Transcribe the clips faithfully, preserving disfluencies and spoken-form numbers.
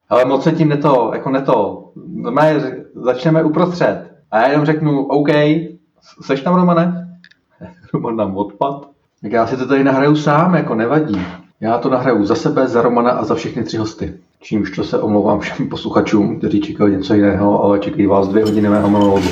Ale moc se tím neto, jako neto. Začneme uprostřed. A já jenom řeknu, OK, seš tam, Romane? Roman nám odpad. Tak já si to tady nahraju sám, jako nevadí. Já to nahraju za sebe, za Romana a za všechny tři hosty. Čímž to se omlouvám všem posluchačům, kteří čekají něco jiného, ale čekají vás dvě hodiny mého monologu.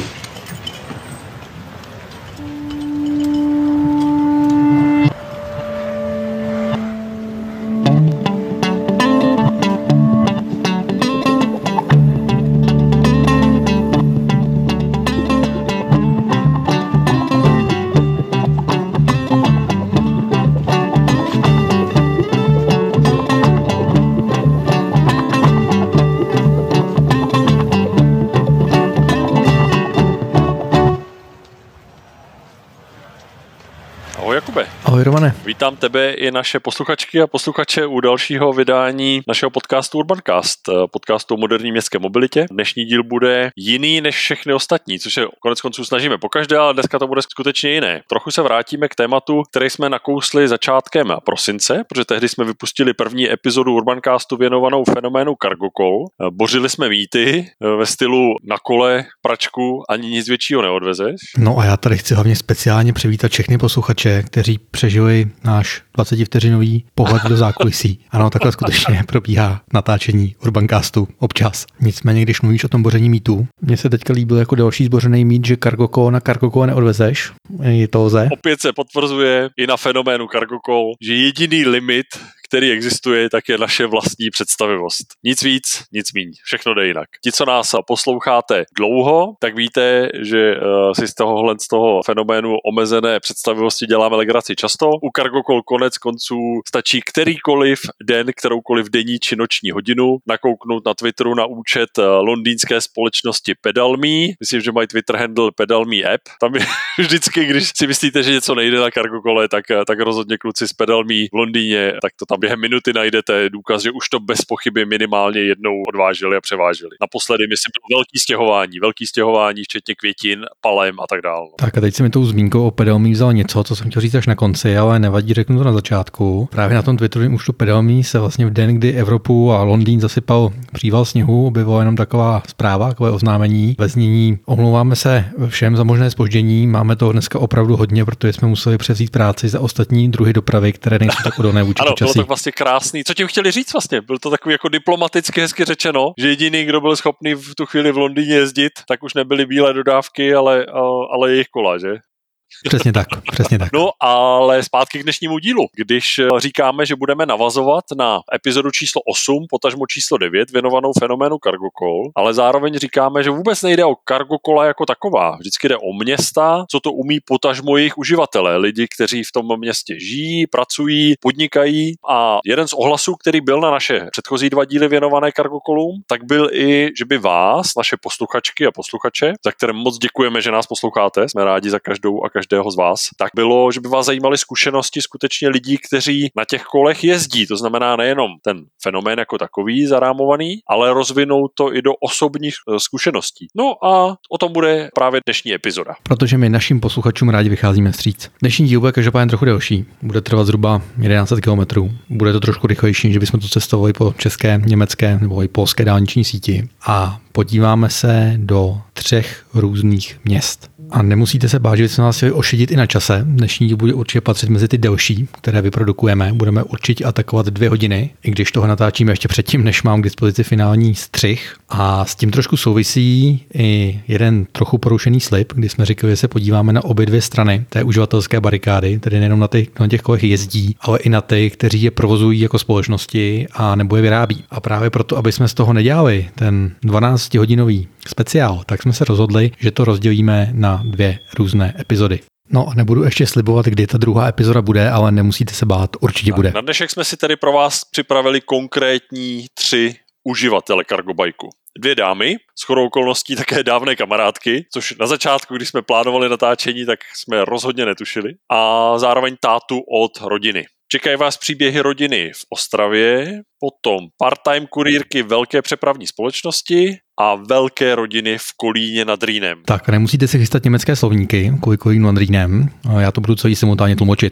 Ahoj Romane. Vítám tebe i naše posluchačky a posluchače u dalšího vydání našeho podcastu Urbancast, podcastu o moderní městské mobilitě. Dnešní díl bude jiný než všechny ostatní, což se konec konců snažíme pokaždé, ale dneska to bude skutečně jiné. Trochu se vrátíme k tématu, který jsme nakousli začátkem prosince, protože tehdy jsme vypustili první epizodu Urbancastu věnovanou fenoménu cargo call. Bořili jsme mýty ve stylu na kole, pračku, ani nic většího neodvezeš. No a já tady chci hlavně speciálně přivítat všechny posluchače, kteří přežili náš dvacetivteřinový pohled do zákulisí. Ano, takhle skutečně probíhá natáčení Urbancastu občas. Nicméně, když mluvíš o tom boření mýtů, mně se teďka líbil jako další zbořený mýt, že cargo call na cargo call neodvezeš. Je to lze. Opět se potvrzuje i na fenoménu cargo call, že jediný limit, který existuje, tak je naše vlastní představivost. Nic víc, nic míň. Všechno jde jinak. Ti, co nás posloucháte dlouho, tak víte, že uh, si z tohohle z toho fenoménu omezené představivosti děláme legraci často. U cargo call konec konců stačí kterýkoliv den, kteroukoliv denní či noční hodinu nakouknout na Twitteru na účet uh, londýnské společnosti PedalMe. Myslím, že mají Twitter handle PedalMe app. Tam je vždycky, když si myslíte, že něco nejde na cargo call, tak, tak rozhodně kluci z PedalMe v Londýně, tak to tam během minuty najdete důkaz, že už to bez pochyby minimálně jednou odvážili a převážili. Naposledy, myslím, bylo velký stěhování, velký stěhování, včetně květin, palem a tak dále. Tak a teď si mi tou zmínkou o PedalMe vzal něco, co jsem chtěl říct až na konci, ale nevadí, řeknu to na začátku. Právě na tom Twitteru už to PedalMe se vlastně v den, kdy Evropu a Londýn zasypal příval sněhu, objevila jenom taková zpráva, takové oznámení ve znění: omlouváme se všem za možné zpoždění, máme toho dneska opravdu hodně, protože jsme museli převzít práci za ostatní druhy dopravy, které nejsou tak odolné vůči počasí. Vlastně krásný. Co tím chtěli říct vlastně? Byl to takový jako diplomaticky hezky řečeno, že jediný, kdo byl schopný v tu chvíli v Londýně jezdit, tak už nebyly bílé dodávky, ale, ale jejich kola, že? Přesně tak, přesně tak. No, ale zpátky k dnešnímu dílu. Když říkáme, že budeme navazovat na epizodu číslo osm, potažmo číslo devět, věnovanou fenoménu cargo call, ale zároveň říkáme, že vůbec nejde o cargo cola jako taková. Vždycky jde o města, co to umí potažmo jejich uživatelé, lidi, kteří v tom městě žijí, pracují, podnikají. A jeden z ohlasů, který byl na naše předchozí dva díly věnované cargo callům, tak byl i, že by vás, naše posluchačky a posluchače, za které moc děkujeme, že nás posloucháte, jsme rádi za každou a každého z vás, tak bylo, že by vás zajímaly zkušenosti skutečně lidí, kteří na těch kolech jezdí. To znamená nejenom ten fenomén jako takový zarámovaný, ale rozvinout to i do osobních zkušeností. No a o tom bude právě dnešní epizoda. Protože my našim posluchačům rádi vycházíme vstříc. Dnešní díl bude každopádně trochu delší. Bude trvat zhruba tisíc sto kilometrů. Bude to trošku rychlejší, že bychom to cestovali po české, německé nebo i polské dálniční síti. A podíváme se do třech různých měst. A nemusíte se bát, že bychom vás chtěli ošidit i na čase. Dnešní díl bude určitě patřit mezi ty delší, které vyprodukujeme. Budeme určitě atakovat dvě hodiny, i když toho natáčíme ještě předtím, než mám k dispozici finální střih. A s tím trošku souvisí i jeden trochu porušený slib, kdy jsme říkali, že se podíváme na obě dvě strany té uživatelské barikády, tedy nejenom na, ty, na těch kolech jezdí, ale i na ty, kteří je provozují jako společnosti a nebo je vyrábí. A právě proto, aby jsme z toho nedělali ten dvanáctihodinový speciál, tak jsme se rozhodli, že to rozdělíme na dvě různé epizody. No a nebudu ještě slibovat, kdy ta druhá epizoda bude, ale nemusíte se bát, určitě tak, bude. Na dnešek jsme si tedy pro vás připravili konkrétní tři uživatele cargobajku. Dvě dámy, shodou okolností také dávné kamarádky, což na začátku, když jsme plánovali natáčení, tak jsme rozhodně netušili. A zároveň tátu od rodiny. Čekají vás příběhy rodiny v Ostravě, potom part-time kurýrky velké přepravní společnosti a velké rodiny v Kolíně nad Rýnem. Tak, nemusíte si chystat německé slovníky kvůli Kolínu nad Rýnem, já to budu celý simultánně tlumočit.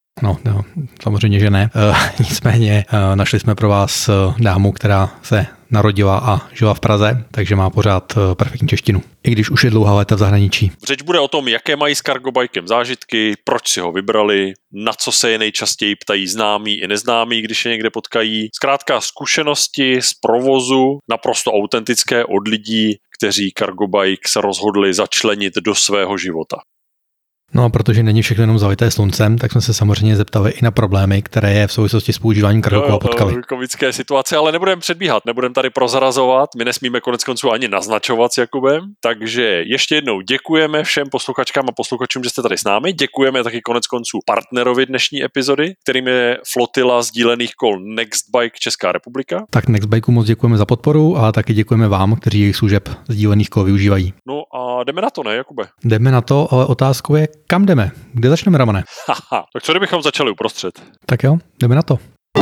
No, no, samozřejmě, že ne. E, nicméně e, našli jsme pro vás dámu, která se narodila a žila v Praze, takže má pořád perfektní češtinu. I když už je dlouhá léta v zahraničí. Řeč bude o tom, jaké mají s cargobikem zážitky, proč si ho vybrali, na co se je nejčastěji ptají známí i neznámí, když je někde potkají. Zkrátka zkušenosti z provozu, naprosto autentické od lidí, kteří cargobike se rozhodli začlenit do svého života. No a protože není všechno jenom zalité sluncem, tak jsme se samozřejmě zeptali i na problémy, které je v souvislosti s používáním cargokola potkali. Komické situace, ale nebudeme předbíhat, nebudeme tady prozrazovat, my nesmíme konec konců ani naznačovat s Jakubem, takže ještě jednou děkujeme všem posluchačkám a posluchačům, že jste tady s námi, děkujeme taky konec konců partnerovi dnešní epizody, kterým je flotila sdílených kol Nextbike Česká republika. Tak Nextbikeu moc děkujeme za podporu a taky děkujeme vám, kteří jejich služeb sdílených kol využívají. No a jdeme na to, ne, Jakube? Jdeme na to, ale otázkou je, kam jdeme? Kde začneme, Ramane? Haha, tak co kdybychom začali uprostřed? Tak jo, jdeme na to.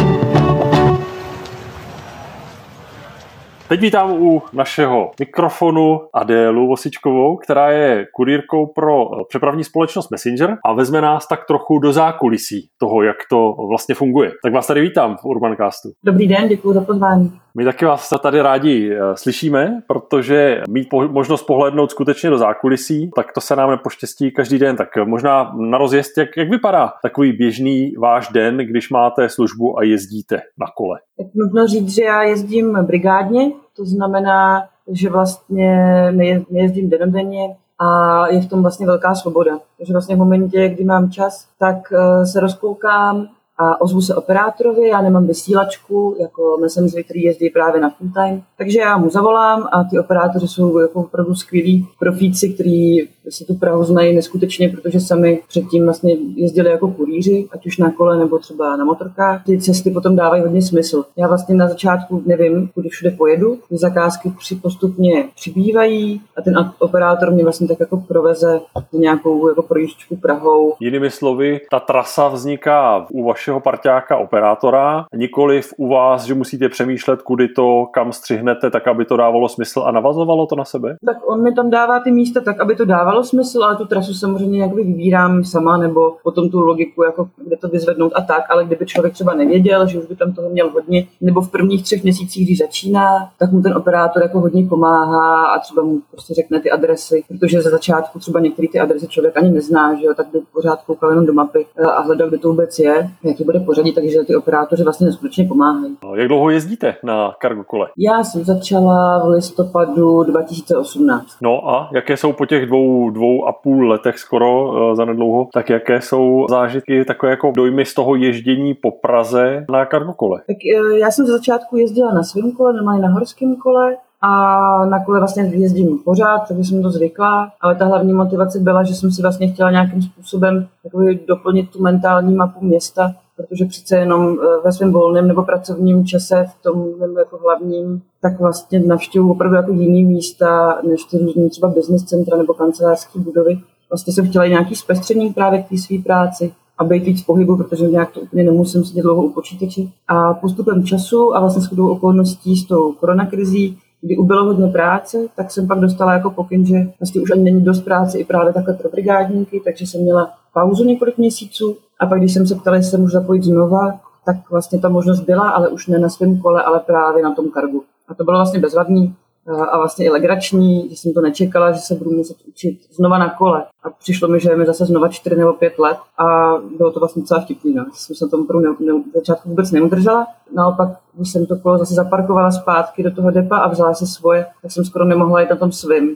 Teď vítám u našeho mikrofonu Adélu Vosičkovou, která je kurýrkou pro přepravní společnost Messenger a vezme nás tak trochu do zákulisí toho, jak to vlastně funguje. Tak vás tady vítám v Urbancastu. Dobrý den, děkuji za pozvání. My taky vás tady rádi slyšíme, protože mít po- možnost pohlédnout skutečně do zákulisí, tak to se nám nepoštěstí každý den. Tak možná na rozjezd, jak, jak vypadá takový běžný váš den, když máte službu a jezdíte na kole? Tak nutno říct, že já jezdím brigádně, to znamená, že vlastně nejezdím dennodenně a je v tom vlastně velká svoboda. Takže vlastně v momentě, kdy mám čas, tak se rozkoukám a ozvu se operátorovi, já nemám vysílačku, jako Messenger, který jezdí právě na full time, takže já mu zavolám a ty operátoři jsou jako opravdu skvělí profíci, kteří si tu Prahu znají neskutečně, protože sami předtím vlastně jezdili jako kurýři, ať už na kole nebo třeba na motorkách. Ty cesty potom dávají hodně smysl. Já vlastně na začátku nevím, kudy všude pojedu, ty zakázky postupně přibývají a ten operátor mě vlastně tak jako proveze nějakou jako projížďku Prahou. Jinými slovy, ta trasa vzniká u vašeho parťáka operátora, nikoliv u vás, že musíte přemýšlet, kudy to, kam střihnete, tak aby to dávalo smysl a navazovalo to na sebe? Tak on mi tam dává ty místa tak, aby to dávalo smysl, ale tu trasu samozřejmě jakoby vybírám sama, nebo potom tu logiku, jako kde to vyzvednout a tak, ale kdyby člověk třeba nevěděl, že už by tam toho měl hodně, nebo v prvních třech měsících, když začíná, tak mu ten operátor jako hodně pomáhá a třeba mu prostě řekne ty adresy, protože za začátku třeba některé ty adresy člověk ani nezná, že jo, tak by pořád koukal jenom do mapy a hledal, kde to vůbec je, jaký bude pořadí, takže ty operátoři vlastně neskutečně pomáhají. Jak dlouho jezdíte na cargo kole? Já jsem začala v listopadu dva tisíce osmnáct. No a jaké jsou po těch dvou, dvou a půl letech skoro uh, za nedlouho, tak jaké jsou zážitky, takové jako dojmy z toho ježdění po Praze na cargo kole? Tak uh, já jsem za začátku jezdila na svém kole, normálně na horském kole, a na kole vlastně jezdím pořád, takže jsem to zvykla, ale ta hlavní motivace byla, že jsem si vlastně chtěla nějakým způsobem takový doplnit tu mentální mapu města, protože přece jenom ve svém volném nebo pracovním čase v tom jako hlavním, tak vlastně navštěvuji opravdu jako jiný místa, než ty různý třeba business centra nebo kancelářské budovy. Vlastně jsem chtěla i nějaký zpestření právě k té své práci a být víc v pohybu, protože nějak to úplně nemusím sedět dlouho u počítače. A postupem času a vlastně shodou okolností s tou koronakrizí, kdy ubylo hodně práce, tak jsem pak dostala jako pokyn, že vlastně už ani není dost práce i právě takhle pro brigádníky, takže jsem měla pauzu několik měsíců a pak když jsem se ptala, jestli se můžu zapojit znova, tak vlastně ta možnost byla, ale už ne na svém kole, ale právě na tom cargu. A to bylo vlastně bezvadný a vlastně i legrační, že jsem to nečekala, že se budu muset učit znova na kole. A přišlo mi, že je mi zase znova čtyři nebo pět let a bylo to vlastně celá vtipný. No. Jsem se tomu prv ne, ne, začátku vůbec neudržela. Naopak, když jsem to kolo zase zaparkovala zpátky do toho depa a vzala si svoje, tak jsem skoro nemohla jít na tom svým.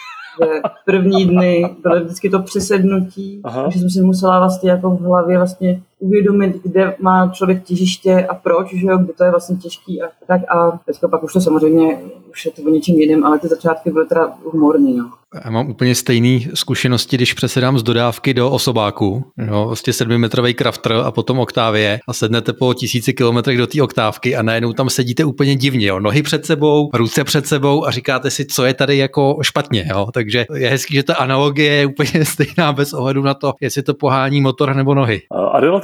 Že první dny bylo vždycky to přesednutí, že jsem si musela vlastně jako v hlavě vlastně uvědomit, kde má člověk těžiště a proč, že jo, kde to je vlastně těžký a tak a teďka pak už to samozřejmě, už je to o něčem jiném, ale ty začátky byly teda humorný, no. Já mám úplně stejné zkušenosti, když přesedám z dodávky do osobáku, jo, vlastně sedmimetrový Crafter a potom Octavie a sednete po tisíci kilometrech do té oktávky a najednou tam sedíte úplně divně, jo, nohy před sebou, ruce před sebou a říkáte si, co je tady jako špatně, jo, takže je hezký, že ta analogie je úplně stejná bez ohledu na to, jestli to pohání motor nebo nohy. Adela,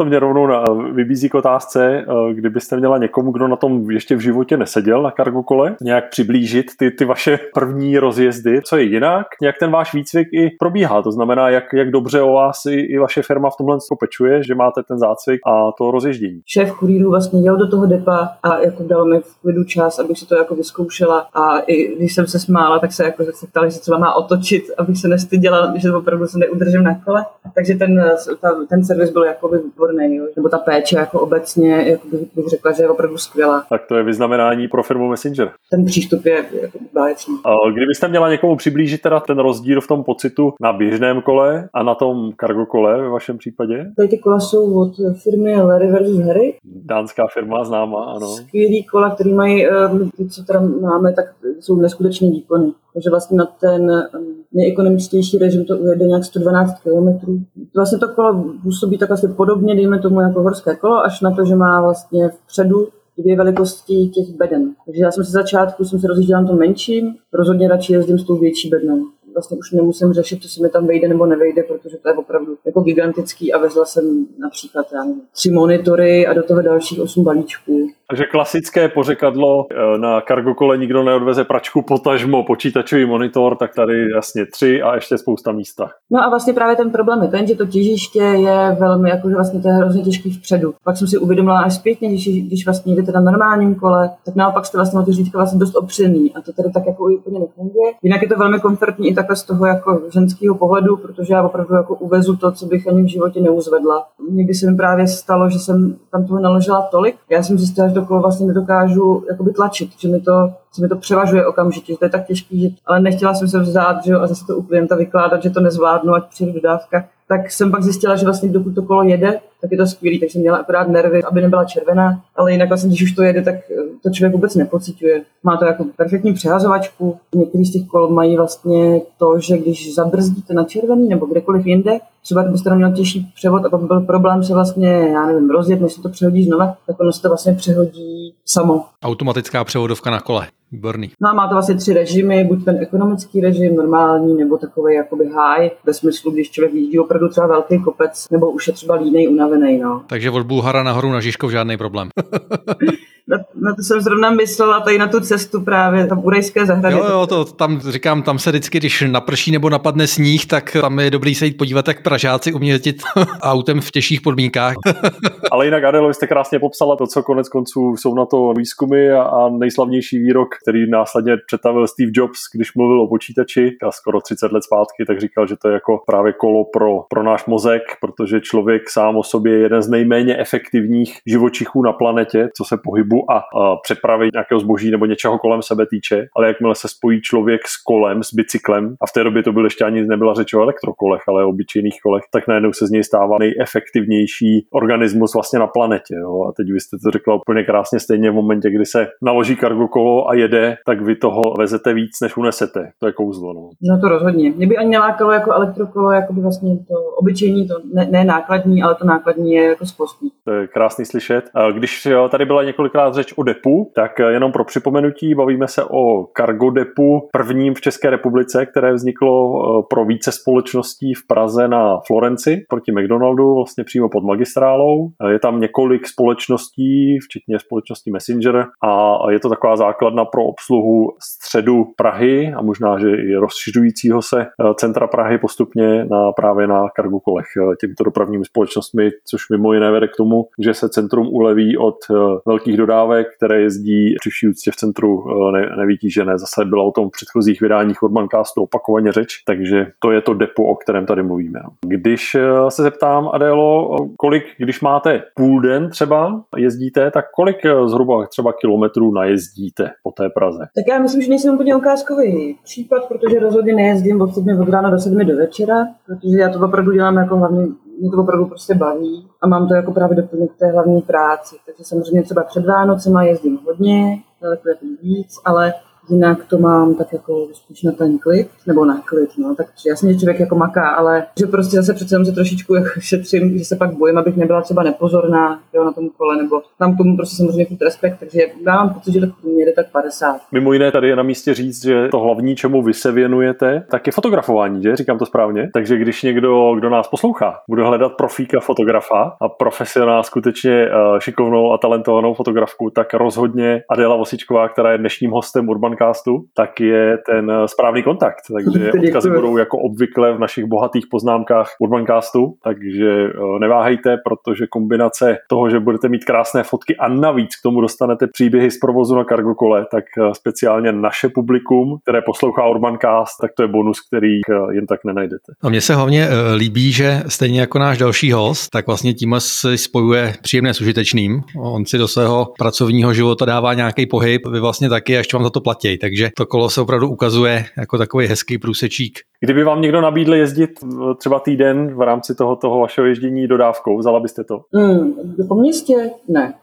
to mě rovnou na, vybízí k otázce, kdybyste měla někomu, kdo na tom ještě v životě neseděl na cargo kole, nějak přiblížit ty, ty vaše první rozjezdy, co je jinak, jak ten váš výcvik i probíhá, to znamená, jak, jak dobře o vás i, i vaše firma v tomhle pečuje, že máte ten zácvik a to rozježdění. Šéf kurýrů vlastně jel do toho depa a jako dal mi v klidu čas, abych si to jako vyzkoušela a i když jsem se smála, tak se jako se ptali, že třeba má otočit, abych se nestyděla, že opravdu se neudržím na kole. Takže ten, ta, ten servis byl jakoby výborný, jo. Nebo ta péče jako obecně, jako bych, bych řekla, že je opravdu skvělá. Tak to je vyznamenání pro firmu Messenger. Ten přístup je jako báječný. Kdybyste měla někomu přiblížit teda ten rozdíl v tom pocitu na běžném kole a na tom cargo kole ve vašem případě? Tady ty kola jsou od firmy Larry versus Harry. Dánská firma, známá, ano. Skvělý kola, který mají, ty, co teda máme, tak jsou neskutečně výkonný. Takže vlastně na ten nejekonomičtější režim to ujede nějak sto dvanáct kilometrů. Vlastně to kolo působí tak asi podobně, dejme tomu jako horské kolo, až na to, že má vlastně vpředu dvě velikosti těch beden. Takže já jsem se začátku jsem se rozjížděla na tom menším, rozhodně radši jezdím s tou větší bednou. Vlastně už nemusím řešit, co se mi tam vejde nebo nevejde, protože to je opravdu jako gigantický a vezla jsem například já nevím, tři monitory a do toho dalších osm balíčků. Takže klasické pořekadlo, na cargo kole nikdo neodveze pračku, potažmo počítačový monitor, tak tady jasně tři a ještě spousta místa. No a vlastně právě ten problém je ten, že to těžiště je velmi, jakože vlastně to je hrozně těžký vpředu. Pak jsem si uvědomila až zpětně, když, když vlastně jdete na normálním kole, tak naopak jste vlastně na to řídka vlastně dost opřený a to tady tak jako úplně nefunguje. Jinak je to velmi komfortní i takhle z toho jako ženského pohledu, protože já opravdu jako uvezu to, co bych ani v životě neuzvedla. Někdy se mi právě stalo, že jsem tam toho naložila tolik. Já jsem zjistila, že to kolo vlastně nedokážu jakoby tlačit, že mi to, že mi to převažuje okamžitě, že to je tak těžký, že, ale nechtěla jsem se vzdát, že jo, a zase to u klienta vykládat, že to nezvládnu, ať přijde dodávka. Tak jsem pak zjistila, že vlastně dokud to kolo jede, tak je to skvělý, tak jsem měla akorát nervy, aby nebyla červená, ale jinak vlastně, když už to jede, tak to člověk vůbec nepociťuje. Má to jako perfektní přehazovačku. Některý z těch kol mají vlastně to, že když zabrzdíte na červený nebo kdekoliv jinde, třeba byste tam měl těžší převod a pak byl problém se vlastně, já nevím, rozjet, než se to přehodí znova, tak ono se to vlastně přehodí samo. Automatická převodovka na kole. Výborný. No a má to vlastně tři režimy, buď ten ekonomický režim, normální, nebo takový jakoby high, ve smyslu, když člověk jíždí opravdu třeba velký kopec, nebo už je třeba línej, unavený, no. Takže od Bulhara nahoru na Žižkov žádný problém. Na, na to jsem zrovna myslela, tady na tu cestu právě, tam u Rajské zahrady. Jo, jo, to tam říkám, tam se vždycky, když naprší nebo napadne sníh, tak tam je dobrý se jít podívat, jak Pražáci umí jezdit autem v těžších podmínkách. Ale jinak, Adélo, jste krásně popsala to, co konec konců jsou na to výzkumy a, a nejslavnější výrok, který následně přetavil Steve Jobs, když mluvil o počítači a skoro třicet let zpátky, tak říkal, že to je jako právě kolo pro, pro náš mozek, protože člověk sám o sobě je jeden z nejméně efektivních živočichů na planetě, co se pohybu a, a přepravy nějakého zboží nebo něčeho kolem sebe týče, ale jakmile se spojí člověk s kolem, s bicyklem, a v té době to byl ještě ani nebyla řeč o elektrokolech, ale o obyčejných kolech, tak najednou se z něj stává nejefektivnější organismus vlastně na planetě. Jo? A teď vy jste to řekla úplně krásně, stejně v momentě, kdy se naloží cargo kolo a jede, tak vy toho vezete víc, než unesete. To je kouzlo. No, no to rozhodně. Mě by ani nelákalo jako elektrokolo, jako by vlastně to obyčejní, to ne, ne nákladní, ale to nákladní je jako skvostný. To je krásný slyšet. Když tady byla několikrát řeč o depu, tak jenom pro připomenutí bavíme se o cargo depu, prvním v České republice, které vzniklo pro více společností v Praze na Florenci proti McDonaldu, vlastně přímo pod magistrálou. Je tam několik společností, včetně společnosti Messenger, a je to taková základna pro obsluhu středu Prahy a možná, že i rozšiřujícího se centra Prahy postupně na, právě na cargo kolech těmito dopravními společnostmi, což mimo jiné vede k tomu, že se centrum uleví od velkých dodávek, které jezdí při vší úctě v centru ne, nevytížené. Zase byla o tom v předchozích vydáních Urbancastu opakovaně řeč, takže to je to depo, o kterém tady mluvíme. Když se zeptám, Adélo, kolik, když máte půl den třeba jezdíte, tak kolik zhruba třeba kilometrů najezdíte po té Praze? Tak já myslím, že nejsem úplně ukázkový případ, protože rozhodně nejezdím od sedmi od rána do sedmi do večera, protože já to opravdu dělám jako hlavně, mě to opravdu prostě baví a mám to jako právě doplněk té hlavní práci. Takže samozřejmě třeba před Vánocema jezdím hodně, daleko jako víc, ale jinak to mám tak jako spíš na ten klid, nebo na klid, no, tak jasně, že člověk jako maká, ale že prostě zase přece jenom se trošičku jako šetřím, že se pak bojím, abych nebyla třeba nepozorná, jo, na tom kole, nebo tam k tomu prostě samozřejmě furt respekt, takže já mám pocit, že tak průměr tak padesát. Mimo jiné tady je na místě říct, že to hlavní, čemu vy se věnujete, tak je fotografování, že? Říkám to správně? Takže když někdo, kdo nás poslouchá, bude hledat profíka fotografa a profesionál skutečně šikovnou a talentovanou fotografku, tak rozhodně Adéla Vosičková, která je dnešním hostem Urbancastu, tak je ten správný kontakt. Takže odkazy budou jako obvykle v našich bohatých poznámkách Urbancastu, takže neváhejte, protože kombinace toho, že budete mít krásné fotky a navíc k tomu dostanete příběhy z provozu na Cargokole, tak speciálně naše publikum, které poslouchá Urbancast, tak to je bonus, který jen tak nenajdete. A mně se hlavně líbí, že stejně jako náš další host, tak vlastně tím si spojuje příjemné s užitečným. On si do svého pracovního života dává nějaký pohyb, vy vlastně taky, a ještě vám za to platí. Takže to kolo se opravdu ukazuje jako takový hezký průsečík. Kdyby vám někdo nabídl jezdit třeba týden v rámci toho, toho vašeho ježdění dodávkou, vzala byste to? Mm, po městě? Ne.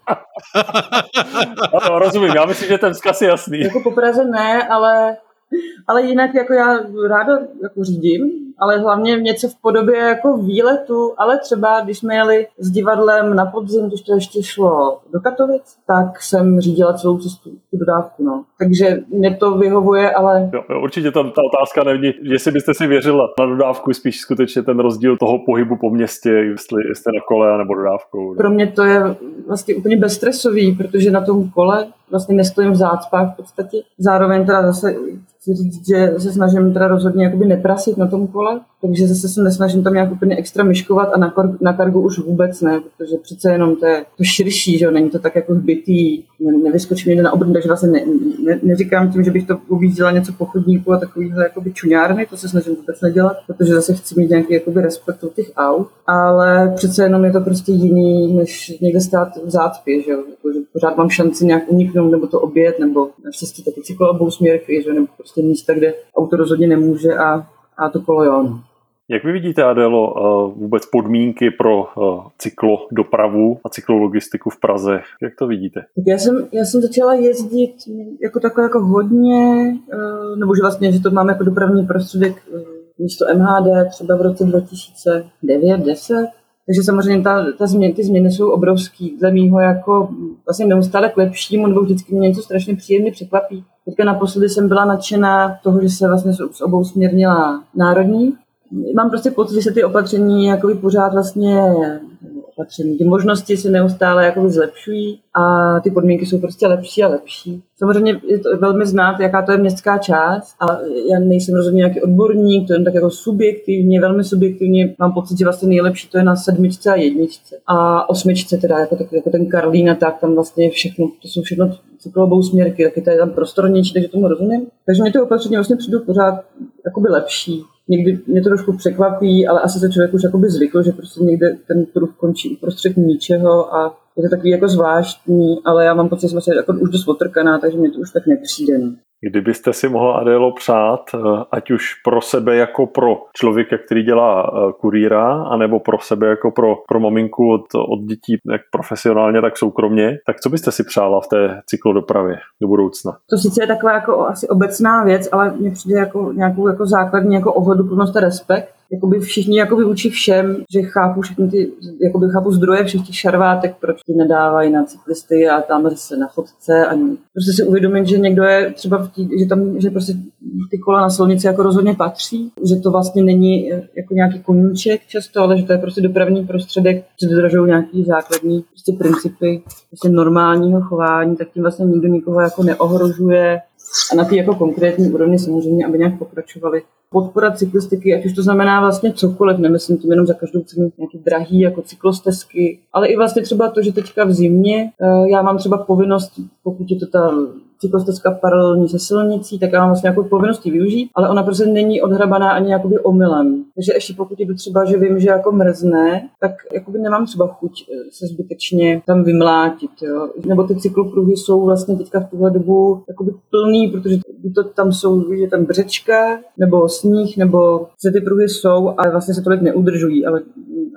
No, rozumím, já myslím, že ten vzkaz je jasný. Jako po Praze ne, ale, ale jinak jako já ráda jako řídím, ale hlavně něco v podobě jako výletu, ale třeba když jsme jeli s divadlem na podzim, když to ještě šlo do Katovic, tak jsem řídila celou cestu tu dodávku, no. Takže mě to vyhovuje, ale... Jo, jo, určitě ta, ta otázka není, jestli byste si věřila na dodávku, spíš skutečně ten rozdíl toho pohybu po městě, jestli jste na kole nebo dodávkou. Pro mě to je vlastně úplně bezstresový, protože na tom kole vlastně nestojím v zácpách v podstatě. Zároveň teda zase chci říct, že se snažím teda rozhodně jakoby neprasit na tom kole, takže zase se nesnažím tam nějak úplně extra myškovat a na, kor- na kargu už vůbec ne, protože přece jenom to je to širší, že jo, není to tak jako hbitý, ne- nevyskočím někde na obrnu, takže vlastně ne- ne- neříkám tím, že bych to uvízdila něco po chodníku a takovýhle jakoby čuňárny, to se snažím vůbec nedělat, protože zase chci mít nějaký jakoby respekt od těch aut, ale přece jenom je to prostě jiný, než někde stát v zácpě, že jo, jako, že pořád mám šanci nějak uniknout, nebo to obět, nebo naštěstí taky cyklobousměrky, že jo, nebo prostě místa, kde auto rozhodně nemůže a, a to kolo jo. No. Jak vy vidíte, Adélo, vůbec podmínky pro cyklodopravu a cyklologistiku v Praze? Jak to vidíte? Tak já jsem, já jsem začala jezdit jako takové jako hodně, nebo že vlastně, že to máme jako dopravní prostředek místo M H D třeba v roce dva tisíce devět deset. Takže samozřejmě ta, ta změn, ty změny jsou obrovský. Dle mýho jako vlastně neustále k lepšímu, nebo vždycky mě něco strašně příjemně překvapí. Teďka naposledy jsem byla nadšená toho, že se vlastně s obou směrnila národní. Mám prostě pocit, že se ty opatření jakoby pořád vlastně opatření, ty možnosti se neustále jakoby zlepšují a ty podmínky jsou prostě lepší a lepší. Samozřejmě je to velmi znát, jaká to je městská část a já nejsem rozhodně nějaký odborník, to je tak jako subjektivně, velmi subjektivně mám pocit, že vlastně nejlepší to je na sedmičce a jedničce a osmičce teda jako, tak, jako ten Karlín a tak, tam vlastně všechno, to jsou všechno cyklobousměrky, taky to je tam prostornější, takže tomu rozumím. Takže mě to opatření vlastně přijde pořád jakoby lepší. Někdy mě to trošku překvapí, ale asi se člověk už jakoby zvykl, že prostě někde ten pruh končí uprostřed ničeho a je to takový jako zvláštní, ale já mám pocit, že jsem vlastně jako už dost otrkaná, takže mě to už tak nepřijde. Kdybyste si mohla, Adélo, přát, ať už pro sebe jako pro člověka, který dělá kurýra, anebo pro sebe jako pro, pro maminku od, od dětí, jak profesionálně, tak soukromně, tak co byste si přála v té cyklodopravě do budoucna? To sice je taková jako asi obecná věc, ale mně přijde jako nějakou jako základní jako ohleduplnost a respekt. Jakoby všichni jakoby učí všem, že chápu všechny ty, jakoby chápu zdroje všech těch šarvátek, proč ty nedávají na cyklisty a tam zase na chodce a prostě si uvědomit, že někdo je třeba v tí, že tam, že prostě ty kola na silnici jako rozhodně patří, že to vlastně není jako nějaký koníček často, ale že to je prostě dopravní prostředek, že dodržují nějaký základní prostě principy prostě normálního chování, tak tím vlastně nikdo nikoho jako neohrožuje. A na té jako konkrétní úrovni samozřejmě, aby nějak pokračovali. Podpora cyklistiky, ať už to znamená vlastně cokoliv, nemyslím tím jenom za každou cenu nějaký drahý jako cyklostezky, ale i vlastně třeba to, že teďka v zimě já mám třeba povinnost, pokud je to ta cyklostezka paralelní se silnicí, tak já mám vlastně nějakou povinnost využít, ale ona prostě není odhrabaná ani jakoby omylem. Takže ještě pokud jdu třeba, že vím, že jako mrzne, tak jakoby nemám třeba chuť se zbytečně tam vymlátit, jo. Nebo ty cyklopruhy jsou vlastně teďka v tuhle dobu jakoby plný, protože to tam jsou, je tam břečka, nebo sníh, nebo že ty pruhy jsou, ale vlastně se tolik neudržují, ale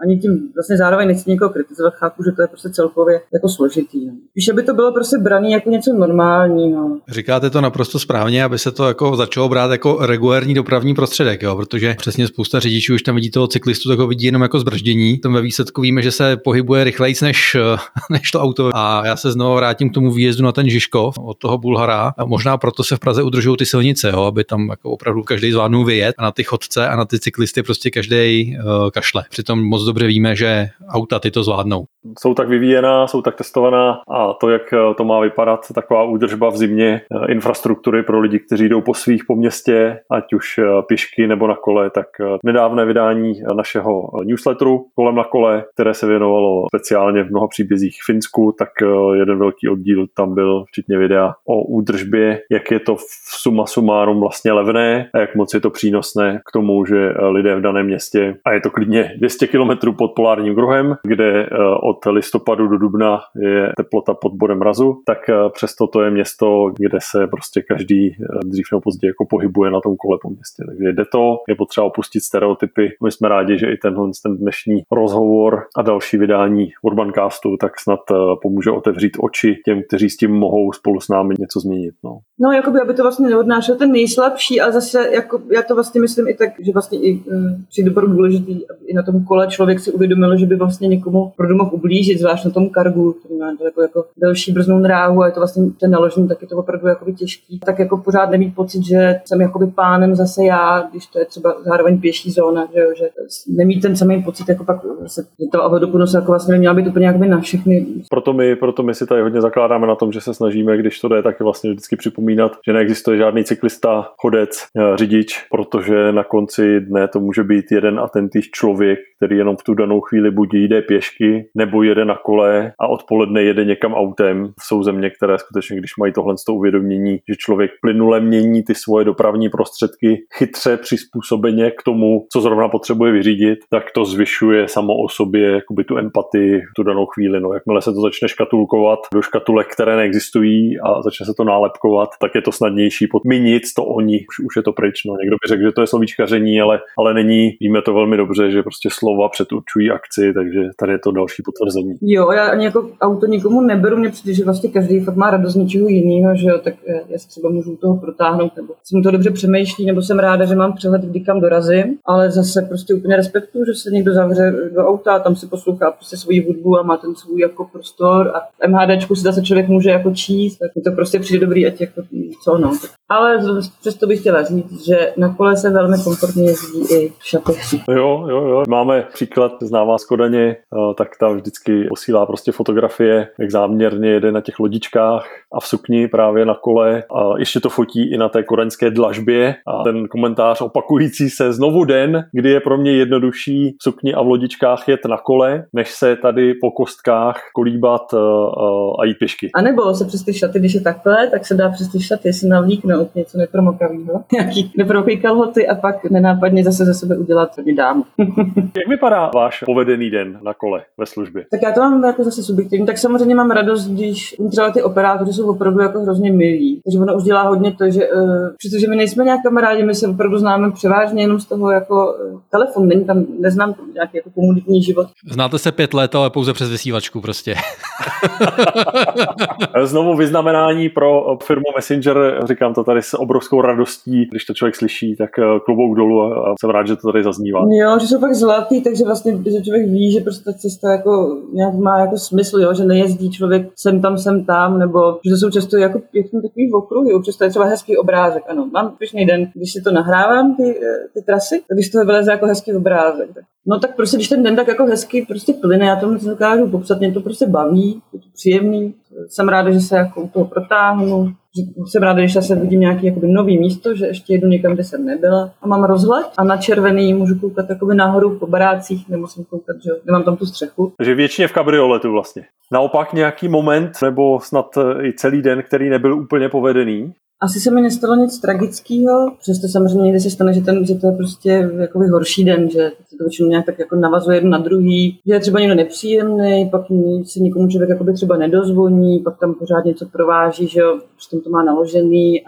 ani tím vlastně zároveň nechci někoho kritizovat, chápu, že to je prostě celkově jako složitý. No. Víš, aby to bylo prostě braný jako něco normálního. Říkáte to naprosto správně, aby se to jako začalo brát jako regulérní dopravní prostředek, jo, protože přesně spousta řidičů už tam vidí toho cyklistu, tak ho vidí jenom jako zbrždění. Tam ve výsledku víme, že se pohybuje rychlejc než, než to auto. A já se znovu vrátím k tomu výjezdu na ten Žižkov od toho Bulhara. A možná proto se v Praze udržují ty silnice, jo, aby tam jako opravdu každý zvládnul vyjet a na ty chodce a na ty cyklisty prostě každý uh, kašle. Přitom moc dobře víme, že auta ty to zvládnou. Jsou tak vyvíjená, jsou tak testovaná a to, jak to má vypadat, taková údržba v zimě infrastruktury pro lidi, kteří jdou po svých po městě, ať už pěšky nebo na kole, tak nedávné vydání našeho newsletteru Kolem na kole, které se věnovalo speciálně v mnoha příbězích v Finsku, tak jeden velký oddíl tam byl, včetně videa o údržbě, jak je to v suma sumárum vlastně levné a jak moc je to přínosné k tomu, že lidé v daném městě, a je to klidně dvě stě kilometrů pod polárním kruhem, kde od listopadu do dubna je teplota pod bodem mrazu, tak přesto to je město, kde se prostě každý dřív nebo později jako pohybuje na tom kole po městě. Takže jde to, je potřeba opustit stereotypy. My jsme rádi, že i tenhle ten dnešní rozhovor a další vydání Urbancastu tak snad pomůže otevřít oči těm, kteří s tím mohou spolu s námi něco změnit. No, no jakoby, aby to vlastně neodnášel ten nejslabší, ale zase jako, já to vlastně myslím i tak, že vlastně i um, přijde opravdu důležitý, aby i na tom kole člověk si uvědomil, že by vlastně někomu opravdu mohl ublížit, zvlášť na tom kargu, který má daleko jako delší brznou dráhu a je to vlastně ten naložení, tak je to opravdu jakoby těžký. Tak jako pořád nemít pocit, že jsem jakoby pánem zase já, když to je třeba zároveň pěší zóna, že, jo, že nemít ten samý pocit, jako pak se ta ohleduplnost jako vlastně neměla být úplně jakoby na všechny. Proto my, proto my si tady hodně zakládáme na tom, že se snažíme, když to jde, tak vlastně vždycky připomínat, že neexistuje žádný cyklista, chodec, řidič, protože na konci dne to může být jeden a tentýž člověk, který jenom v tu danou chvíli buď jde pěšky, nebo jede na kole a odpoledne jede někam autem. Jsou země, které skutečně, když mají tohle uvědomění, že člověk plynule mění ty svoje dopravní prostředky chytře přizpůsobeně k tomu, co zrovna potřebuje vyřídit, tak to zvyšuje samo o sobě jakoby tu empatii v tu danou chvíli. No, jakmile se to začne škatulkovat do škatulek, které neexistují a začne se to nálepkovat, tak je to snadnější. Pod my nic, to oni, už, už je to pryč. No. Někdo by řekl, že to je slovíčkaření, ale, ale není. Víme to velmi dobře, že prostě slova předurčují akci, takže tady je to další potvrzení. Jo, já ani jako auto nikomu neberu, mě přijde, že vlastně každý fakt má radost z něčeho jiného, že jo, tak já si třeba můžu toho protáhnout, nebo si mu to dobře přemýšlí, nebo jsem ráda, že mám přehled, kdy kam dorazím, ale zase prostě úplně respektuju, že se někdo zavře do auta, tam si poslouchá prostě svoji hudbu a má ten svůj jako prostor a v MHDčku si zase člověk může jako číst, tak mi to prostě přijde dobrý, ať jako co no. Ale přesto bych chtěla říct, že na kole se velmi komfortně jezdí i v šatech. Jo, jo, jo. Máme příklad známá z Kodaně, tak tam vždycky posílá prostě fotografie, jak záměrně jede na těch lodičkách a v sukni právě na kole a ještě to fotí i na té kodaňské dlažbě a ten komentář opakující se znovu den, kdy je pro mě jednodušší v sukni a v lodičkách jet na kole, než se tady po kostkách kolíbat a jít pěšky. A nebo se přes ty šaty, když je takhle, tak se dá přes ty šaty si navlíknout něco nepromokavého, nějaký nepromokavý kalhoty a pak nenápadně zase ze sebe udělat hodně dámu. Jak vypadá váš povedený den na kole ve službě? Tak já to mám jako zase subjektivní, tak samozřejmě mám radost, když třeba ty operátoři jsou opravdu jako hrozně milí. Takže ono už dělá hodně to, že uh, přestože my nejsme nějak kamarádi, my se opravdu známe převážně jenom z toho jako uh, telefon, není tam, neznám nějaký jako komunitní život. Znáte se pět let, ale pouze přes vysílačku prostě. Znovu vyznamenání pro firmu Messenger, říkám to tady s obrovskou radostí, když to člověk slyší, tak klobouk dolů a jsem rád, že to tady zaznívá. Jo, že jsou fakt zlatý, takže vlastně, že člověk ví, že prostě ta cesta jako nějak má jako smysl, jo, že nejezdí člověk sem tam, sem tam, nebo že to jsou často jako pěkný takový okruhy, občas to je třeba hezký obrázek, ano, mám pyšný den, když si to nahrávám, ty, ty trasy, tak když toho vyleze jako hezký obrázek. Tak. No tak prostě, když ten den tak jako hezky prostě plyne, já to moc dokážu popsat, mě to prostě baví, je to příjemný, jsem ráda, že se jako u toho protáhnu, jsem ráda, když se vidím nějaký jakoby nový místo, že ještě jedu někam, kde jsem nebyla a mám rozhled a na červený můžu koukat jakoby nahoru po barácích, nemusím koukat, že nemám tam tu střechu. Takže většině v kabrioletu vlastně. Naopak nějaký moment nebo snad i celý den, který nebyl úplně povedený? Asi se mi nestalo nic tragického, přesto samozřejmě někdy se stane, že, ten, že to je prostě jakoby horší den, že se to většinou nějak tak jako navazuje jeden na druhý, že je třeba někdo nepříjemný, pak se nikomu člověk jakoby třeba nedozvoní, pak tam pořád něco prováží, že jo, že tam to má naložený a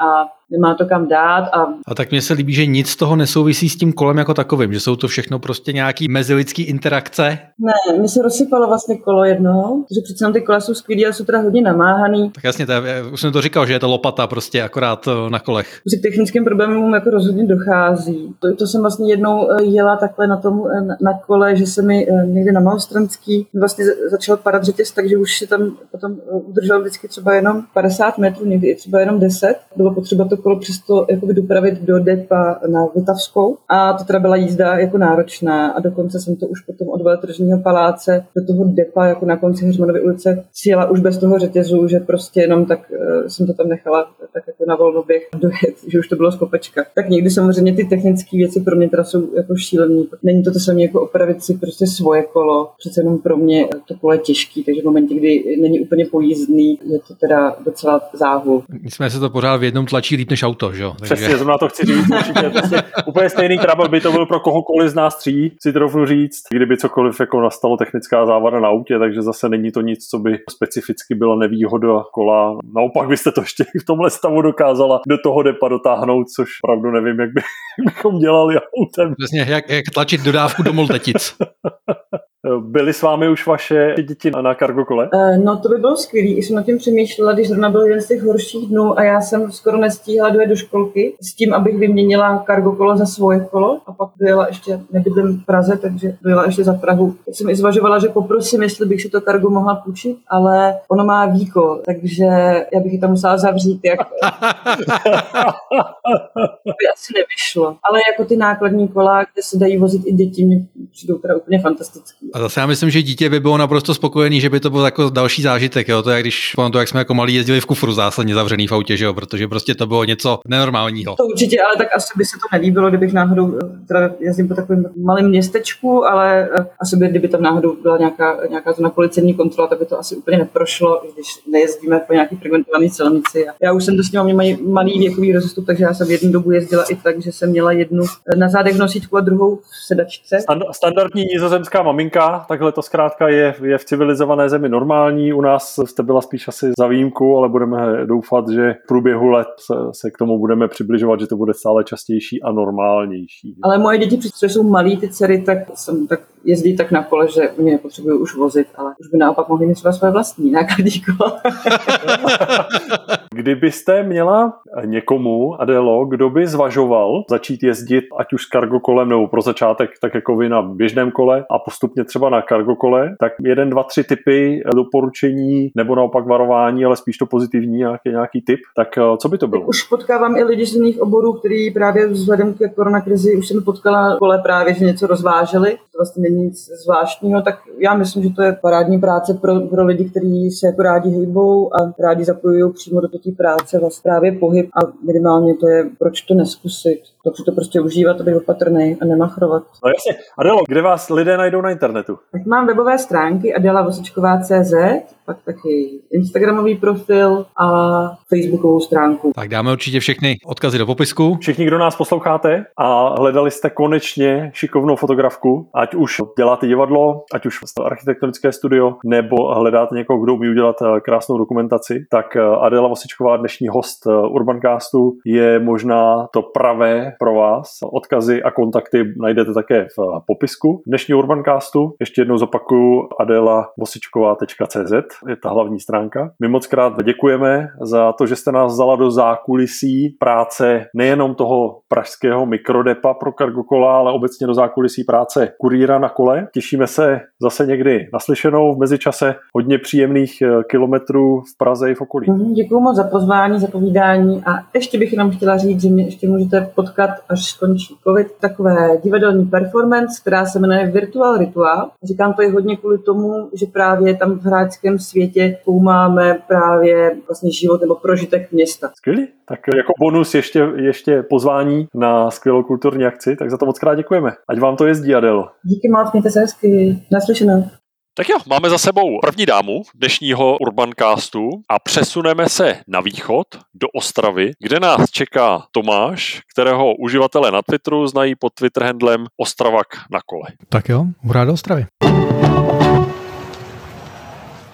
nemá to kam dát. A, a tak mně se líbí, že nic z toho nesouvisí s tím kolem jako takovým, že jsou to všechno prostě nějaký mezilidský interakce. Ne, mi se rozsypalo vlastně kolo jednou, protože přece jenom ty kola jsou skvělý, ale jsou teda hodně namáhaný. Tak jasně, to je, už jsem to říkal, že je to lopata prostě akorát na kolech. K technickým problémům jako rozhodně dochází. To, to jsem vlastně jednou jela takhle na tom na, na kole, že se mi někde na Malostranský vlastně začal padat řetěz, takže už si tam potom udržel vždycky třeba jenom padesát metrů, někdy i třeba jenom deset. Bylo potřeba to kolo přesto jakoby dopravit do depa na Vltavskou a to teda byla jízda jako náročná a dokonce jsem to už potom od Veletržního paláce do toho depa jako na konci Heřmanovy ulice sjela už bez toho řetězu, že prostě jenom tak uh, jsem to tam nechala tak jako na volnoběh dojet, že už to bylo z kopečka. Tak někdy samozřejmě ty technické věci pro mě teda jsou jako šílený. Není to to samé jako opravit si prostě svoje kolo. Přece jenom pro mě to kolo je těžký, takže v momentě, kdy není úplně pojízdný, je to teda docela záhul. Nicméně se to pořád v jednom tlačí líp než auto, že jo? Přesně, takže... zrovna to chci říct, určitě. Prostě úplně stejný trouble by to byl pro kohokoliv z nás tří, si trochu říct, kdyby cokoliv jako nastalo technická závada na autě, takže zase není to nic, co by specificky byla nevýhoda kola. Naopak byste to ještě v tomhle stavu dokázala do toho depa dotáhnout, což pravdu nevím, jak by, bychom dělali autem. Přesně, jak, jak tlačit dodávku do Moltetic. Byly s vámi už vaše děti na cargo kole? No to by bylo skvělý. I jsem nad tím přemýšlela, když zrovna byl jeden z těch horších dnů a já jsem skoro nestíhala dojet do školky s tím, abych vyměnila cargo kolo za svoje kolo a pak dojela ještě, nebydlím v Praze, takže dojela ještě za Prahu. Tak jsem i zvažovala, že poprosím, jestli bych si to cargo mohla půjčit, ale ono má víko, takže já bych ji tam musela zavřít. Jak... to by asi nevyšlo. Ale jako ty nákladní kola, kde se dají vozit i děti, mě přijdou teda úplně fantastický. A zase já myslím, že dítě by bylo naprosto spokojený, že by to byl jako další zážitek, jo? To je, když to, jak jsme jako malí jezdili v kufru zásadně zavřený v autě, že jo? Protože prostě to bylo něco nenormálního. To určitě, ale tak asi by se to nelíbilo, kdybych náhodou, teda jezdím po takovém malém městečku, ale asi by, kdyby tam náhodou byla nějaká, nějaká zóna policejní kontrola, tak by to asi úplně neprošlo, když nejezdíme po nějaký frekventovaný silnici. Já už jsem to s ním, mají malý věkový rozestup, takže já jsem v jednu dobu jezdila i tak, že jsem měla jednu na zádech nosičku a druhou v sedačce. Stand, standardní nizozemská maminka, takhle to zkrátka je, je v civilizované zemi normální. U nás jste byla spíš asi za výjimku, ale budeme doufat, že v průběhu let se, se k tomu budeme přibližovat, že to bude stále častější a normálnější. Ale moje děti, protože jsou malí ty dcery, tak jsem tak jezdí tak na kole, že mě nepotřebují už vozit, ale už by naopak mohli mít třeba své vlastní nákladní kolo. Kdybyste měla někomu, Adélo, kdo by zvažoval začít jezdit ať už s cargo kolem nebo pro začátek tak jako vy na běžném kole a postupně třeba na cargo kole, tak jeden, dva, tři typy doporučení nebo naopak varování, ale spíš to pozitivní nějaký, nějaký tip, tak co by to bylo? Už potkávám i lidi z jiných oborů, kteří právě vzhledem k koronakrizi už jsem potkala kole právě, že něco rozváželi. To vlastně není nic zvláštního, tak já myslím, že to je parádní práce pro, pro lidi, kteří se jako rádi hejbou a rádi zapojují přímo do té práce vlastně právě pohyb a minimálně to je, proč to neskusit. To to prostě užívat a být opatrný a nemachrovat. No jasně. Adélo, kde vás lidé najdou na internetu? Tak mám webové stránky adela vosičková tečka cé zet, pak taky Instagramový profil a Facebookovou stránku. Tak dáme určitě všechny odkazy do popisku. Všichni, kdo nás posloucháte a hledali jste konečně šikovnou fotografku, ať už děláte divadlo, ať už architektonické studio, nebo hledáte někoho, kdo umí udělat krásnou dokumentaci, tak Adéla Vosičková, dnešní host Urbancastu, je možná to pravé pro vás. Odkazy a kontakty najdete také v popisku dnešního Urbancastu. Ještě jednou zopakuju adela vosičková tečka cé zet, je ta hlavní stránka. My moc krát děkujeme za to, že jste nás vzala do zákulisí práce nejenom toho pražského mikrodepa pro cargo kola, ale obecně do zákulisí práce kurýra na kole. Těšíme se zase někdy naslyšenou, v mezičase hodně příjemných kilometrů v Praze i v okolí. Děkuju moc za pozvání, za povídání a ještě bych jenom chtěla říct, že mě ještě můžete potkat, až skončí covid, takové divadelní performance, která se jmenuje Virtual Ritual. Říkám to i hodně kvůli tomu, že právě tam v hráčském světě zkoumáme právě vlastně život nebo prožitek města. Skvělý. Tak jako bonus ještě, ještě pozvání na skvělou kulturní akci, tak za to moc krát děkujeme. Ať vám to jezdí, Adélo. Díky moc, mějte se hezky. Naslyšenou. Tak jo, máme za sebou první dámu dnešního Urbancastu a přesuneme se na východ do Ostravy, kde nás čeká Tomáš, kterého uživatelé na Twitteru znají pod Twitter handlem Ostravak na kole. Tak jo, hurá do Ostravy.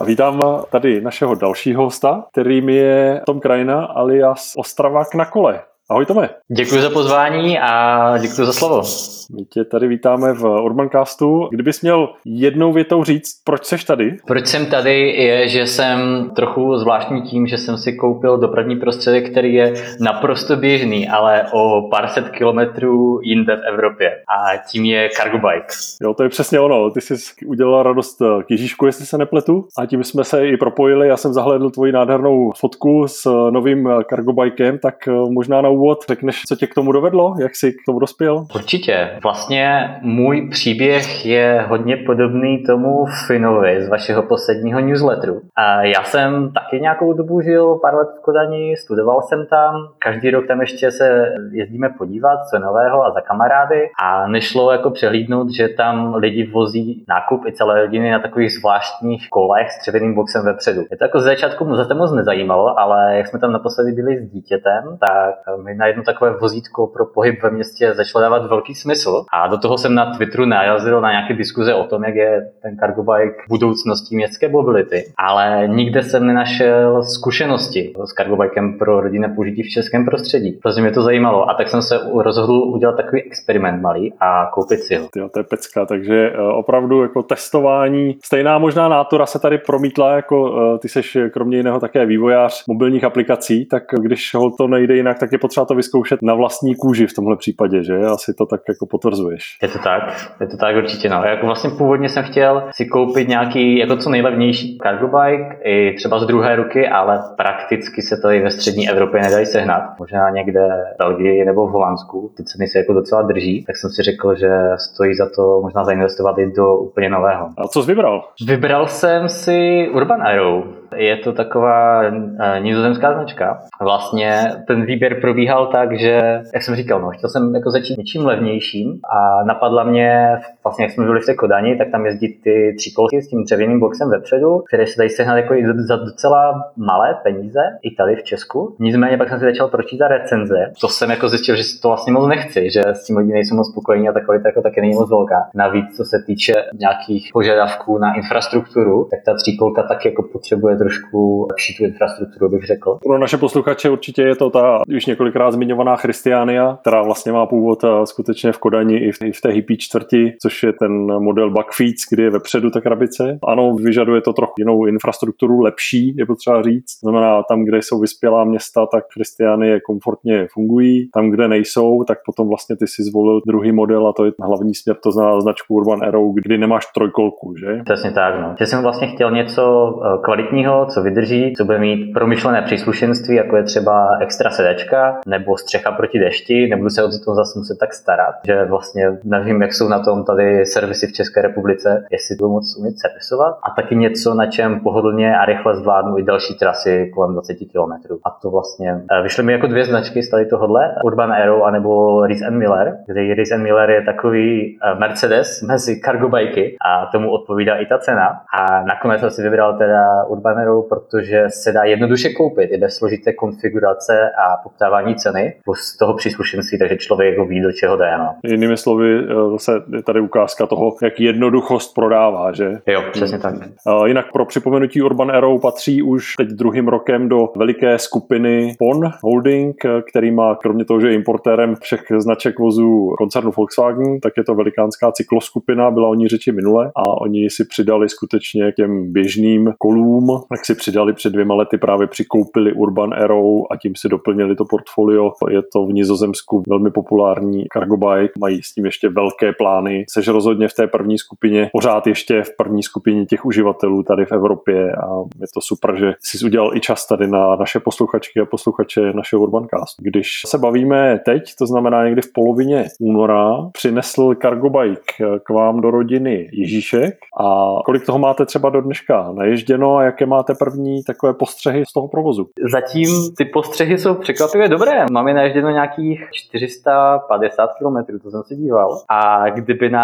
A vítám tady našeho dalšího hosta, kterým je Tom Krajina alias Ostravák na kole. Ahoj Tome. Děkuji za pozvání a děkuji za slovo. My tě tady vítáme v Urbancastu. Kdybys měl jednou větou říct, proč seš tady? Proč jsem tady je, že jsem trochu zvláštní tím, že jsem si koupil dopravní prostředek, který je naprosto běžný, ale o pár set kilometrů jinde v Evropě. A tím je cargo bike. Jo, to je přesně ono. Ty jsi udělala radost k Ježíšku, jestli se nepletu. A tím jsme se i propojili. Já jsem zahlédl tvoji nádhernou fotku s novým cargo bikem, tak možná na úvod řekneš, co tě k tomu dovedlo, jak jsi k tomu dospěl? Určitě. Vlastně můj příběh je hodně podobný tomu Finovi z vašeho posledního newsletteru. A já jsem taky nějakou dobu žil, pár let v Kodani, studoval jsem tam, každý rok tam ještě se jezdíme podívat, co je nového a za kamarády a nešlo jako přehlídnout, že tam lidi vozí nákup i celé rodiny na takových zvláštních kolech s dřevěným boxem vepředu. Je to jako z začátku za to moc nezajímalo, ale jak jsme tam naposledy byli s dítětem, tak mi na jedno takové vozítko pro pohyb ve městě začalo dávat velký smysl. A do toho jsem na Twitteru narazil na nějaké diskuze o tom, jak je ten cargo bike budoucností městské mobility, ale nikde jsem nenašel zkušenosti s cargo bikem pro rodinné použití v českém prostředí. Protože mě to zajímalo a tak jsem se rozhodl udělat takový experiment malý a koupit si ho. Jo, to je pecka, takže opravdu jako testování. Stejná možná nátora se tady promítla, jako ty seš kromě jiného také vývojář mobilních aplikací, tak když ho to nejde jinak, tak je potřeba to vyzkoušet na vlastní kůži v tomhle případě, že? Asi to tak jako potvrzuješ. Je to tak, je to tak určitě, no. Jako vlastně původně jsem chtěl si koupit nějaký jako co nejlevnější cargo bike, i třeba z druhé ruky, ale prakticky se tady ve střední Evropě nedají sehnat. Možná někde v Belgii nebo v Holandsku. Ty ceny se jako docela drží, tak jsem si řekl, že stojí za to možná zainvestovat i do úplně nového. A co jsi vybral? Vybral jsem si Urban Arrow. Je to taková nizozemská značka. Vlastně ten výběr probíhal tak, že, jak jsem říkal, no, chtěl jsem jako začít něčím levnějším a napadla mě, vlastně jak jsme byli v té Kodani, tak tam jezdí ty tříkolky s tím dřevěným boxem vepředu, které se dají sehnat jako i za docela malé peníze, i tady v Česku. Nicméně pak jsem si začal pročítat recenze. To jsem jako zjistil, že to vlastně moc nechci, že s tím lidi nejsou moc spokojení a takový jako taky není moc velká. Navíc, co se týče nějakých požadavků na infrastrukturu, tak ta tříkolka taky jako potřebuje trošku lepší tu infrastrukturu, bych řekl. Pro naše posluchače určitě je to ta už několikrát zmiňovaná Christiania, která vlastně má původ skutečně v Kodani i v, i v té hippie čtvrti, což je ten model Buckfeeds, kdy je vepředu ta krabice. Ano, vyžaduje to trochu jinou infrastrukturu, lepší, je potřeba říct. Znamená, tam, kde jsou vyspělá města, tak Christianie komfortně fungují. Tam, kde nejsou, tak potom vlastně ty si zvolil druhý model a to je hlavní směr, to znamená značku Urban Arrow, kdy nemáš trojkolku, že? Přesně tak, no. Že jsem vlastně chtěl něco kvalitního, co vydrží, co bude mít promyšlené příslušenství, jako je třeba extra sedačka nebo střecha proti dešti, nebudu se o to zase muset tak starat, že vlastně nevím, jak jsou na tom tady servisy v České republice, jestli to moc umět servisovat a taky něco, na čem pohodlně a rychle zvládnu i další trasy kolem dvacet kilometrů. A to vlastně vyšly mi jako dvě značky z tady tohohle, Urban Arrow anebo Reese and Miller, kde Reese and Miller je takový Mercedes mezi cargo bajky a tomu odpovídá i ta cena. A nakonec jsem si vybral teda Urban Arrow, protože se dá jednoduše koupit i bez složité konfigurace a poptávání ceny plus toho příslušenství, takže člověk ho ví, do čeho jde. No. Jinými slovy, zase je tady ukázka toho, jak jednoduchost prodává, že? Jo, přesně tak. Jinak pro připomenutí Urban Arrow patří už teď druhým rokem do veliké skupiny P O N Holding, který má kromě toho, že je importérem všech značek vozů koncernu Volkswagen, tak je to velikánská cykloskupina, byla o ní řeči minule a oni si přidali skutečně k těm běžným kolům, tak si přidali před dvěma lety, právě přikoupili Urban Arrow a tím si doplnili to portfolio. Je to v Nizozemsku velmi populární cargo bike, mají s tím ještě velké plány. Seš rozhodně v té první skupině, pořád ještě v první skupině těch uživatelů tady v Evropě a je to super, že jsi udělal i čas tady na naše posluchačky a posluchače našeho Urbancastu. Když se bavíme teď, to znamená někdy v polovině února, přinesl cargo bike k vám do rodiny Ježíšek a kolik toho máte třeba do dneška naježděno a jaké máte první takové postřehy z toho provozu? Zatím ty postřehy jsou překvapivě dobré. Máme naježděno nějakých čtyři sta padesát kilometrů, to jsem si díval. A kdyby nám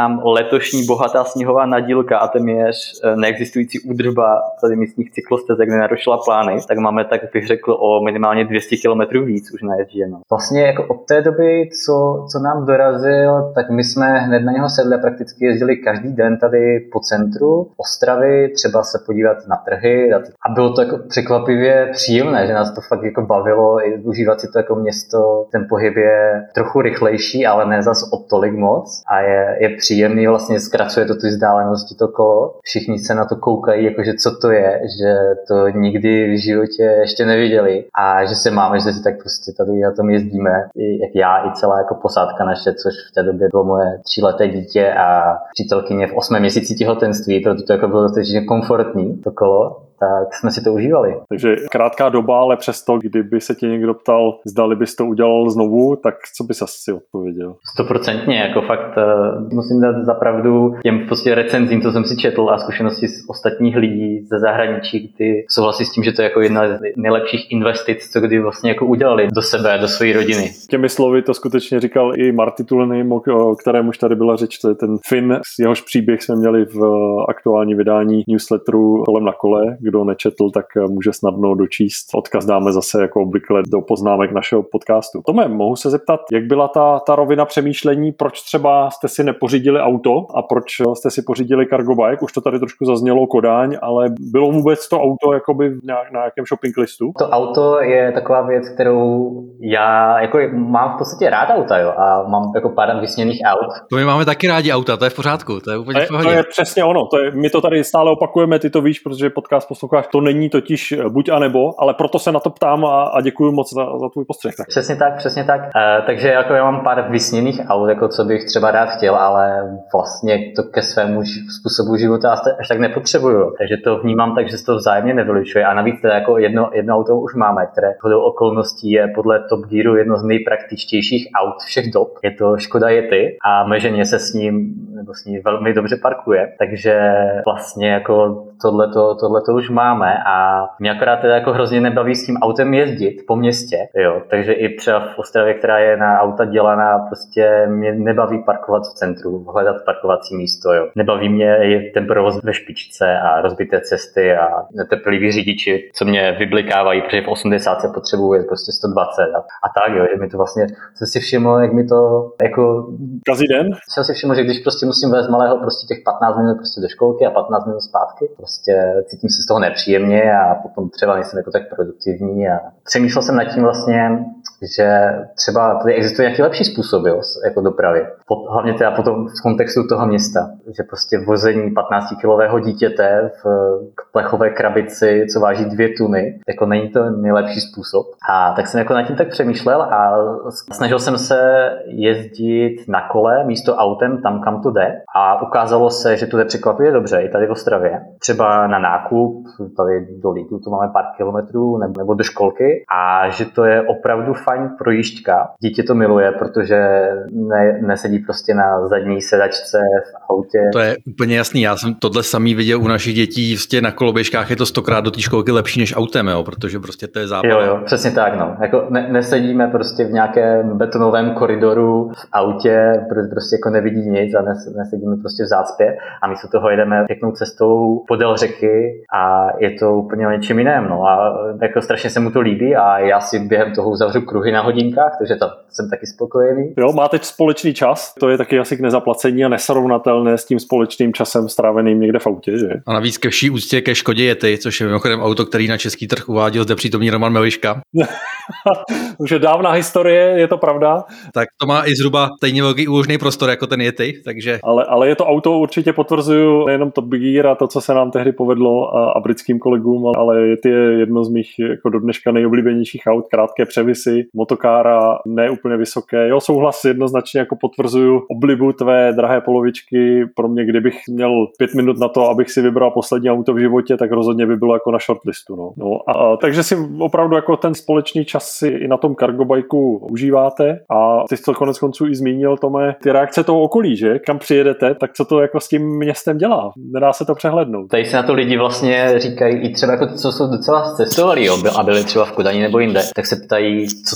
nám letošní bohatá sněhová nadílka a téměř neexistující údržba tady místních cyklostezek nenarušila plány, tak máme, tak bych řekl, o minimálně dvě stě kilometrů víc už naježděno. Vlastně jako od té doby, co, co nám dorazil, tak my jsme hned na něho sedli a prakticky jezdili každý den tady po centru Ostravy, třeba se podívat na trhy a bylo to jako překvapivě příjemné, že nás to fakt jako bavilo i užívat si to jako město. Ten pohyb je trochu rychlejší, ale ne zas o tolik moc a je, je příjemný, vlastně zkracuje to ty vzdálenosti to kolo. Všichni se na to koukají, jakože co to je, že to nikdy v životě ještě neviděli a že se máme, že si tak prostě tady na tom jezdíme, jak já i celá jako posádka naše, což v té době bylo moje tříleté dítě a přítelkyně v osmém měsíci těhotenství, proto to jako bylo dostatečně komfortní to kolo. Tak jsme si to užívali. Takže krátká doba, ale přesto, kdyby se tě někdo ptal, zdali bys to udělal znovu, tak co bys asi odpověděl? Stoprocentně, jako fakt musím dát za pravdu těm prostě recenzím, co jsem si četl a zkušenosti z ostatních lidí ze zahraničí, kdy souhlasí s tím, že to je jako jedna z nejlepších investic, co kdy vlastně jako udělali do sebe, do své rodiny. Těmi slovy to skutečně říkal i Marty Tulenym, o kterém už tady byla řeč, to je ten Finn, s jehož příběh jsme měli v aktuální vydání newsletteru Kolem na kole. Kdo nečetl, tak může snadno dočíst. Odkaz dáme zase jako obvykle do poznámek našeho podcastu. Tome, mohu se zeptat, jak byla ta, ta rovina přemýšlení, proč třeba jste si nepořídili auto a proč jste si pořídili cargo bike? Už to tady trošku zaznělo, Kodaň, ale bylo vůbec to auto jakoby nějak, na nějakém shopping listu? To auto je taková věc, kterou já jako mám v podstatě rád auta, jo, a mám jako pár vysněných aut. To my máme taky rádi auta, to je v pořádku, to je úplně v pohodě. To je přesně ono, to je, my to tady stále opakujeme, ty to víš, protože podcast posloucháš, to není totiž buď a nebo, ale proto se na to ptám a, a děkuji moc za, za tvůj postřeh. Tak. Přesně tak, přesně tak. E, takže jako já mám pár vysněných aut, jako co bych třeba rád chtěl, ale vlastně to ke svému způsobu života až tak nepotřebuju. Takže to vnímám tak, že se to vzájemně nevylučuje. A navíc teda jako jedno, jedno auto už máme, které podle okolností je podle Top Gearu jedno z nejpraktičtějších aut všech dob. Je to Škoda Yeti a mé ženě se s ním nebo s ní velmi dobře parkuje. Takže vlastně jako tohleto, tohleto už máme a mě akorát teda jako hrozně nebaví s tím autem jezdit po městě, jo, takže i třeba v Ostravě, která je na auta dělaná, prostě mě nebaví parkovat v centru, hledat parkovací místo, jo. Nebaví mě ten provoz ve špičce a rozbité cesty a netrpěliví řidiči, co mě vyblikávají, protože v osmdesátce potřebuji jet prostě sto dvacet a, a tak, jo, že mi to vlastně, jsem si všiml, jak mi to jako... Každý den? Jsem si všiml, že když prostě musím vést malého prostě těch patnáct minut prostě do školky a patnáct minut zpátky, prostě cítím se z toho nepříjemně a potom třeba nejsem jako tak produktivní a přemýšlel jsem nad tím vlastně, že třeba tady existuje nějaký lepší způsob, jo, jako dopravy. Hlavně teda potom v kontextu toho města, že prostě vození patnáctikilového dítěte v plechové krabici, co váží dvě tuny, jako není to nejlepší způsob. A tak jsem jako nad tím tak přemýšlel a snažil jsem se jezdit na kole místo autem tam, kam to jde. A ukázalo se, že to jde překvapivě dobře i tady v Ostravě. Třeba na nákup, tady do Lidlu to máme pár kilometrů, nebo do školky a že to je opravdu fajn projížďka. Dítě to miluje, protože ne, nesedí prostě na zadní sedačce v autě. To je úplně jasný, já jsem tohle samý viděl u našich dětí, prostě na koloběžkách je to stokrát do té školky lepší než autem, jo, protože prostě to je zábava. Jo, jo, přesně tak, no. Jako ne, nesedíme prostě v nějakém betonovém koridoru v autě, protože prostě jako nevidí nic a nes, nesedíme prostě v zácpě a místo toho jedeme pěknou cestou podél řeky a je to úplně o něčem jiném, no. A jako strašně se mu to líbí a já si během toho uzavřu kruhy na hodinkách, takže tam jsem taky spokojený. Jo, máte společný čas, to je taky asi k nezaplacení a nesrovnatelné s tím společným časem stráveným někde v autě, že? A navíc ke vší úctě ke Škodě Yeti, což je mimochodem auto, který na český trh uváděl zde přítomný Roman Meliška. Už je dávná historie, je to pravda. Tak to má i zhruba stejně velký úložný prostor jako ten Yeti, takže... Ale, ale je to auto, určitě potvrzuju, nejenom Top Gear a to, co se nám tehdy povedlo a, a britským kolegům, ale Yeti je jedno z mých jako do dneška nejoblíbenějších aut, krátké převisy, motokára, ne úplně vysoké. Jo, souhlas jednoznačně jako potvrzuju oblibu tvé drahé polovičky. Pro mě, kdybych měl pět minut na to, abych si vybral poslední auto v životě, tak rozhodně by bylo jako na shortlistu. No. No a, a, takže si opravdu jako ten společný čas si i na tom cargo bajku užíváte a ty jsi to konec konců i zmínil, Tome, ty reakce toho okolí, že? Kam přijedete, tak co to jako s tím městem dělá? Nedá se to přehlédnout. Tady se na to lidi vlastně říkají i třeba jako co jsou docela cestovali, jo, a byli třeba v Kodani nebo jinde, tak se ptají, co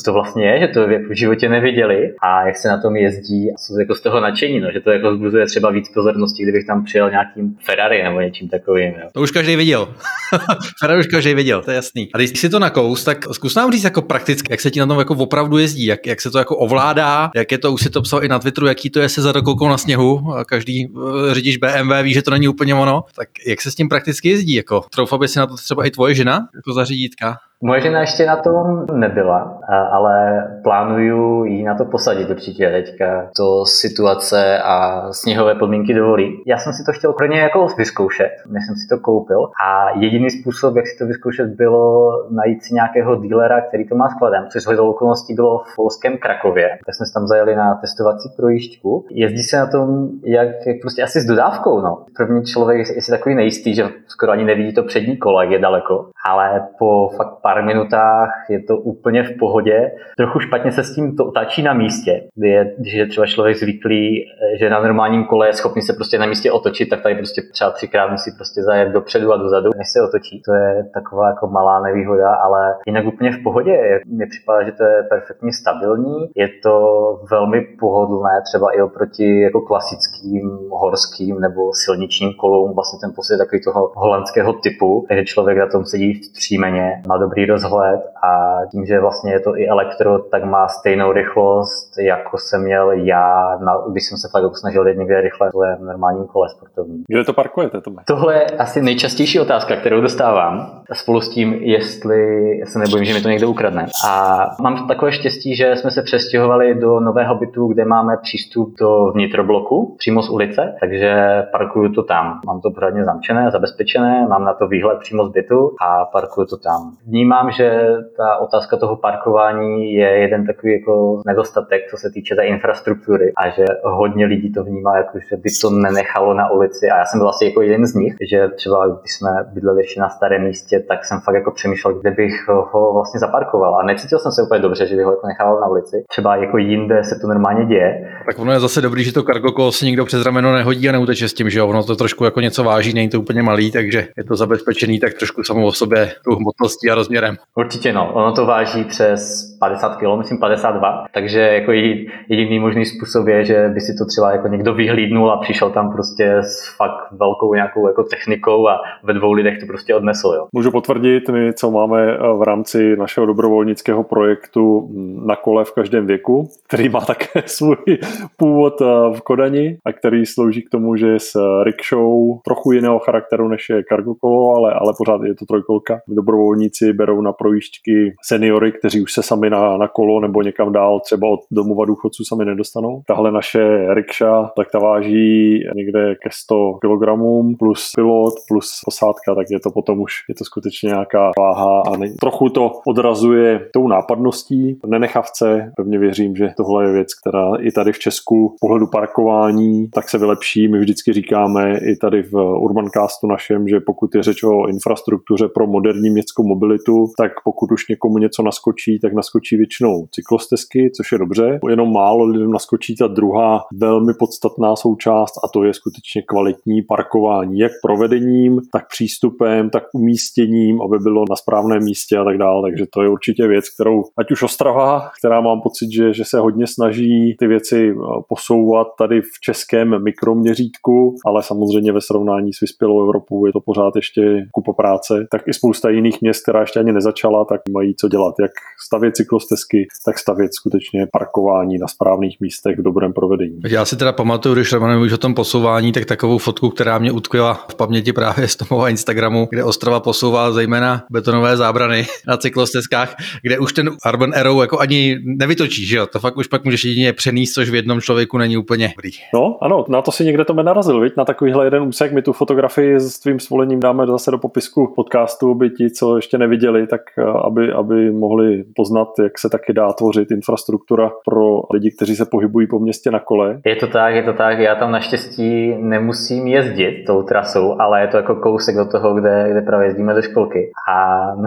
co to vlastně je, že to jako v životě neviděli a jak se na tom jezdí a jsou jako z toho nadšení, no, že to jako vzbuzuje třeba víc pozornosti, kdybych tam přijel nějakým Ferrari nebo něčím takovým. Jo. To už každý viděl. Ferrari už každý viděl, to je jasný. A když si to nakous, tak zkus nám říct jako prakticky, jak se ti na tom jako opravdu jezdí, jak, jak se to jako ovládá, jak je to, už si to psal i na Twitteru, jaký to je se zadokoukal na sněhu a každý uh, řidič B M W ví, že to není úplně ono, tak jak se s tím prakticky jezdí, jako troufa by si na to třeba i tvoje žena, jako za řídítka? Moje žena ještě na tom nebyla, ale plánuju jí na to posadit určitě teďka. To situace a sněhové podmínky dovolí. Já jsem si to chtěl pro ně jako vyzkoušet, než jsem si to koupil. A jediný způsob, jak si to vyzkoušet, bylo najít si nějakého dílera, který to má skladem, což shodou okolností bylo v polském Krakově. Tak jsme se tam zajeli na testovací projížďku. Jezdí se na tom jak, jak prostě asi s dodávkou. No. První člověk je si takový nejistý, že skoro ani nevidí to přední kolo, jak je daleko. Ale po fakt pár minutách je to úplně v pohodě. Trochu špatně se s tím to otáčí na místě, kdy je, když je třeba člověk zvyklý, že na normálním kole je schopný se prostě na místě otočit, tak tady prostě třeba třikrát musí prostě zajet dopředu a dozadu, než se otočí. To je taková jako malá nevýhoda, ale jinak úplně v pohodě. Mně připadá, že to je perfektně stabilní. Je to velmi pohodlné, třeba i oproti jako klasickým horským nebo silničním kolům. Vlastně ten pocit takový toho holandského typu, takže člověk na tom sedí vzpřímeně, má dobrý rozhled a tím, že vlastně je to i elektro, tak má stejnou rychlost, jako jsem měl já, na, když jsem se fakt snažil jít někde rychle v normálním kole sportovním. Kde to parkujete, Tome? Tohle je asi nejčastější otázka, kterou dostávám, spolu s tím, jestli se nebojím, že mi to někdo ukradne. A mám takové štěstí, že jsme se přestěhovali do nového bytu, kde máme přístup do vnitrobloku, přímo z ulice, takže parkuju to tam. Mám to pořádně zamčené, zabezpečené, mám na to výhled přímo z bytu a parkuju to tam. Vnímám, že ta otázka toho parkování je jeden takový jako nedostatek, co se týče té infrastruktury a že hodně lidí to vnímá, jako, že by to nenechalo na ulici a já jsem byl asi jako jeden z nich, že třeba když jsme bydleli ještě na starém místě, tak jsem fakt jako přemýšlel, kde bych ho vlastně zaparkoval a necítil jsem se úplně dobře, že bych ho jako nechával na ulici. Třeba jako jinde se to normálně děje. Tak ono je zase dobrý, že to cargo kolo si nikdo přes rameno nehodí a neuteče s tím, že jo, ono to trošku jako něco váží, není to úplně malý, takže je to zabezpečený tak trošku samo o sobě tou hmotností a rozměrem. Určitě no, ono to váží přes padesát kilo, myslím padesát dva, takže jako jediný možný způsob je, že by si to třeba jako někdo vyhlídnul a přišel tam prostě s fakt velkou nějakou jako technikou a ve dvou lidech to prostě odnesl, jo. Můžu potvrdit, my co máme v rámci našeho dobrovolnického projektu Na kole v každém věku, který má také svůj původ v Kodani a který slouží k tomu, že je s rickshou trochu jiného charakteru než je cargo kolo, ale, ale pořád je to trojkolka. Dobrovolníci berou na projížďky seniory, kteří už se sami na, na kolo nebo někam dál třeba od domova důchodců sami nedostanou. Tahle naše ricksha, tak ta váží někde ke sto kilogramů plus pilot plus posádka, tak je to potom už je to skutečně nějaká váha a ne, trochu to odrazuje tou nápadností nenechavce. Pevně věřím, že tohle je věc, která i tady v Česku z pohledu parkování tak se vylepší. My vždycky říkáme i tady v Urbancastu našem, že pokud je řeč o infrastruktuře pro moderní městskou mobilitu, tak pokud už někomu něco naskočí, tak naskočí většinou cyklostezky, což je dobře. Jenom málo lidem naskočí ta druhá velmi podstatná součást a to je skutečně kvalitní parkování, jak provedením, tak přístupem, tak umístěním, aby bylo na správném místě a tak dále. Takže to je určitě věc, kterou ať už Ostrava, která mám pocit, že, že se hodně snaží ty věci posouvat tady v českém mikroměřítku, ale samozřejmě ve srovnání s vyspělou Evropou je to pořád ještě kupa práce, tak i spousta jiných měst, která ještě ani nezačala, tak mají co dělat, jak stavět cyklostezky, tak stavět skutečně parkování na správných místech v dobrém provedení. Já si teda pamatuju, když Roman mluvíš o tom posouvání, tak takovou fotku, která mě utkvěla v paměti právě z Tomova Instagramu, kde Ostrava posouvá zejména betonové zábrany na cyklostezkách, kde už ten Urban Arrow jako ani nevytočíš, že jo? To fakt už pak můžeš jedině přenést, což v jednom člověku není úplně dobrý. No, ano, na to si někde to narazil, viď? Na takovýhle jeden úsek. My tu fotografii s tvým svolením dáme zase do popisku podcastu, aby ti, co ještě neviděli, tak aby, aby mohli poznat, jak se taky dá tvořit infrastruktura pro lidi, kteří se pohybují po městě na kole. Je to tak, je to tak. Já tam naštěstí nemusím jezdit tou trasou, ale je to jako kousek do toho, kde, kde právě jezdíme do školky. A no,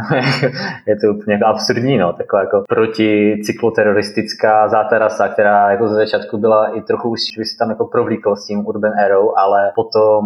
je to úplně jako absurdní, no, taková jako proticykloteroristická zátarasa, která jako ze začátku byla i trochu už by si tam jako provlíkl s tím Urban Arrow, ale potom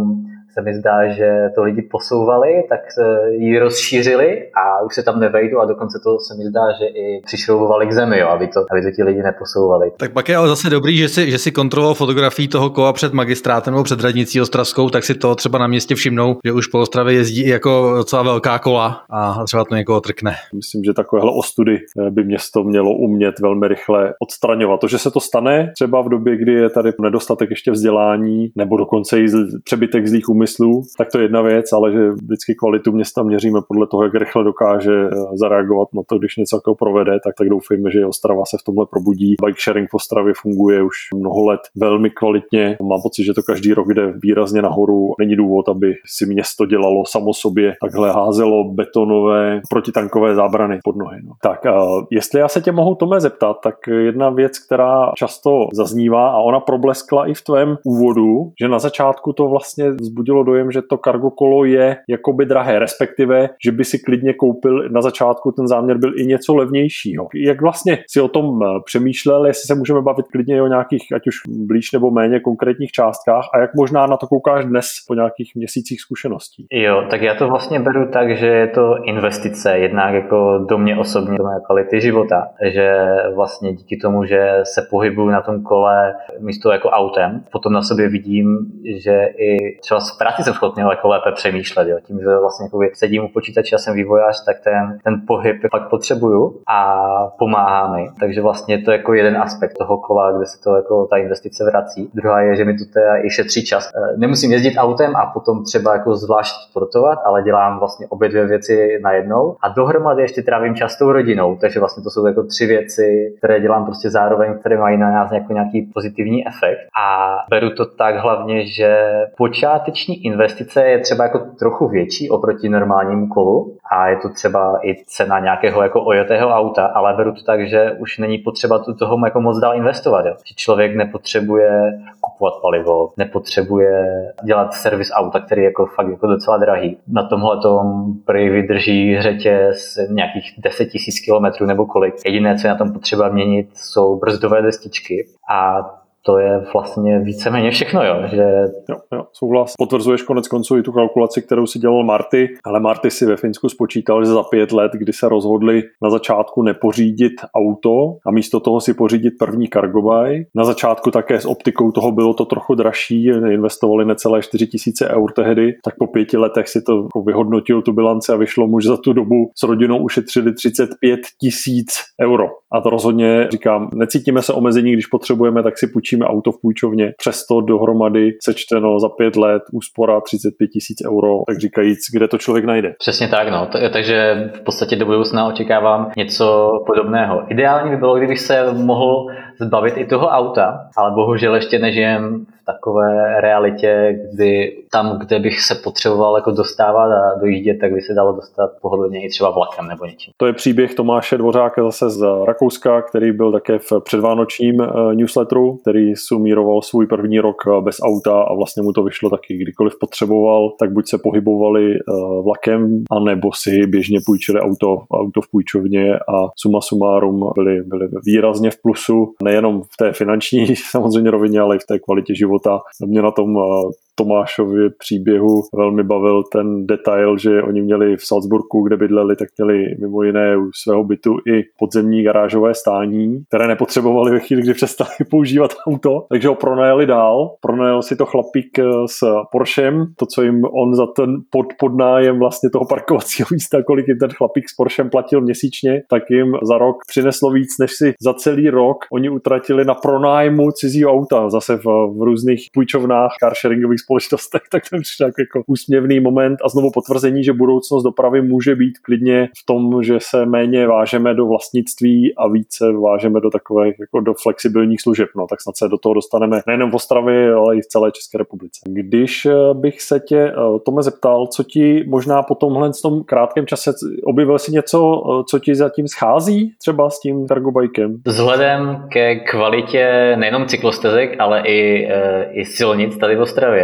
se mi zdá, že to lidi posouvali, tak ji rozšířili a už se tam nevejdu a dokonce to se mi zdá, že i přišroubovali k zemi, jo, aby, to, aby to ti lidi neposouvali. Tak pak je ale zase dobrý, že si, že si kontroloval fotografii toho kola před magistrátem nebo před radnicí ostravskou, tak si to třeba na městě všimnou, že už po Ostravě jezdí jako docela velká kola a třeba to někoho trkne. Myslím, že takovéhle ostudy by město mělo umět velmi rychle odstraňovat. To, že se to stane třeba v době, kdy je tady nedostatek ještě vzdělání nebo dokonce i přebytek zlých úmyslů, tak to je jedna věc, ale že vždycky kvalitu města měříme podle toho, jak rychle dokáže zareagovat na to, když něco takového provede, tak tak doufejme, že Ostrava se v tomhle probudí. Bike sharing v Ostravě funguje už mnoho let velmi kvalitně. Mám pocit, že to každý rok jde výrazně nahoru. Není důvod, aby si město dělalo samo sobě takhle házelo betonové protitankové zábrany pod nohy. No. Tak, jestli já se tě mohu, Tome, zeptat, tak jedna věc, která často zaznívá a ona probleskla i v tvém úvodu, že na začátku to vlastně vzbudilo dojem, že to cargo kolo je jakoby drahé, respektive, že by si klidně koupil na začátku, ten záměr byl i něco levnějšího. Jak vlastně si o tom přemýšlel, jestli se můžeme bavit klidně o nějakých, ať už blíž nebo méně konkrétních částkách a jak možná na to koukáš dnes po nějakých měsících zkušeností? Jo, tak já to vlastně beru tak, že je to investice, jednak jako do mě osobně, do mé kvality života, že vlastně díky tomu, že se pohybuju na tom kole místo jako autem, potom na sobě vidím, že i třeba z práci jsem schopný jako lépe přemýšlet, jo. Tím, že vlastně sedím u počítače a jsem vývojář, tak ten, ten pohyb pak potřebuju a pomáhá mi. Takže vlastně to je jako jeden aspekt toho kola, kde se to jako ta investice vrací. Druhá je, že mi to teda i šetří čas. Nemusím jezdit autem a potom třeba jako zvlášť sportovat, ale dělám vlastně obě dvě věci najednou a dohromady ještě trávím čas tou rodinou, takže vlastně to jsou jako tři věci, které dělám prostě zároveň, které mají na nás jako nějaký pozitivní efekt. A beru to tak hlavně, že počáteční investice je třeba jako trochu větší oproti normálnímu kolu a je to třeba i cena nějakého jako ojetého auta, ale beru to tak, že už není potřeba do toho jako moc dál investovat. Jo. Že člověk nepotřebuje kupovat palivo, nepotřebuje dělat servis auta, který je jako fakt jako docela drahý. Na tomhletom prý vydrží řetěz nějakých deset tisíc kilometrů nebo kolik. Jediné, co je na tom potřeba měnit, jsou brzdové destičky a to je vlastně víceméně všechno, jo, že... Jo, jo, souhlas. Potvrzuješ konec konců i tu kalkulaci, kterou si dělal Marty, ale Marty si ve Finsku spočítal, že za pět let, kdy se rozhodli na začátku nepořídit auto a místo toho si pořídit první cargobike. Na začátku také s optikou toho bylo to trochu dražší, investovali necelé čtyři tisíce eur tehdy, tak po pěti letech si to vyhodnotil tu bilanci a vyšlo mu, že za tu dobu s rodinou ušetřili třicet pět tisíc euro. A to rozhodně, říkám, necítíme se omezení, když potřebujeme, tak si půjčíme auto v půjčovně. Přesto dohromady sečteno za pět let úspora třicet pět tisíc euro, tak říkajíc, kde to člověk najde. Přesně tak, no. T- takže v podstatě do budoucna očekávám něco podobného. Ideální by bylo, kdybych se mohl zbavit i toho auta, ale bohužel ještě nežijem v takové realitě, kdy tam, kde bych se potřeboval jako dostávat a dojíždět, tak by se dalo dostat pohodlně i třeba vlakem nebo něčím. To je příběh Tomáše Dvořáka zase z Rakouska, který byl také v předvánočním newsletteru, který sumíroval svůj první rok bez auta a vlastně mu to vyšlo taky, kdykoliv potřeboval, tak buď se pohybovali vlakem, anebo si běžně půjčili auto, auto v půjčovně a suma sumárum byli, byli výrazně v plusu, nejenom v té finanční samozřejmě rovině, ale i v té kvalitě života. Mě na tom Tomášově příběhu velmi bavil ten detail, že oni měli v Salzburgu, kde bydleli, tak měli mimo jiné u svého bytu i podzemní garážové stání, které nepotřebovali ve chvíli, kdy přestali používat auto, takže ho pronajeli dál. Pronajel si to chlapík s Porschem, to, co jim on za ten pod, podnájem vlastně toho parkovacího místa, kolik jim ten chlapík s Porschem platil měsíčně, tak jim za rok přineslo víc, než si za celý rok oni utratili na pronájmu cizího auta, zase v, v různých půjčovnách, carsharingových společnostech, tak to přišel jako, jako úsměvný moment a znovu potvrzení, že budoucnost dopravy může být klidně v tom, že se méně vážeme do vlastnictví a více vážeme do takových jako do flexibilních služeb. No, tak snad se do toho dostaneme nejen v Ostravě, ale i v celé České republice. Když bych se tě, Tome, zeptal, co ti možná po tomhle v tom krátkém čase objevil si něco, co ti zatím schází třeba s tím cargobikem? Vzhledem ke kvalitě nejenom cyklostezek, ale i, i silnic tady v Ostravě,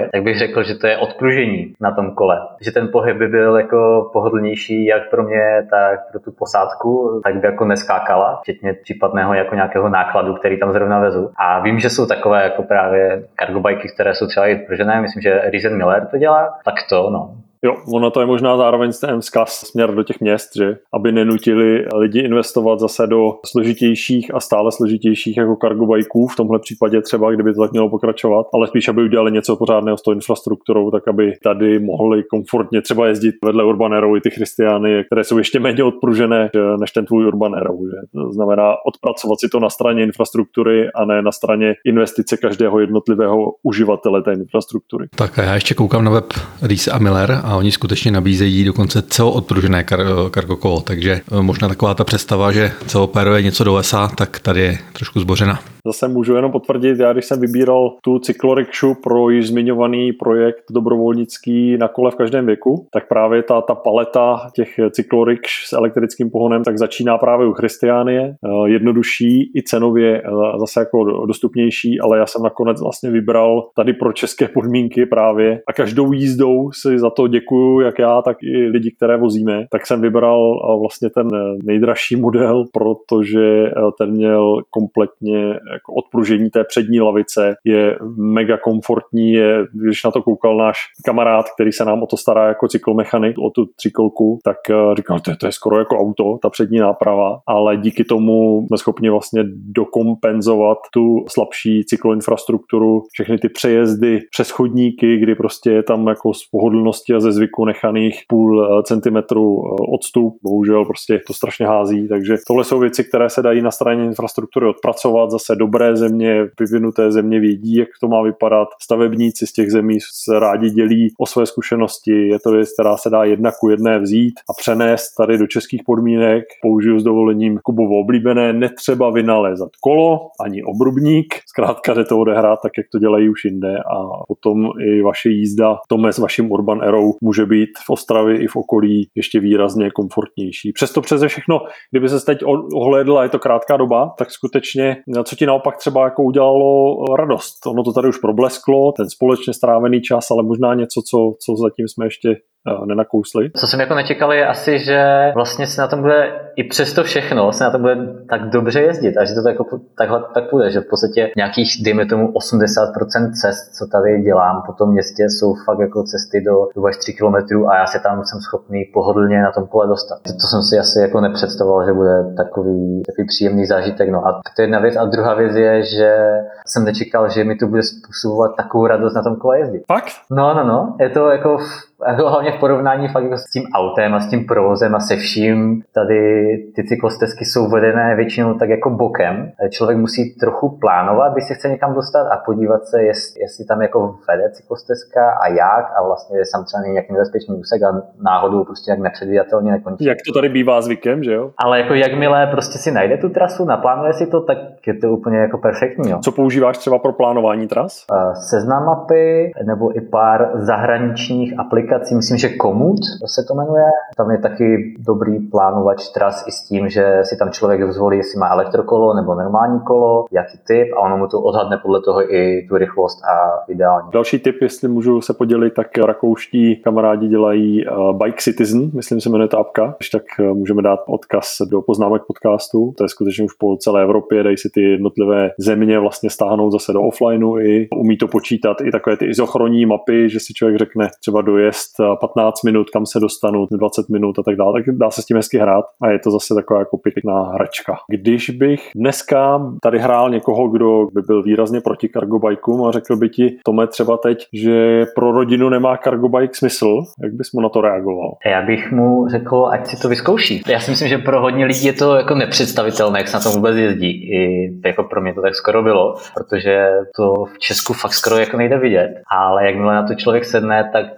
věc, tak bych řekl, že to je odpružení na tom kole. Že ten pohyb by byl jako pohodlnější jak pro mě, tak pro tu posádku, tak by jako neskákala, včetně případného jako nějakého nákladu, který tam zrovna vezu. A vím, že jsou takové jako právě cargobajky, které jsou třeba i odpružené, myslím, že Reason Miller to dělá, tak to no. Jo, ono to je možná zároveň ten vzkaz směr do těch měst, že aby nenutili lidi investovat zase do složitějších a stále složitějších jako cargobajků, v tomhle případě třeba, kdyby to tak mělo pokračovat, ale spíš, aby udělali něco pořádného s tou infrastrukturou, tak aby tady mohli komfortně třeba jezdit vedle Urban Aero i ty Christiany, které jsou ještě méně odpružené než ten tvůj Urban Aero. Že? To znamená odpracovat si to na straně infrastruktury a ne na straně investice každého jednotlivého uživatele té infrastruktury. Tak a já ještě koukám na web Reese a Miller a oni skutečně nabízejí dokonce celoodpružené kar- kargokolo, takže možná taková ta představa, že celopéruje něco do lesa, tak tady je trošku zbořena. Zase můžu jenom potvrdit, já když jsem vybíral tu cyklorikšu pro již zmiňovaný projekt dobrovolnický na kole v každém věku, tak právě ta, ta paleta těch cyklorikš s elektrickým pohonem tak začíná právě u Christianie, jednodušší i cenově zase jako dostupnější, ale já jsem nakonec vlastně vybral tady pro české podmínky právě a každou jízdou si za to děkuju, jak já, tak i lidi, které vozíme, tak jsem vybral vlastně ten nejdražší model, protože ten měl kompletně jako odpružení té přední lavice, je mega komfortní, je, když na to koukal náš kamarád, který se nám o to stará jako cyklomechanik, o tu třikolku, tak říkal, to je, to je skoro jako auto, ta přední náprava, ale díky tomu jsme schopni vlastně dokompenzovat tu slabší cykloinfrastrukturu, všechny ty přejezdy přes chodníky, kdy prostě je tam jako z pohodlnosti a ze zvyku nechaných půl centimetru odstup, bohužel prostě to strašně hází, takže tohle jsou věci, které se dají na straně infrastruktury odpracovat, zase dobré země, vyvinuté země vědí, jak to má vypadat, stavebníci z těch zemí se rádi dělí o své zkušenosti, je to věc, která se dá jedna ku jedné vzít a přenést tady do českých podmínek, použiju s dovolením Kubovo oblíbené, netřeba vynalézat kolo, ani obrubník, zkrátka jde to odehrát tak, jak to dělají už jinde a potom i vaše jízda tome s vaším Urban Aero může být v Ostravě i v okolí ještě výrazně komfortnější. Přesto přeze všechno, kdyby se teď ohlédla, je to krátká doba, tak skutečně, co ti naopak třeba jako udělalo radost. Ono to tady už problesklo, ten společně strávený čas, ale možná něco, co, co zatím jsme ještě nenakousli. Co jsem jako nečekal je asi, že vlastně se na tom bude i přesto všechno se na tom bude tak dobře jezdit a že to tak jako takhle tak půjde, že v podstatě nějakých, dejme tomu osmdesát procent cest, co tady dělám po tom městě, jsou fakt jako cesty do dva až tři kilometrů a já se tam jsem schopný pohodlně na tom kole dostat. To jsem si asi jako nepředstavoval, že bude takový, takový příjemný zážitek. No a to je jedna věc a druhá věc je, že jsem nečekal, že mi to bude způsobovat takovou radost na tom kole jezdit. Fakt? No, no, no. Je to jako hlavně v porovnání fakt jako s tím autem a s tím provozem a se vším. Tady ty cyklostezky jsou vedené většinou tak jako bokem. Člověk musí trochu plánovat, když se chce někam dostat a podívat se, jestli, jestli tam jako vede cyklostezka a jak a vlastně je tam třeba nějaký nebezpečný úsek a náhodou prostě jak nepředvídatelně nekončí. Jak to tady bývá zvykem, že jo? Ale jako jakmile prostě si najde tu trasu, naplánuje si to, tak je to úplně jako perfektní. Jo. Co používáš třeba pro plánování tras? Seznam mapy nebo i pár zahraničních aplikací. Myslím, že Komoot se to jmenuje. Tam je taky dobrý plánovač tras i s tím, že si tam člověk zvolí, jestli má elektrokolo nebo normální kolo, jaký typ a ono mu to odhadne podle toho i tu rychlost a ideální. Další tip, jestli můžu se podělit, tak rakouští kamarádi dělají Bike Citizen, myslím se jmenuje ta apka, když tak můžeme dát odkaz do poznámek podcastu. To je skutečně už po celé Evropě, dají si ty jednotlivé země vlastně stáhnout zase do offlineu i umí to počítat i takové ty izochronní mapy, že si člověk řekne třeba dojezd patnáct minut, kam se dostanu, dvacet minut a tak dále, tak dá se s tím hezky hrát a je to zase taková jako pěkná hračka. Když bych dneska tady hrál někoho, kdo by byl výrazně proti cargobajkům a řekl by ti, Tome, třeba teď, že pro rodinu nemá cargobike smysl, jak bys mu na to reagoval? Já bych mu řekl, ať si to vyzkouší. Já si myslím, že pro hodně lidí je to jako nepředstavitelné, jak se na tom vůbec jezdí. I jako pro mě to tak skoro bylo, protože to v Česku fakt skoro jako nejde vidět, ale jakmile na to člověk sedne, tak to třeba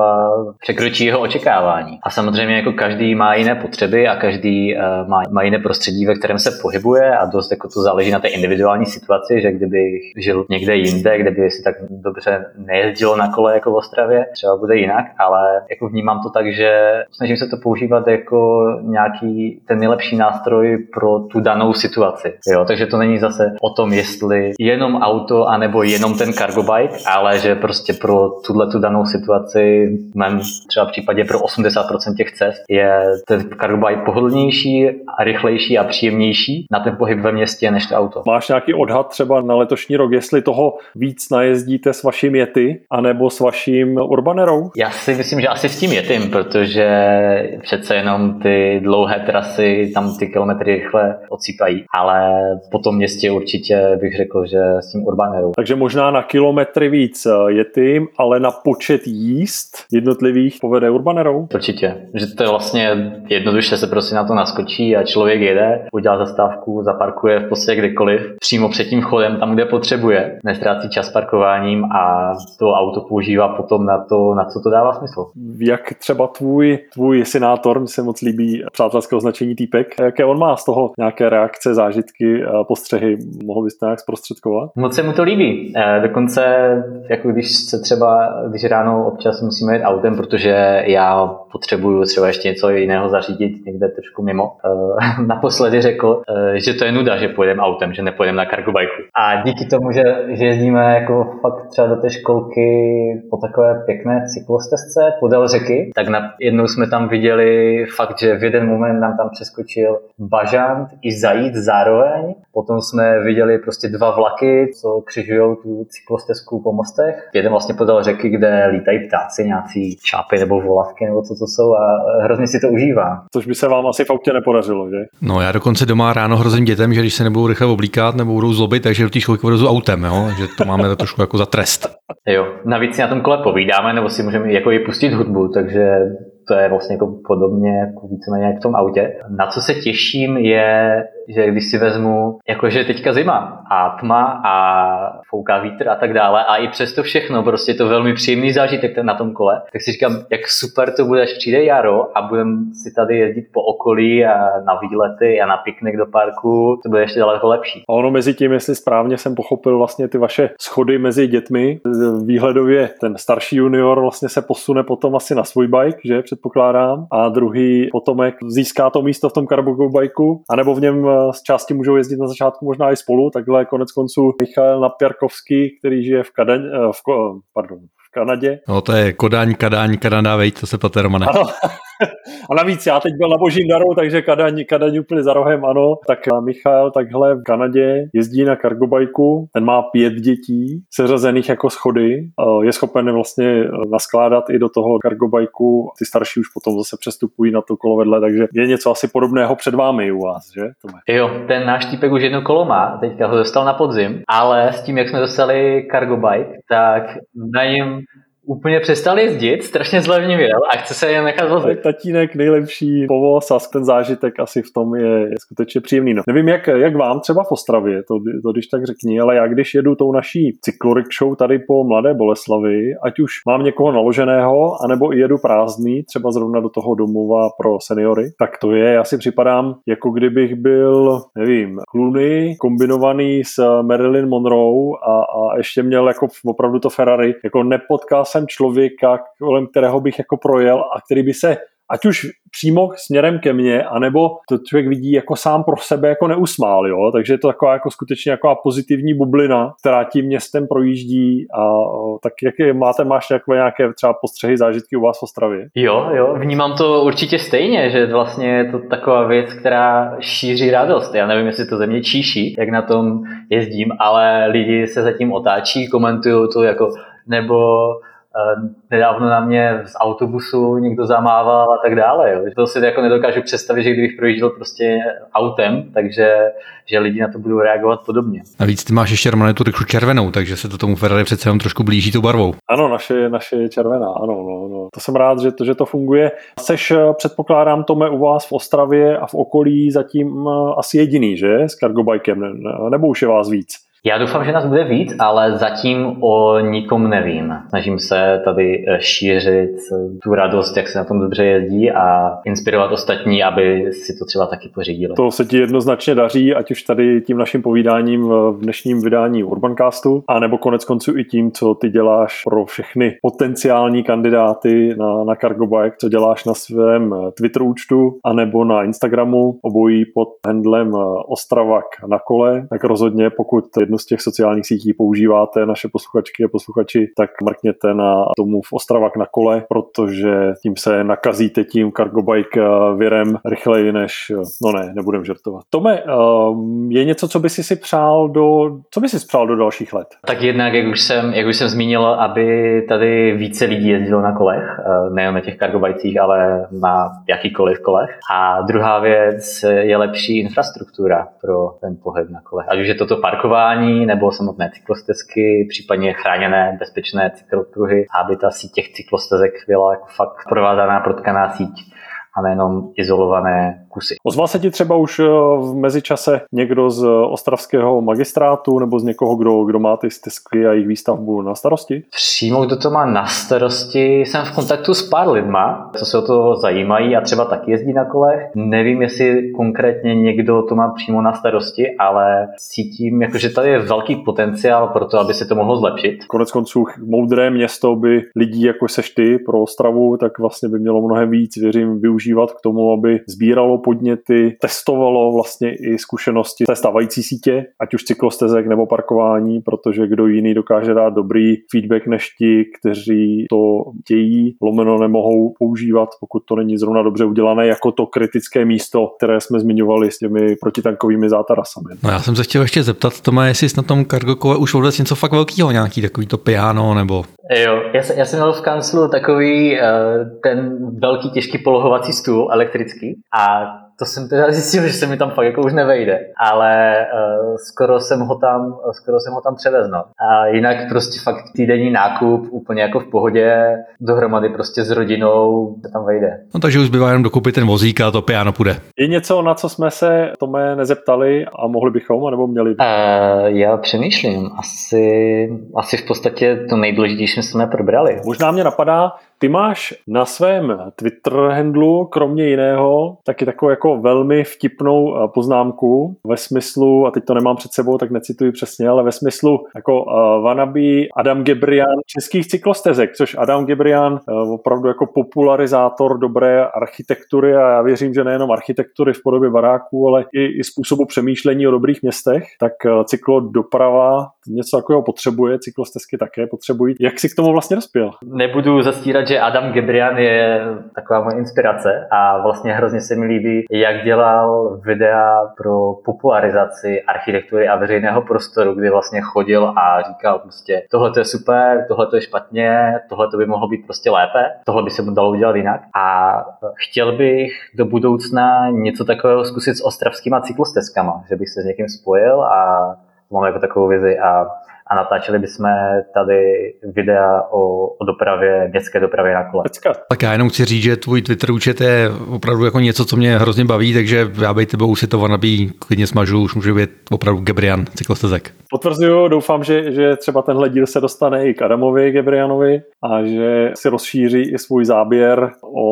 docela překročí jeho očekávání. A samozřejmě jako každý má jiné potřeby a každý uh, má, má jiné prostředí, ve kterém se pohybuje a dost jako to záleží na té individuální situaci, že kdyby žil někde jinde, kde by si tak dobře nejezdilo na kole jako v Ostravě, třeba bude jinak, ale jako vnímám to tak, že snažím se to používat jako nějaký ten nejlepší nástroj pro tu danou situaci. Jo, takže to není zase o tom, jestli jenom auto anebo jenom ten cargo bike, ale že prostě pro tuhle tu danou situaci, v mém třeba případě pro osmdesát procent těch cest, je ten cargo bike pohodlnější a rychlejší a příjemnější na ten pohyb ve městě než to auto. Máš nějaký odhad třeba na letošní rok, jestli toho víc najezdíte s vaším Yeti anebo s vaším Urbanerou? Já si myslím, že asi s tím Yetim, protože přece jenom ty dlouhé trasy tam ty kilometry rychle odsýpají, ale po tom městě určitě bych řekl, že s tím Urbanerou. Takže možná na kilometry víc Yetim, ale na počet jízd jednotlivých povede Urbanerou? Určitě, že to je vlastně jednoduše se prostě na to naskočí a člověk jede, udělá zastávku, zaparkuje v podstatě kdekoliv, přímo před tím vchodem, tam, kde potřebuje, nestrácí čas parkováním a to auto používá potom na to, na co to dává smysl. Jak třeba tvůj, tvůj senátor, mi se moc líbí přátelské označení týpek, jaké on má z toho nějaké reakce, zážitky, postřehy, mohl bys to nějak zprostředkovat? Moc se mu to líbí, dokonce jako když se třeba, když ráno občas musíme jít autem, protože já potřebuju třeba ještě něco jiného zařídit někde trošku mimo. Naposledy řekl, že to je nuda, že pojedeme autem, že nepojedeme na cargo bajku. A díky tomu, že, že jezdíme jako fakt třeba do té školky po takové pěkné cyklostezce podél řeky, tak na, jednou jsme tam viděli fakt, že v jeden moment nám tam přeskočil bažant i zajíc zároveň. Potom jsme viděli prostě dva vlaky, co křižují tu cyklostezku po mostech. Jeden vlastně podél řeky, kde lítají ptáci, nějací čápy nebo volavky nebo co to jsou a hrozně si to užívá. Což by se vám asi v autě nepodařilo, že? No já dokonce doma ráno hrozím dětem, že když se nebudou rychle oblíkat nebo budou zlobit, takže do té školky odvezu autem, jo? Že to máme trošku jako za trest. Jo, navíc si na tom kole povídáme, nebo si můžeme jako i pustit hudbu, takže to je vlastně jako podobně jako víceméně jak v tom autě. Na co se těším je, že když si vezmu, jakože teďka zima a tma a fouká vítr a tak dále a i přesto všechno, prostě je to velmi příjemný zážitek na tom kole, tak si říkám, jak super to bude, až přijde jaro a budeme si tady jezdit po okolí a na výlety a na piknik do parku, to bude ještě daleko lepší. A ono mezi tím, jestli správně jsem pochopil vlastně ty vaše schody mezi dětmi, výhledově ten starší junior vlastně se posune potom asi na svůj bike, že předpokládám, a druhý potomek získá to místo v tom cargo bajku, anebo v něm z části můžou jezdit na začátku možná i spolu, takhle konec konců Michal Napěrkovský, který žije v, Kadaň, v, pardon, v Kanadě. No to je Kodaň, Kadaň, Kanada, vejď, to se plete, Romane. Ano. A navíc já teď byl na Božím daru, takže Kadaň, Kadaň úplně za rohem, ano. Tak Michal takhle v Kanadě jezdí na cargo bajku, ten má pět dětí seřazených jako schody, je schopen vlastně naskládat i do toho cargo bajku, ty starší už potom zase přestupují na to kolo vedle, takže je něco asi podobného před vámi u vás, že? Tome? Jo, ten náš týpek už jedno kolo má, teďka ho dostal na podzim, ale s tím, jak jsme dostali cargo bike, tak na něm úplně přestal jezdit, strašně zlevnivěl a chce se jen nechat vozit. Tatínek nejlepší povoz a ten zážitek asi v tom je, je skutečně příjemný. No. Nevím, jak, jak vám třeba v Ostravě, to, to když tak řekni, ale já když jedu tou naší cyklorikšou tady po Mladé Boleslavi, ať už mám někoho naloženého, anebo i jedu prázdný, třeba zrovna do toho domova pro seniory, tak to je, já si připadám, jako kdybych byl, nevím, Clooney kombinovaný s Marilyn Monroe a, a ještě měl jako opravdu to Ferrari, jako nepotkal jsem člověka, kolem kterého bych jako projel a který by se ať už přímo směrem ke mně, anebo to člověk vidí jako sám pro sebe jako neusmál, jo? Takže je to taková jako skutečně jako pozitivní bublina, která tím městem projíždí a o, tak jak máte, máš takové nějaké třeba postřehy, zážitky u vás v Ostravě? Jo, jo, vnímám to určitě stejně, že vlastně je to taková věc, která šíří radost. Já nevím, jestli to ze mě číší, jak na tom jezdím, ale lidi se zatím otáčí, komentují to jako, nebo nedávno na mě z autobusu někdo zamával a tak dále. Jo. To si jako nedokážu představit, že kdybych projížděl prostě autem, takže že lidi na to budou reagovat podobně. Navíc ty máš ještě, Romane, tu rikšu červenou, takže se to tomu Ferrari přece jenom trošku blíží tou barvou. Ano, naše, naše je červená, ano. No, no. To jsem rád, že to, že to funguje. Seš, předpokládám, Tome, u vás v Ostravě a v okolí zatím asi jediný, že? S cargo bikem, ne, nebo už je vás víc? Já doufám, že nás bude víc, ale zatím o nikom nevím. Snažím se tady šířit tu radost, jak se na tom dobře jezdí a inspirovat ostatní, aby si to třeba taky pořídili. To se ti jednoznačně daří, ať už tady tím naším povídáním v dnešním vydání Urbancastu, anebo konec konců i tím, co ty děláš pro všechny potenciální kandidáty na, na Cargo Bike, co děláš na svém Twitter účtu, anebo na Instagramu, obojí pod handlem Ostravak na kole, tak rozhodně pokud jednu z těch sociálních sítí používáte, naše posluchačky a posluchači, tak mrkněte na tomu v Ostravak na kole, protože tím se nakazíte tím Cargo Bike virem rychleji než, no ne, nebudem žartovat. Tome, je něco, co by si si přál do, co by si přál do dalších let? Tak jednak, jak už jsem, jak už jsem zmínil, aby tady více lidí jezdilo na kolech, nejen na těch Cargo Bicích, ale na jakýkoliv kolech. A druhá věc je lepší infrastruktura pro ten pohyb na kolech. Ať už je toto parkování, nebo samotné cyklostezky, případně chráněné bezpečné cyklopruhy, aby ta síť těch cyklostezek byla jako fakt provázaná, protkaná síť a nejenom izolované kusy. Ozval se ti třeba už v mezičase někdo z ostravského magistrátu nebo z někoho, kdo, kdo má ty stezky a jejich výstavbu na starosti? Přímo kdo to má na starosti, jsem v kontaktu s pár lidma, co se o to zajímají a třeba taky jezdí na kolech. Nevím, jestli konkrétně někdo to má přímo na starosti, ale cítím, jakože tady je velký potenciál pro to, aby se to mohlo zlepšit. Konec konců moudré město by lidí, jako seš ty pro Ostravu, tak vlastně by mělo mnohem víc, věřím, využívat k tomu, aby sbíralo podněty, testovalo vlastně i zkušenosti té stávající sítě, ať už cyklostezek nebo parkování, protože kdo jiný dokáže dát dobrý feedback než ti, kteří to chtějí, lomeno nemohou používat, pokud to není zrovna dobře udělané, jako to kritické místo, které jsme zmiňovali s těmi protitankovými zátarasami. No já jsem se chtěl ještě zeptat, Tome, jestli jsi na tom Cargo kole už vůbec něco fakt velkého, nějaký takový to piano nebo... Jo, já, jsem, já jsem měl v kanclu takový uh, ten velký těžký polohovací stůl elektrický a to jsem teda zjistil, že se mi tam fakt jako už nevejde, ale uh, skoro jsem ho tam, skoro jsem ho tam převezl. A jinak prostě fakt týdenní nákup úplně jako v pohodě, dohromady prostě s rodinou se tam vejde. No takže už zbývá jenom dokupit ten vozík a to piano půjde. Je něco, na co jsme se, Tome, nezeptali a mohli bychom, anebo měli? Uh, já přemýšlím, asi, asi v podstatě to nejdůležitější jsme probrali. Možná mě napadá, ty máš na svém Twitter handlu, kromě jiného, taky takovou jako velmi vtipnou poznámku ve smyslu, a teď to nemám před sebou, tak necituji přesně, ale ve smyslu jako uh, wannabe Adam Gebrian českých cyklostezek, což Adam Gebrian uh, opravdu jako popularizátor dobré architektury a já věřím, že nejenom architektury v podobě baráků, ale i, i způsobu přemýšlení o dobrých městech, tak uh, cyklodoprava něco takového potřebuje, cyklostezky také potřebují. Jak jsi k tomu vlastně dospěl? Nebudu zastírat, že Adam Gebrian je taková moje inspirace a vlastně hrozně se mi líbí, jak dělal videa pro popularizaci architektury a veřejného prostoru, kdy vlastně chodil a říkal prostě tohle to je super, tohle to je špatně, tohle to by mohlo být prostě lépe, tohle by se mu dalo udělat jinak a chtěl bych do budoucna něco takového zkusit s ostravskýma cyklostezkama, že bych se s někým spojil a mám jako takovou vizi a a natáčeli bychom tady videa o, o dopravě, městské dopravě na kole. Tak já jenom chci říct, že tvůj Twitter účet je opravdu jako něco, co mě hrozně baví, takže já bej tebou si to wannabe klidně smažu, už může být opravdu Gebrian cyklostezek. Potvrzuju, doufám, že, že třeba tenhle díl se dostane i k Adamovi Gebrianovi a že si rozšíří i svůj záběr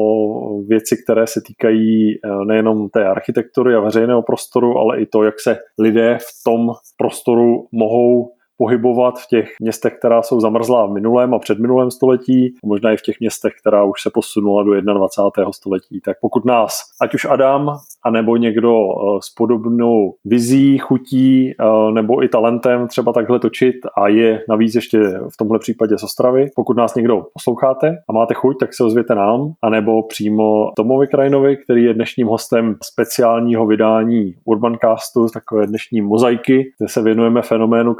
o věci, které se týkají nejenom té architektury a veřejného prostoru, ale i to, jak se lidé v tom prostoru mohou pohybovat v těch městech, která jsou zamrzlá v minulém a předminulém století, a možná i v těch městech, která už se posunula do dvacátého prvního století. Tak pokud nás, ať už Adam, anebo někdo s podobnou vizí, chutí, nebo i talentem třeba takhle točit a je navíc ještě v tomhle případě z Ostravy, pokud nás někdo posloucháte a máte chuť, tak se ozvěte nám, anebo přímo Tomovi Krajinovi, který je dnešním hostem speciálního vydání Urbancastu, takové dnešní mozaiky, kde se věnujeme fenoménu Cargo Bike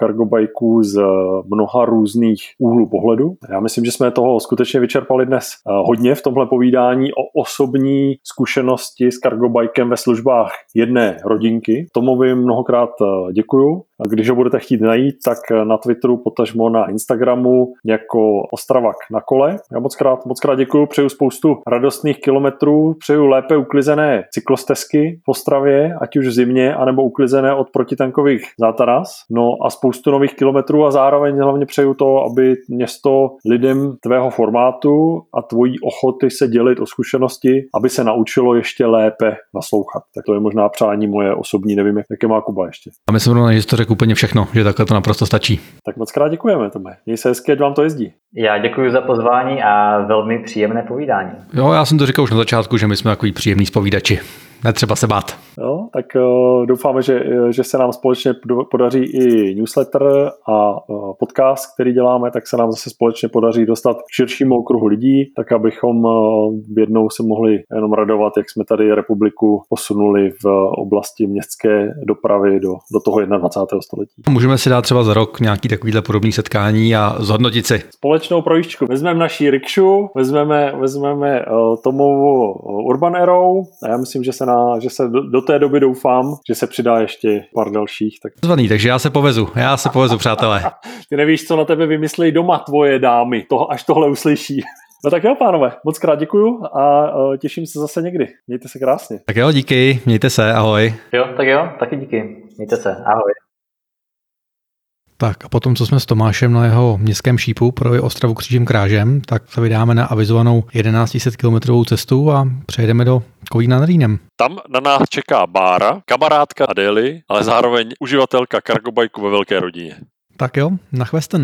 cargobikeů z mnoha různých úhlů pohledu. Já myslím, že jsme toho skutečně vyčerpali dnes hodně v tomhle povídání o osobní zkušenosti s cargobikem ve službách jedné rodinky. Tomu vám mnohokrát děkuju. Když ho budete chtít najít, tak na Twitteru, potažmo na Instagramu jako Ostravak na kole. Já moc krát, moc krát děkuju, přeju spoustu radostných kilometrů, přeju lépe uklizené cyklostezky v Ostravě, ať už v zimě, anebo uklizené od protitankových zátaras. No a spoustu nových kilometrů a zároveň hlavně přeju to, aby město lidem tvého formátu a tvojí ochoty se dělit o zkušenosti, aby se naučilo ještě lépe naslouchat. Tak to je možná přání moje osobní, nevím, jaké má Kuba ještě. A myslím, že to řekl úplně všechno, že takhle to naprosto stačí. Tak moc krát děkujeme, Tome. Měj se hezky, ať vám to jezdí. Já děkuji za pozvání a velmi příjemné povídání. Jo, já jsem to říkal už na začátku, že my jsme takový příjemný zpovídači. Netřeba se bát. Jo, tak uh, doufáme, že, že se nám společně podaří i newsletter a uh, podcast, který děláme, tak se nám zase společně podaří dostat k širšímu okruhu lidí, tak abychom uh, jednou se mohli jenom radovat, jak jsme tady republiku posunuli v oblasti městské dopravy do, do toho dvacátého prvního století. Můžeme si dát třeba za rok nějaký takovýhle podobný setkání a zhodnotit si. Společnou projížďku. Vezmeme naší rikšu, vezmeme, vezmeme uh, Tomovu Urban Arrow a já myslím, že se Na, že se do, do té doby doufám, že se přidá ještě pár dalších. Tak... Zvaný, takže já se povezu, já se povezu, přátelé. Ty nevíš, co na tebe vymyslí doma tvoje dámy, to, až tohle uslyší. No tak jo, pánové, moc krát děkuju a uh, těším se zase někdy. Mějte se krásně. Tak jo, díky, mějte se, ahoj. Jo, tak jo, taky díky. Mějte se, ahoj. Tak a potom, co jsme s Tomášem na jeho městském šípu projeli Ostravu křížem krážem, tak se vydáme na avizovanou tisíc sto kilometrovou cestu a přejedeme do Kolína nad Rýnem. Tam na nás čeká Bára, kamarádka Adély, ale zároveň uživatelka cargobajku ve velké rodině. Tak jo, na chvesten.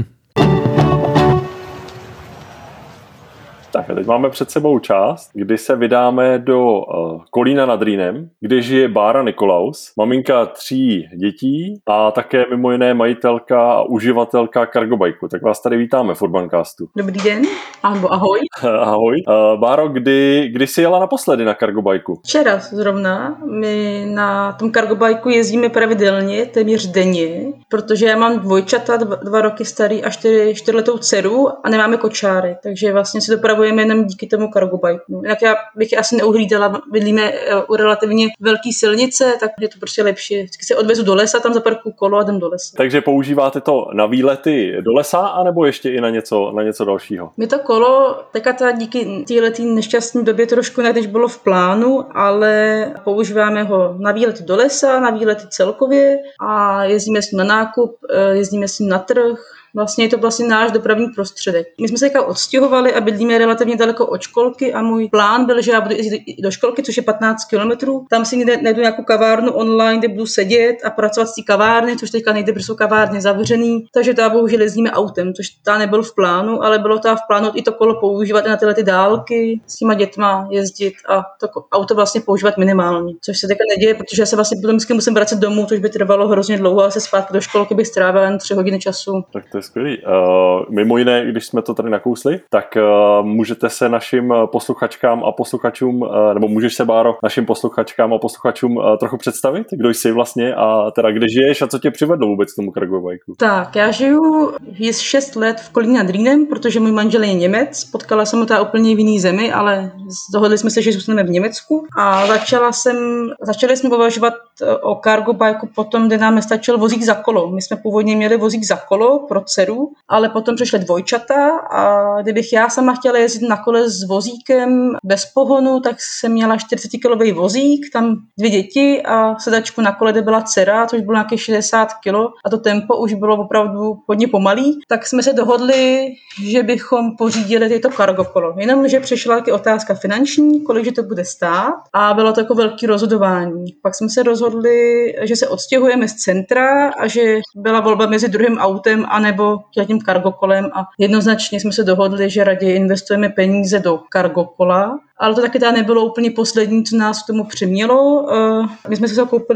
Tak a teď máme před sebou část, kdy se vydáme do uh, Kolína nad Rýnem, kde žije Bára Nikolaus, maminka tří dětí a také mimo jiné majitelka a uživatelka cargobajku. Tak vás tady vítáme v Urbancastu. Dobrý den, ahoj. ahoj. Ahoj. Uh, Báro, kdy, kdy jsi jela naposledy na cargobajku? Včera zrovna. My na tom cargobajku jezdíme pravidelně, téměř denně, protože já mám dvojčata, dva, dva roky starý a čtyři, čtyřletou dceru a nemáme kočáry, takže vlastně se dopravujeme jenom díky tomu cargobajku. Jinak já bych je asi neuhlídala, bydlíme u relativně velké silnice, tak je to prostě lepší. Vždycky se odvezu do lesa, tam zaparkuju kolo a jdem do lesa. Takže používáte to na výlety do lesa, anebo ještě i na něco, na něco dalšího? My to kolo, teďka díky této nešťastné době trošku jinak, když bylo v plánu, ale používáme ho na výlety do lesa, na výlety celkově a jezdíme s ním na nákup, jezdíme s ním na trh. Vlastně je to vlastně náš dopravní prostředek. My jsme se teďka odstěhovali a bydlíme relativně daleko od školky a můj plán byl, že já budu jezdit do školky, což je patnáct kilometrů. Tam si najdu nějakou kavárnu online, kde budu sedět a pracovat z té kavárny, což teďka nejde, protože jsou kavárny zavřený. Takže to bohužel jezdíme autem, což ta nebyl v plánu, ale bylo to v plánu i to kolo používat na tyhle ty dálky, s těma dětma jezdit a to auto vlastně používat minimálně. Což se teďka neděje, protože já se vlastně potom musím vracet domů, což by trvalo hrozně dlouho a se zpátky do školky bych strávil jen tři hodiny času. Tak to je skvělý. Uh, mimo jiné, když jsme to tady nakousli, tak uh, můžete se našim posluchačkám a posluchačům, uh, nebo můžeš se, Báro, našim posluchačkám a posluchačům uh, trochu představit, kdo jsi vlastně a teda kde žiješ a co tě přivedlo vůbec k tomu cargobajku? Tak, já žiju již šest let v Kolíně nad Rýnem, protože můj manžel je Němec, potkala jsem ho ta úplně v jiný zemi, ale dohodli jsme se, že zůstaneme v Německu a začala jsem, začali jsme považovat o cargobajku potom, kde nám nestačil vozík za kolo. My jsme původně měli vozík za kolo pro dceru, ale potom přišly dvojčata a kdybych já sama chtěla jezdit na kole s vozíkem bez pohonu, tak jsem měla čtyřicetikilový vozík, tam dvě děti a sedačku na kole, kde byla dcera, což bylo nějaké šedesát kilo a to tempo už bylo opravdu hodně pomalý, tak jsme se dohodli, že bychom pořídili tyto cargokolo. Jenomže přišla taky otázka finanční, kolik že to bude stát a bylo to jako velké rozhodování. Pak jsme se rozhodli, že se odstěhujeme z centra a že byla volba mezi druhým autem a nebo tím cargokolem a jednoznačně jsme se dohodli, že raději investujeme peníze do cargokola, ale to taky teda nebylo úplně poslední, co nás k tomu přimělo. My jsme se koupili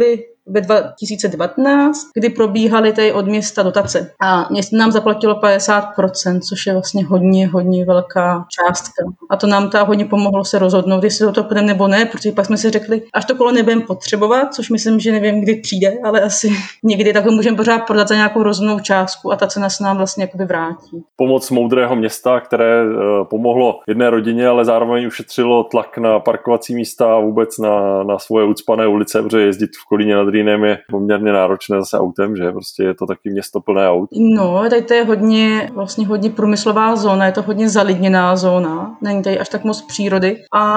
ve dva tisíce devatenáct, kdy probíhaly tady od města dotace. A město nám zaplatilo padesát procent, což je vlastně hodně, hodně velká částka. A to nám ta hodně pomohlo se rozhodnout, jestli do toho půjdeme nebo ne, protože pak jsme si řekli, až to kolo nebudeme potřebovat, což myslím, že nevím, kdy přijde, ale asi někdy takhle můžeme pořád prodat za nějakou rozumnou částku a ta cena se nám vlastně jakoby vrátí. Pomoc moudrého města, které pomohlo jedné rodině, ale zároveň ušetřilo tlak na parkovací místa a vůbec na, na svoje ucpané ulice, protože jezdit v Kolíně nad Rýnem je poměrně náročné zase autem, že prostě je to taky město plné aut. No, tady to je hodně, vlastně hodně průmyslová zóna, je to hodně zalidněná zóna, není tady až tak moc přírody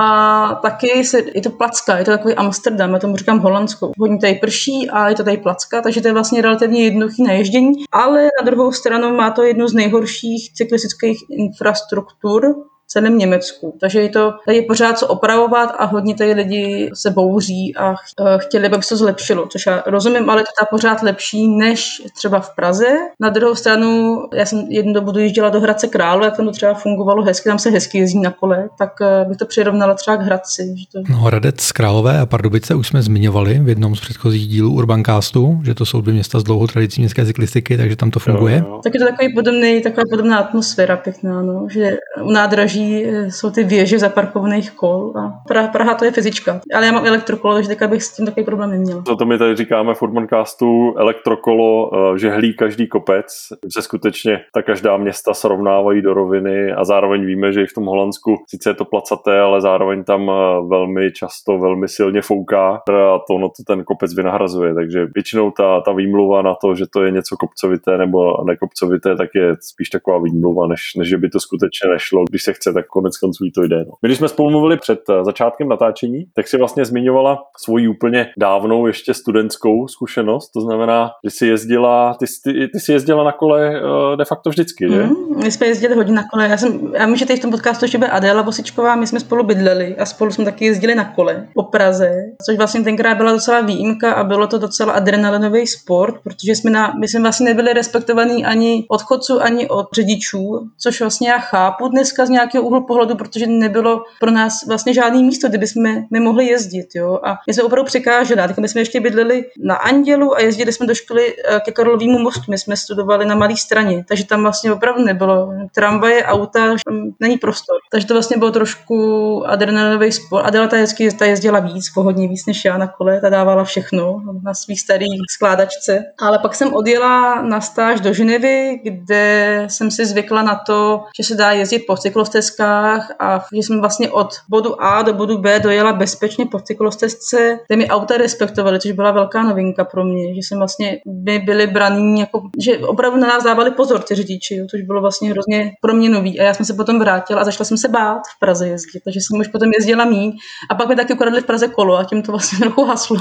a taky se, je to placka, je to takový Amsterdam, já tomu říkám Holandsko. Hodně tady prší a je to tady placka, takže to je vlastně relativně jednoduchý na ježdění, ale na druhou stranu má to jednu z nejhorších cyklistických infrastruktur v celém Německu. Takže je to tady je pořád co opravovat a hodně tady lidi se bouří a chtěli, aby se to zlepšilo, což já rozumím, ale to je pořád lepší než třeba v Praze. Na druhou stranu, já jsem jednu dobu dojížděla do Hradce Králové, jak tam to třeba fungovalo hezky, tam se hezky jezdí na kole, tak bych to přirovnala třeba k Hradci. Že to... No, Hradec Králové a Pardubice už jsme zmiňovali v jednom z předchozích dílů Urbancastu, že to jsou dvě města s dlouhou tradicí městské cyklistiky, takže tam to funguje. Jo, jo. Tak je to takový podobný, taková podobná atmosféra pěkná, no, že u nádraží jsou ty věže zaparkovaných kol a Praha, Praha to je fyzička. Ale já mám elektrokolo, takže tak bych s tím takový problém neměla. Co to my tady říkáme v Urbancastu, elektrokolo žehlí každý kopec, se skutečně ta každá města srovnávají do roviny a zároveň víme, že i v tom Holandsku sice je to placaté, ale zároveň tam velmi často velmi silně fouká a to ono to ten kopec vynahrazuje, takže většinou ta, ta výmluva na to, že to je něco kopcovité nebo nekopcovité, tak je spíš taková výmluva, než, než že by to skutečně nešlo, když se chce, tak konec konců to jde. No. My, když jsme spolu mluvili před začátkem natáčení, tak si vlastně zmiňovala svoji úplně dávnou ještě studentskou zkušenost, to znamená, že si jezdila, ty, ty, ty si jezdila na kole de facto vždycky, že? Mm, my jsme jezdili hodně na kole. Já, jsem, já vím, že tady v tom podcastu ještě bude Adéla Vosičková, my jsme spolu bydleli a spolu jsme taky jezdili na kole po Praze, což vlastně tenkrát byla docela výjimka a bylo to docela adrenalinový sport, protože jsme, na, my jsme vlastně nebyli respektovaní ani od chodců, ani od řidičů, což vlastně já chápu dneska z nějakého úhlu pohledu, protože nebylo pro nás vlastně žádný místo, kde bychom my mohli jezdit. Jo? A my jsme opravdu překáželi. A my jsme ještě bydleli na Andělu a jezdili jsme do školy ke Karlovému mostu. My jsme studovali na Malé Straně, takže tam vlastně opravdu nebylo tramvaje, auta, tam není prostor. Takže to vlastně bylo trošku adrenalinový sport. Adela ta, hezky, ta jezdila víc, pohodně víc než já na kole, ta dávala všechno na svých starých skládačce. Ale pak jsem odjela na stáž do Ženevy, kde jsem si zvykla na to, že se dá jezdit po cyklostezkách a že jsem vlastně od bodu A do bodu B dojela bezpečně po cyklostezce, kde mi auta respektovali, což byla velká novinka pro mě, že jsem vlastně by byli braní jako, že opravdu na nás dávali pozor ty řidiči, jo, což bylo vlastně hrozně pro mě nový a já jsem se potom vrátila a začala jsem se bát v Praze jezdit, takže jsem už potom jezdila míň a pak mi taky ukradli v Praze kolo a tím to vlastně trochu haslo.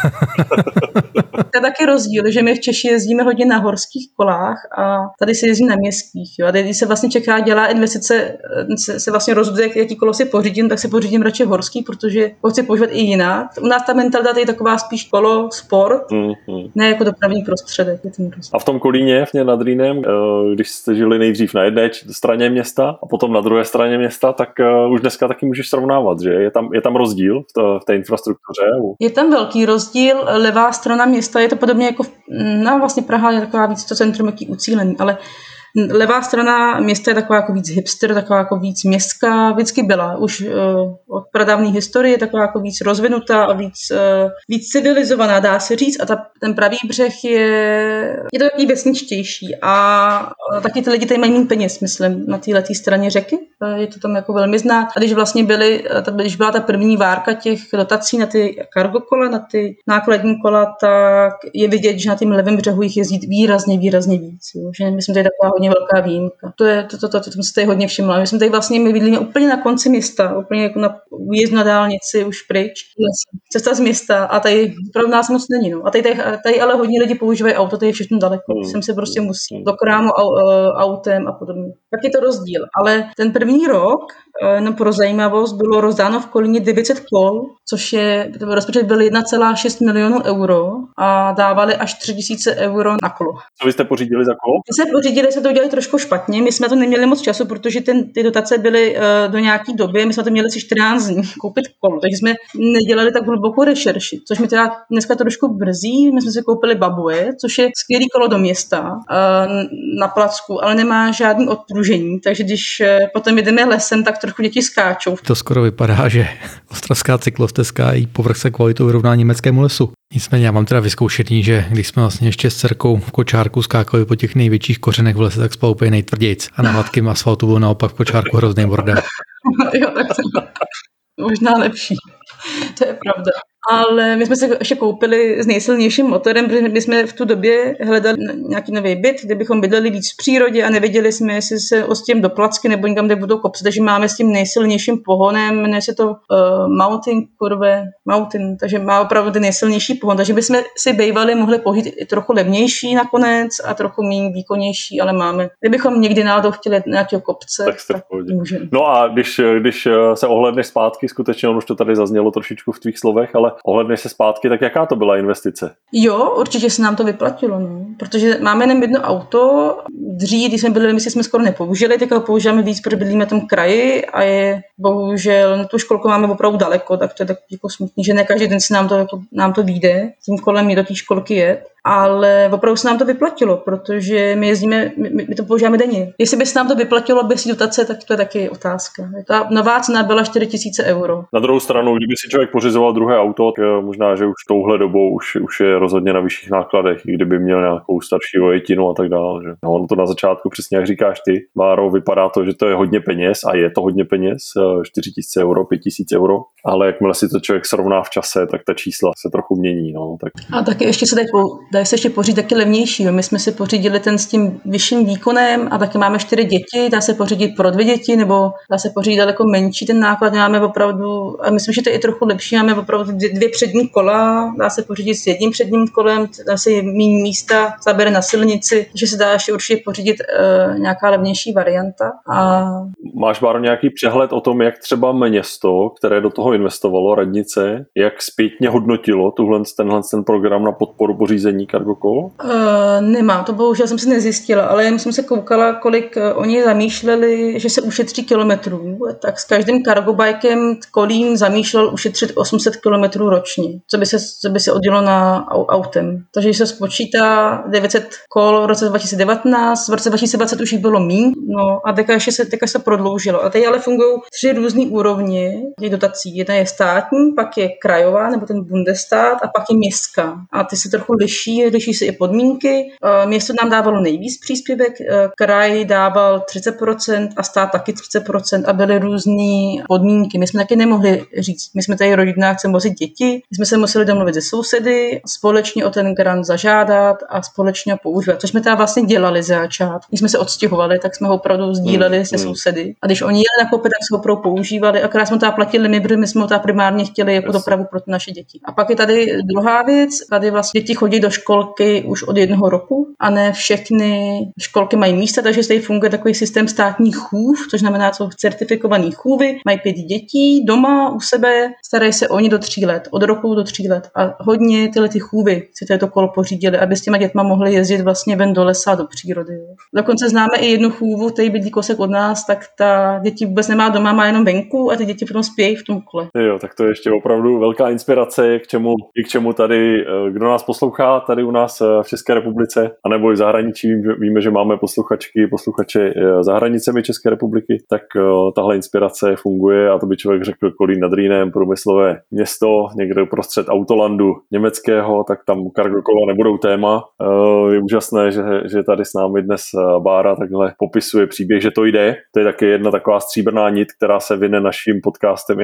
To je taky rozdíl, že my v Češi jezdíme hodně na horských kolách a tady se jezdí na městských. Jo. A tady se vlastně čeká, dělá investice, se, se vlastně rozhoduje, jaký kolo si pořídím, tak si pořídím radši horský, protože ho chci používat i jinak. U nás ta mentalita je taková spíš kolo, sport, mm-hmm. ne jako dopravní prostředek. A v tom Kolíně, v nad Rýnem, když jste žili nejdřív na jedné straně města a potom na druhé straně města, tak už dneska taky můžeš srovnávat, že? Je tam, je tam rozdíl v, to, v té infrastruktuře? Je tam velký rozdíl. Levá strana města je to podobně jako, v, no vlastně Praha je taková víc to centrum, jaký ucílený, ale levá strana města je taková jako víc hipster, taková jako víc městská, vždycky byla. Už uh, od pradávné historie je taková jako víc rozvinutá a víc, uh, víc civilizovaná, dá se říct. A ta, ten pravý břeh je, je to takový vesničtější. A uh, taky ty lidi tady mají méně peněz, myslím, na této straně řeky. Uh, je to tam jako velmi znát. A když vlastně byly, ta, když byla ta první várka těch dotací na ty cargo kola, na ty nákladní kola, tak je vidět, že na tím levém břehu jich jezdí výrazně, výrazně víc. Jo. Že myslím, že je taková hodně velká výjimka. To je to, to, to, to, to jsem si tady hodně všimla. My jsme tady vlastně, my bydlíme úplně na konci města, úplně jako na výjezd na dálnici už pryč. Cesta z města a tady pro nás moc není. No. A tady, tady, tady ale hodně lidi používají auto, tady je všechno daleko. Mm. Sem se prostě musí do krámu au, autem a podobně. Tak je to rozdíl. Ale ten první první rok, jenom pro zajímavost, bylo rozdáno v Kolíně devět set kol, což je, rozpočet byl jedna celá šest milionů euro a dávali až tři tisíce euro na kolo. Co vy jste pořídili za kolo? My jsme pořídili, jsme to udělali trošku špatně, my jsme to neměli moc času, protože ten, ty dotace byly uh, do nějaký doby, my jsme to měli asi čtrnáct dní koupit kolo, takže jsme nedělali tak hlubokou rešerši, což mi teda dneska trošku brzí, my jsme si koupili Babuje, což je skvělý kolo do města uh, na placku, ale nemá žádný odpružení, takže když uh, potom jedeme lesem, tak trochu děti skáčou. To skoro vypadá, že ostravská cyklostezka i povrch se kvalitou vyrovná německému lesu. Nicméně já mám teda vyzkoušený, že když jsme vlastně ještě s dcerkou v kočárku skákali po těch největších kořenech v lese, tak spal úplně nejtvrdějc. A na hladkém asfaltu byl naopak v kočárku hrozný bordel. Jo, tak to možná lepší. To je pravda. Ale my jsme se ještě koupili s nejsilnějším motorem, protože my jsme v tu době hledali nějaký nový byt, kde bychom bydleli víc v přírodě a nevěděli jsme, jestli se ostím do Placky nebo někam, kde budou kopce, takže máme s tím nejsilnějším pohonem, jmenuje se to uh, Mountain Curve, Mountain, takže má opravdu ten nejsilnější pohon, takže bychom si bývali mohli použít i trochu levnější nakonec a trochu méně výkonnější, ale máme. Kdybychom někdy náhodou chtěli nějakého kopce, tak, tak můžeme. No a když, když se ohledneš zpátky, skutečně, on už to tady zaznělo trošičku v tvých slovech, ale ohledneš se zpátky, tak jaká to byla investice? Jo, určitě se nám to vyplatilo, no. Protože máme jenom jedno auto, dřív, když jsme byli, my jsme skoro nepoužili, tak ho používáme víc, protože bydlíme v tom kraji a je bohužel, na tu školku máme opravdu daleko, tak to je tak jako smutný, že ne každý den se nám to, jako, nám to vyjde, tím kolem je do té školky jet. Ale opravdu se nám to vyplatilo, protože my jezdíme, my, my to používáme denně. Jestli by se nám to vyplatilo bez dotace, tak to je taky otázka. Ta nová cena byla čtyři tisíce euro. Na druhou stranu, kdyby si člověk pořizoval druhé auto, tak možná, že už touhle dobou už, už je rozhodně na vyšších nákladech, i kdyby měl nějakou starší ojetinu a tak dále. Že? No, ono to na začátku, přesně jak říkáš ty, Váro, vypadá to, že to je hodně peněz a je to hodně peněz, čtyři tisíce euro, pět tisíc euro, ale jakmile si to člověk srovná v čase, tak ta čísla se trochu mění. No, tak... A taky ještě se dají Dá se ještě pořídit taky levnější. Jo. My jsme si pořídili ten s tím vyšším výkonem a taky máme čtyři děti, dá se pořídit pro dvě děti, nebo dá se pořídit daleko menší ten náklad. Máme opravdu, a myslím, že to je i trochu lepší, máme opravdu dvě přední kola, dá se pořídit s jedním předním kolem, dá se méně místa, zabere na silnici, že se dá ještě určitě pořídit uh, nějaká levnější varianta. A... Máš, Báro, nějaký přehled o tom, jak třeba město, které do toho investovalo, radnice, jak zpětně hodnotilo tuhle, tenhle ten program na podporu pořízení Cargokol? Uh, nemá, to bohužel jsem si nezjistila, ale jen jsem se koukala, kolik uh, oni zamýšleli, že se ušetří kilometrů, tak s každým cargobikem Kolín zamýšlel ušetřit osm set kilometrů ročně, co by se, co by se oddělo na autem. Takže když se spočítá devět set kol v roce dva tisíce devatenáct, v roce dva tisíce dvacet už jich bylo míň, no a teďka ještě se, teďka se prodloužilo. A teď ale fungují tři různé úrovně těch dotací. Jedna je státní, pak je krajová, nebo ten Bundesstát, a pak je městská. A ty se trochu liší, liší se i podmínky. Město nám dávalo nejvíc příspěvek, kraj dával třicet procent a stát taky třicet procent a byly různé podmínky. My jsme taky nemohli říct, my jsme tady rodina, chceme vozit děti, my jsme se museli domluvit se sousedy, společně o ten grant zažádat a společně ho používat, což jsme teda vlastně dělali za začátku. Když jsme se odstěhovali, tak jsme ho opravdu sdíleli hmm, se hmm. sousedy. A když oni jeli nakoupit, tak jsme ho opravdu používali, akorát jsme to platili my, protože my jsme ho teda primárně chtěli jako dopravu pro naše děti. A pak je tady druhá věc, tady vlastně děti chodí do školky už od jednoho roku a ne všechny školky mají místa, takže tady funguje takový systém státních chův, což znamená, co certifikovaný chůvy, mají pět dětí doma u sebe, starají se oni do tří let, od roku do tří let a hodně tyhle ty chůvy si to kolo pořídili, aby s těma dětma mohli jezdit vlastně ven do lesa, do přírody. Dokonce známe i jednu chůvu, který bydlí kousek od nás, tak ta děti vůbec nemá doma, má jenom venku a ty děti potom spějí v tom kole. Jo, tak to je ještě opravdu velká inspirace, k čemu, i k čemu tady, kdo nás poslouchá tady u nás v České republice, anebo i v zahraničí, víme, že máme posluchačky, posluchače za hranicemi České republiky, tak tahle inspirace funguje a to by člověk řekl Kolín nad Rýnem, průmyslové město, někde prostřed autolandu německého, tak tam cargokola nebudou téma. Je úžasné, že, že tady s námi dnes Bára takhle popisuje příběh, že to jde. To je taky jedna taková stříbrná nit, která se vyne naším podcastem i naším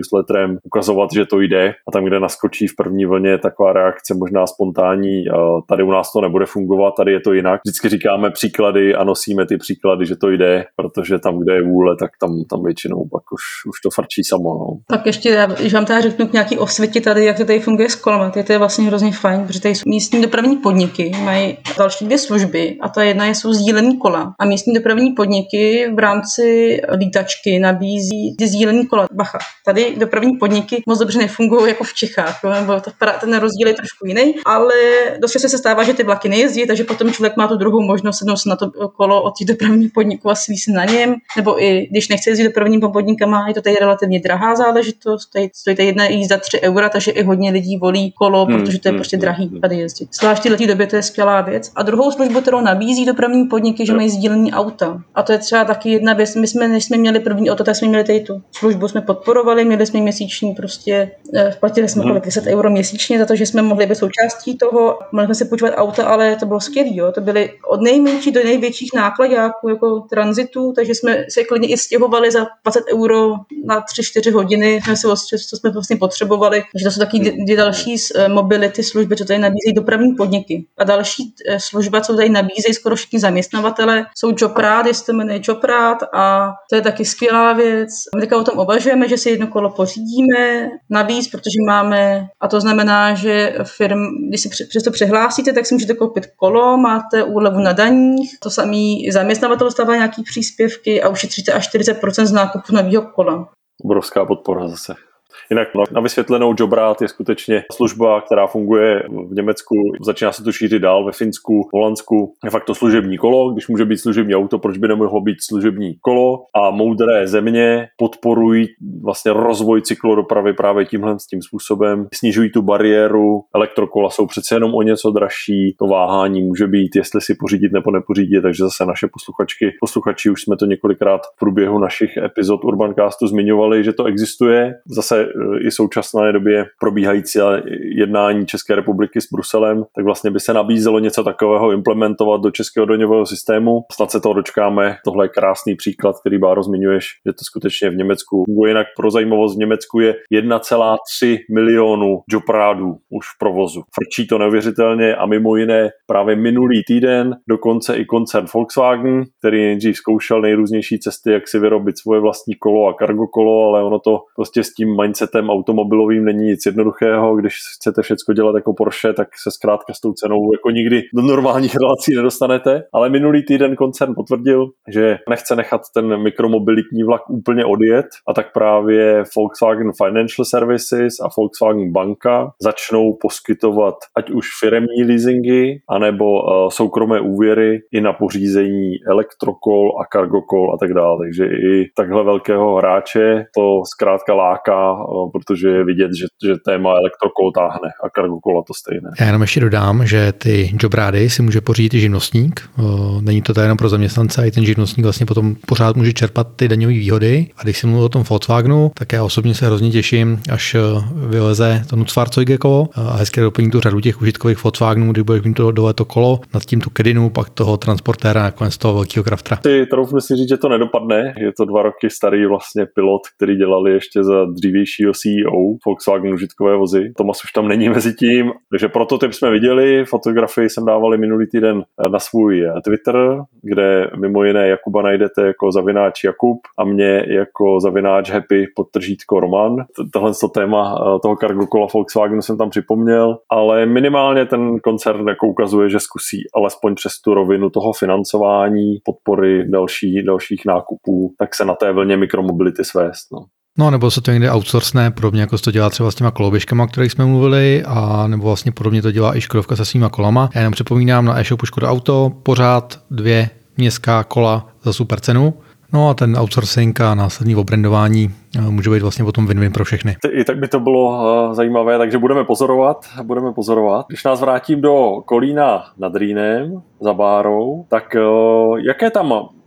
newsletterem ukazovat, že to jde a tam, kde naskočí v první vlně taková reakce možná spontánní, tady u nás to nebude fungovat, tady je to jinak. Vždycky říkáme příklady a nosíme ty příklady, že to jde, protože tam, kde je vůle, tak tam, tam většinou pak už, už to frčí samo. No. Tak ještě, když vám tady řeknu k nějaký osvětě tady, jak to tady funguje s kolem, to je vlastně hrozně fajn, protože tady místní dopravní podniky mají další dvě služby a ta jedna je jsou sdílený kola. A místní dopravní podniky v rámci lítačky nabízí ty sdílený kola. Bacha, tady dopravní podniky moc dobře nefungují jako v Čechách, nebo ten rozdíl je trošku jiný, ale dost často se stává, že ty vlaky nejezdí, takže potom člověk má tu druhou možnost sednout se na to kolo od těch dopravních podniků a sví se na něm, nebo i když nechce jezdit dopravními podnikama, je to tady relativně drahá záležitost, tady stojí tady jedna jízda tři eura, takže i hodně lidí volí kolo, protože to je prostě drahý tady jezdit. Zvlášť v této době to je skvělá věc. A druhou službu, kterou nabízí dopravní podniky, že mají sdílený auta. A to je třeba taky jedna věc. My jsme, než jsme měli první auto, tak jsme měli tady tu službu, jsme podporovali, měli jsme měsíční prostě, platili jsme kolik deset euro měsíčně za to, že jsme mohli být součástí toho, mohli jsme si půjčovat auta, ale to bylo skvělé, jo. To byly od nejmenších do největších nákladáků jako tranzitu, takže jsme se klidně i stěhovali za dvacet euro na tři čtyři hodiny, jsme si ostřeli, co jsme vlastně potřebovali. Takže to jsou taky dvě další mobility služby, co tady nabízejí dopravní podniky. A další služba, co tady nabízejí skoro všichni zaměstnavatele, jsou Jobrad, jestli to jmenuje Jobrad, a to je taky skvělá věc. My teďka o tom uvažujeme, že si jedno kolo pořídíme navíc, protože máme, a to znamená, že firm, když si přes to přihlásíte, tak si můžete koupit kolo, máte úlevu na daních, to samý zaměstnavatel dostává nějaký příspěvky a ušetříte až čtyřicet procent z nákupu nového kola. Obrovská podpora zase. Jinak na vysvětlenou Jobrad je skutečně služba, která funguje v Německu, začíná se to šířit dál ve Finsku, v Holandsku. Je fakt to služební kolo, když může být služební auto, proč by nemohlo být služební kolo, a moudré země podporují vlastně rozvoj cyklodopravy právě tímhle tím způsobem. Snižují tu bariéru, elektrokola jsou přece jenom o něco dražší, to váhání může být, jestli si pořídit nebo nepořídit, takže zase naše posluchačky, posluchači, už jsme to několikrát v průběhu našich epizod Urbancastu zmiňovali, že to existuje. Zase i současné době probíhající jednání České republiky s Bruselem, tak vlastně by se nabízelo něco takového implementovat do českého daňového systému. Snad se toho dočkáme. Tohle je krásný příklad, který, Báro, zmiňuješ, že to skutečně v Německu funguje. Jinak pro zajímavost, v Německu je jedna celá tři milionu Jobradů už v provozu. Frčí to neuvěřitelně a mimo jiné právě minulý týden dokonce i koncern Volkswagen, který nejdřív zkoušel nejrůznější cesty, jak si vyrobit svoje vlastní kolo a cargo kolo, ale ono to prostě s tím mindsetem automobilovým není nic jednoduchého. Když chcete všecko dělat jako Porsche, tak se zkrátka s tou cenou jako nikdy do normálních relací nedostanete. Ale minulý týden koncern potvrdil, že nechce nechat ten mikromobilitní vlak úplně odjet, a tak právě Volkswagen Financial Services a Volkswagen Banka začnou poskytovat ať už firemní leasingy, anebo uh, soukromé úvěry i na pořízení elektrokol a cargokol a tak dále. Takže i takhle velkého hráče to zkrátka láká, protože je vidět, že, že téma elektrokol táhne a cargokola to stejné. Já jenom ještě dodám, že ty Jobrady si může pořídit i živnostník. Není to jenom pro zaměstnance, a i ten živnostník vlastně potom pořád může čerpat ty daňové výhody. A když si mluvil o tom Volkswagenu, tak já osobně se hrozně těším, až vyleze to Nutzfahrzeuge kolo a hezké doplní tu řadu těch užitkových Volkswagenů, kdy bude mít to dole to kolo, nad tím tu kedinu, pak toho transportéra, nakonec toho velkého kraftra. Ty troufnu si říct, že to nedopadne. Je to dva roky starý vlastně pilot, který dělali ještě za dřívějšího C E O Volkswagen užitkové vozy. Tomas už tam není mezi tím, takže prototyp jsme viděli, fotografii jsem dávali minulý týden na svůj Twitter, kde mimo jiné Jakuba najdete jako zavináč Jakub a mě jako zavináč Happy podtržítko Roman. Tohle to téma toho cargokola Volkswagenu jsem tam připomněl, ale minimálně ten koncern jako ukazuje, že zkusí alespoň přes tu rovinu toho financování, podpory další, dalších nákupů, tak se na té vlně mikromobility svést. No. No, nebo se to někde outsourcne, podobně jako se to dělá třeba s těma koloběžkama, o kterých jsme mluvili, a nebo vlastně podobně to dělá i Škodovka se svýma kolama. Já jenom připomínám, na e-shopu Škoda Auto pořád dvě městská kola za super cenu. No a ten outsourcing a následní obrandování může být vlastně potom win-win pro všechny. I tak by to bylo zajímavé, takže budeme pozorovat, budeme pozorovat. Když nás vrátím do Kolína nad Rýnem za Bárou, tak jaké tam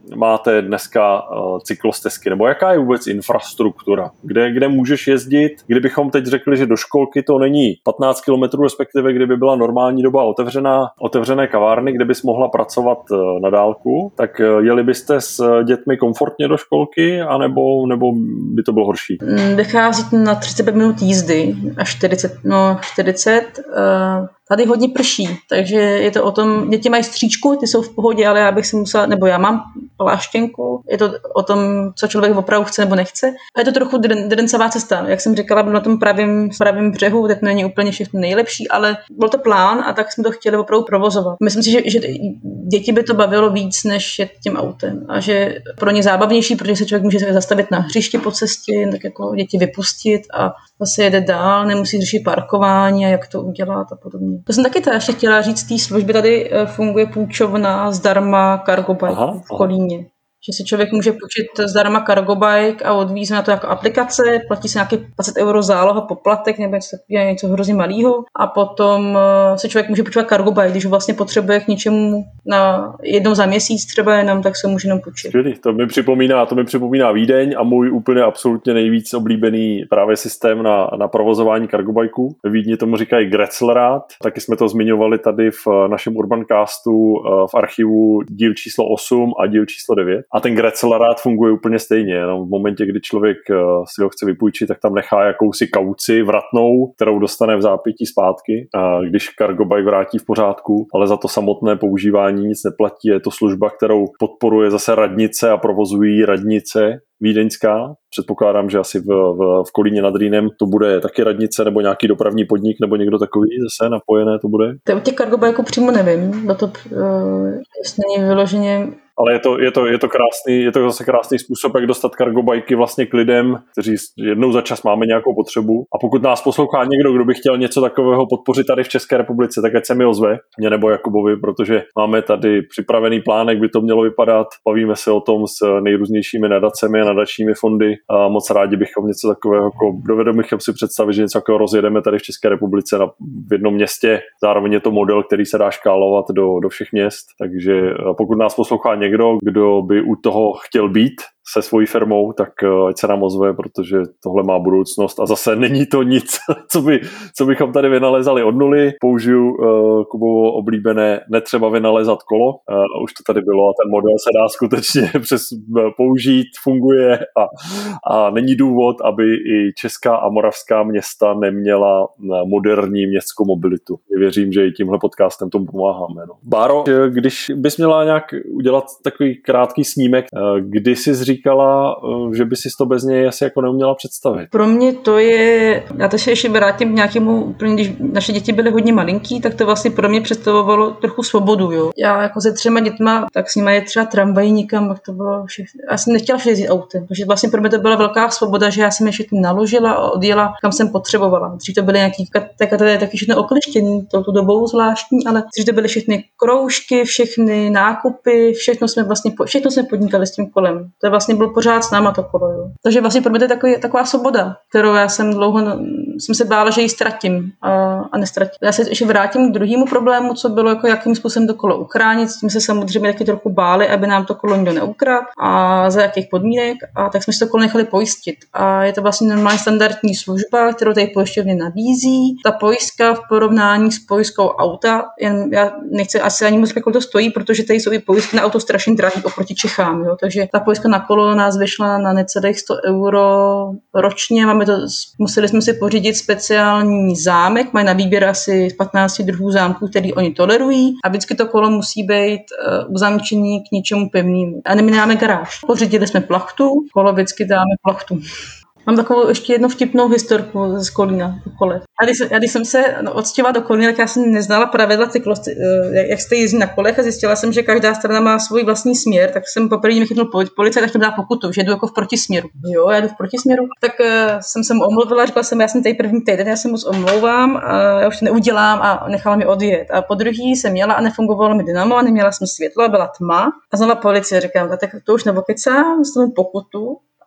máte dneska cyklostezky, nebo jaká je vůbec infrastruktura, kde, kde můžeš jezdit, kdybychom teď řekli, že do školky to není patnáct kilometrů, respektive kdyby byla normální doba otevřená, otevřené kavárny, kde bys mohla pracovat na dálku, tak jeli byste s dětmi komfortně do školky, anebo nebo by to bylo horší? Vychází na třicet pět minut jízdy a čtyřicet, no čtyřicet. Uh, tady hodně prší, takže je to o tom, děti mají stříčku, ty jsou v pohodě, ale já bych si musela, nebo já mám pláštěnku, je to o tom, co člověk opravdu chce nebo nechce. A je to trochu drencová cesta, jak jsem říkala, byl na tom pravém, pravém břehu, tak není úplně všechno nejlepší, ale byl to plán a tak jsme to chtěli opravdu provozovat. Myslím si, že, že děti by to bavilo víc, než jet tím autem a že pro ně zábavnější, protože se člověk může zastavit na hřišti po cestě, tak jako děti vypustit a zase jede dál, nemusí řešit parkování a jak to udělat a podobně. To jsem taky teda ještě chtěla říct, té služby tady funguje půjčovna zdarma cargo bike aha, v Kolíně. Že si člověk může půjčit zdarma cargo bike a odvízme na to jako aplikace, platí se nějaký dvacet euro záloha, poplatek nebo něco, něco hrozně malýho a potom si člověk může půjčovat cargo bike, když ho vlastně potřebuje k něčemu na jednou za měsíc třeba jenom, tak se může jenom půjčit. To mi připomíná, to mi připomíná Vídeň a můj úplně absolutně nejvíc oblíbený právě systém na, na provozování cargo bikeů. Ve Vídni tomu říkají Grätzlrad, taky jsme to zmiňovali tady v našem Urbancastu v archivu díl číslo osm a díl číslo devět. A ten Grätzlrad funguje úplně stejně, jenom v momentě, kdy člověk si ho chce vypůjčit, tak tam nechá jakousi kauci vratnou, kterou dostane v zápětí zpátky, a když cargo bike vrátí v pořádku, ale za to samotné používání nic neplatí. Je to služba, kterou podporuje zase radnice a provozují radnice vídeňská. Předpokládám, že asi v, v, v Kolíně nad Rýnem to bude taky radnice nebo nějaký dopravní podnik nebo někdo takový zase napojené to bude. To u těch cargo bikeů přímo nevím, no to uh, není vyloženě. Ale je to, je, to, je, to krásný, je to zase krásný způsob, jak dostat cargo bajky vlastně k lidem, kteří jednou za čas máme nějakou potřebu. A pokud nás poslouchá někdo, kdo by chtěl něco takového podpořit tady v České republice, tak ať se mi ozve, mě nebo Jakubovi, protože máme tady připravený plán, jak by to mělo vypadat. Bavíme se o tom s nejrůznějšími nadacemi a nadačními fondy a moc rádi bychom něco takového, jako dovedeme bychom si představit, že něco takového rozjedeme tady v České republice na, v jednom městě. Zároveň je to model, který se dá škálovat do, do všech měst, takže pokud nás poslouchá někdo, kdo by u toho chtěl být se svojí firmou, tak ať se nám ozve, protože tohle má budoucnost a zase není to nic, co, by, co bychom tady vynalezali od nuly. Použiju uh, Kubovo oblíbené netřeba vynalezat kolo. Uh, už to tady bylo a ten model se dá skutečně přes použít, funguje a, a není důvod, aby i česká a moravská města neměla moderní městskou mobilitu. Věřím, že i tímhle podcastem tomu pomáháme. No. Báro, když bys měla nějak udělat takový krátký snímek, kdy jsi říkala, že by si to bez něj asi jako neuměla představit. Pro mě to je, já to se ještě vrátím k nějakému, úplně když naše děti byly hodně malinký, tak to vlastně pro mě představovalo trochu svobodu, jo. Já jako se třema dětma, tak s nimi je třeba tramvají nikam, tak to bylo všechno. Já jsem nechtěla jezdit autem, protože vlastně pro mě to byla velká svoboda, že já jsem je všechny naložila a odjela, kam jsem potřebovala. Dřív to byly nějaký, tak to je taky všechno oklištěný, touto dobou zvláštní, ale dřív to byly všechny kroužky, všechny nákupy, všechno jsme vlastně, všechno jsme podnikali s tím kolem. To je vlastně byl pořád s náma to kolo, jo. Takže vlastně pro mě to je takový, taková svoboda, kterou já jsem dlouho, jsem se bála, že ji ztratím a, a nestratím. Já se ještě vrátím k druhému problému, co bylo, jako jakým způsobem to kolo uchránit. S tím se samozřejmě taky trochu báli, aby nám to kolo nikdo neukradl a za jakých podmínek. A tak jsme si to kolo nechali pojistit. A je to vlastně normální standardní služba, kterou tady pojišťovně nabízí. Ta pojistka v porovnání s pojistkou auta, jen já nechci asi ani moc, kolik to stojí, protože tady jsou i pojistky na auto strašně drahý oproti Čechám, jo. Takže ta pojistka na kolo nás vyšla na necelých sto euro ročně. Máme to, museli jsme si pořídit speciální zámek, mají na výběr asi patnáct druhů zámků, který oni tolerují a vždycky to kolo musí být uh, uzamčený k něčemu pevnému. A my nemáme garáž. Pořídili jsme plachtu, kolo vždycky dáme plachtu. Mám takovou ještě jednu vtipnou historku z Kolína po kole. A když, já, když jsem se no, odstěhovala do Kolína, tak já jsem neznala pravidla cyklosti, jak se jezdí na kolech a zjistila jsem, že každá strana má svůj vlastní směr, tak jsem poprvé mě chytnul policajt, tak to dá pokutu, že jdu jako v protisměru. Jo, já jdu v protisměru. Tak uh, jsem se mu omluvila, říkala jsem, já jsem tady první týden, já se moc omlouvám, a já už to neudělám a nechala mi odjet. A po druhý jsem jela a nefungovalo mi dynamo a neměla jsem světlo a byla tma. A znala policie, říkám, tak to už nebo kecám, dostanu pokutu.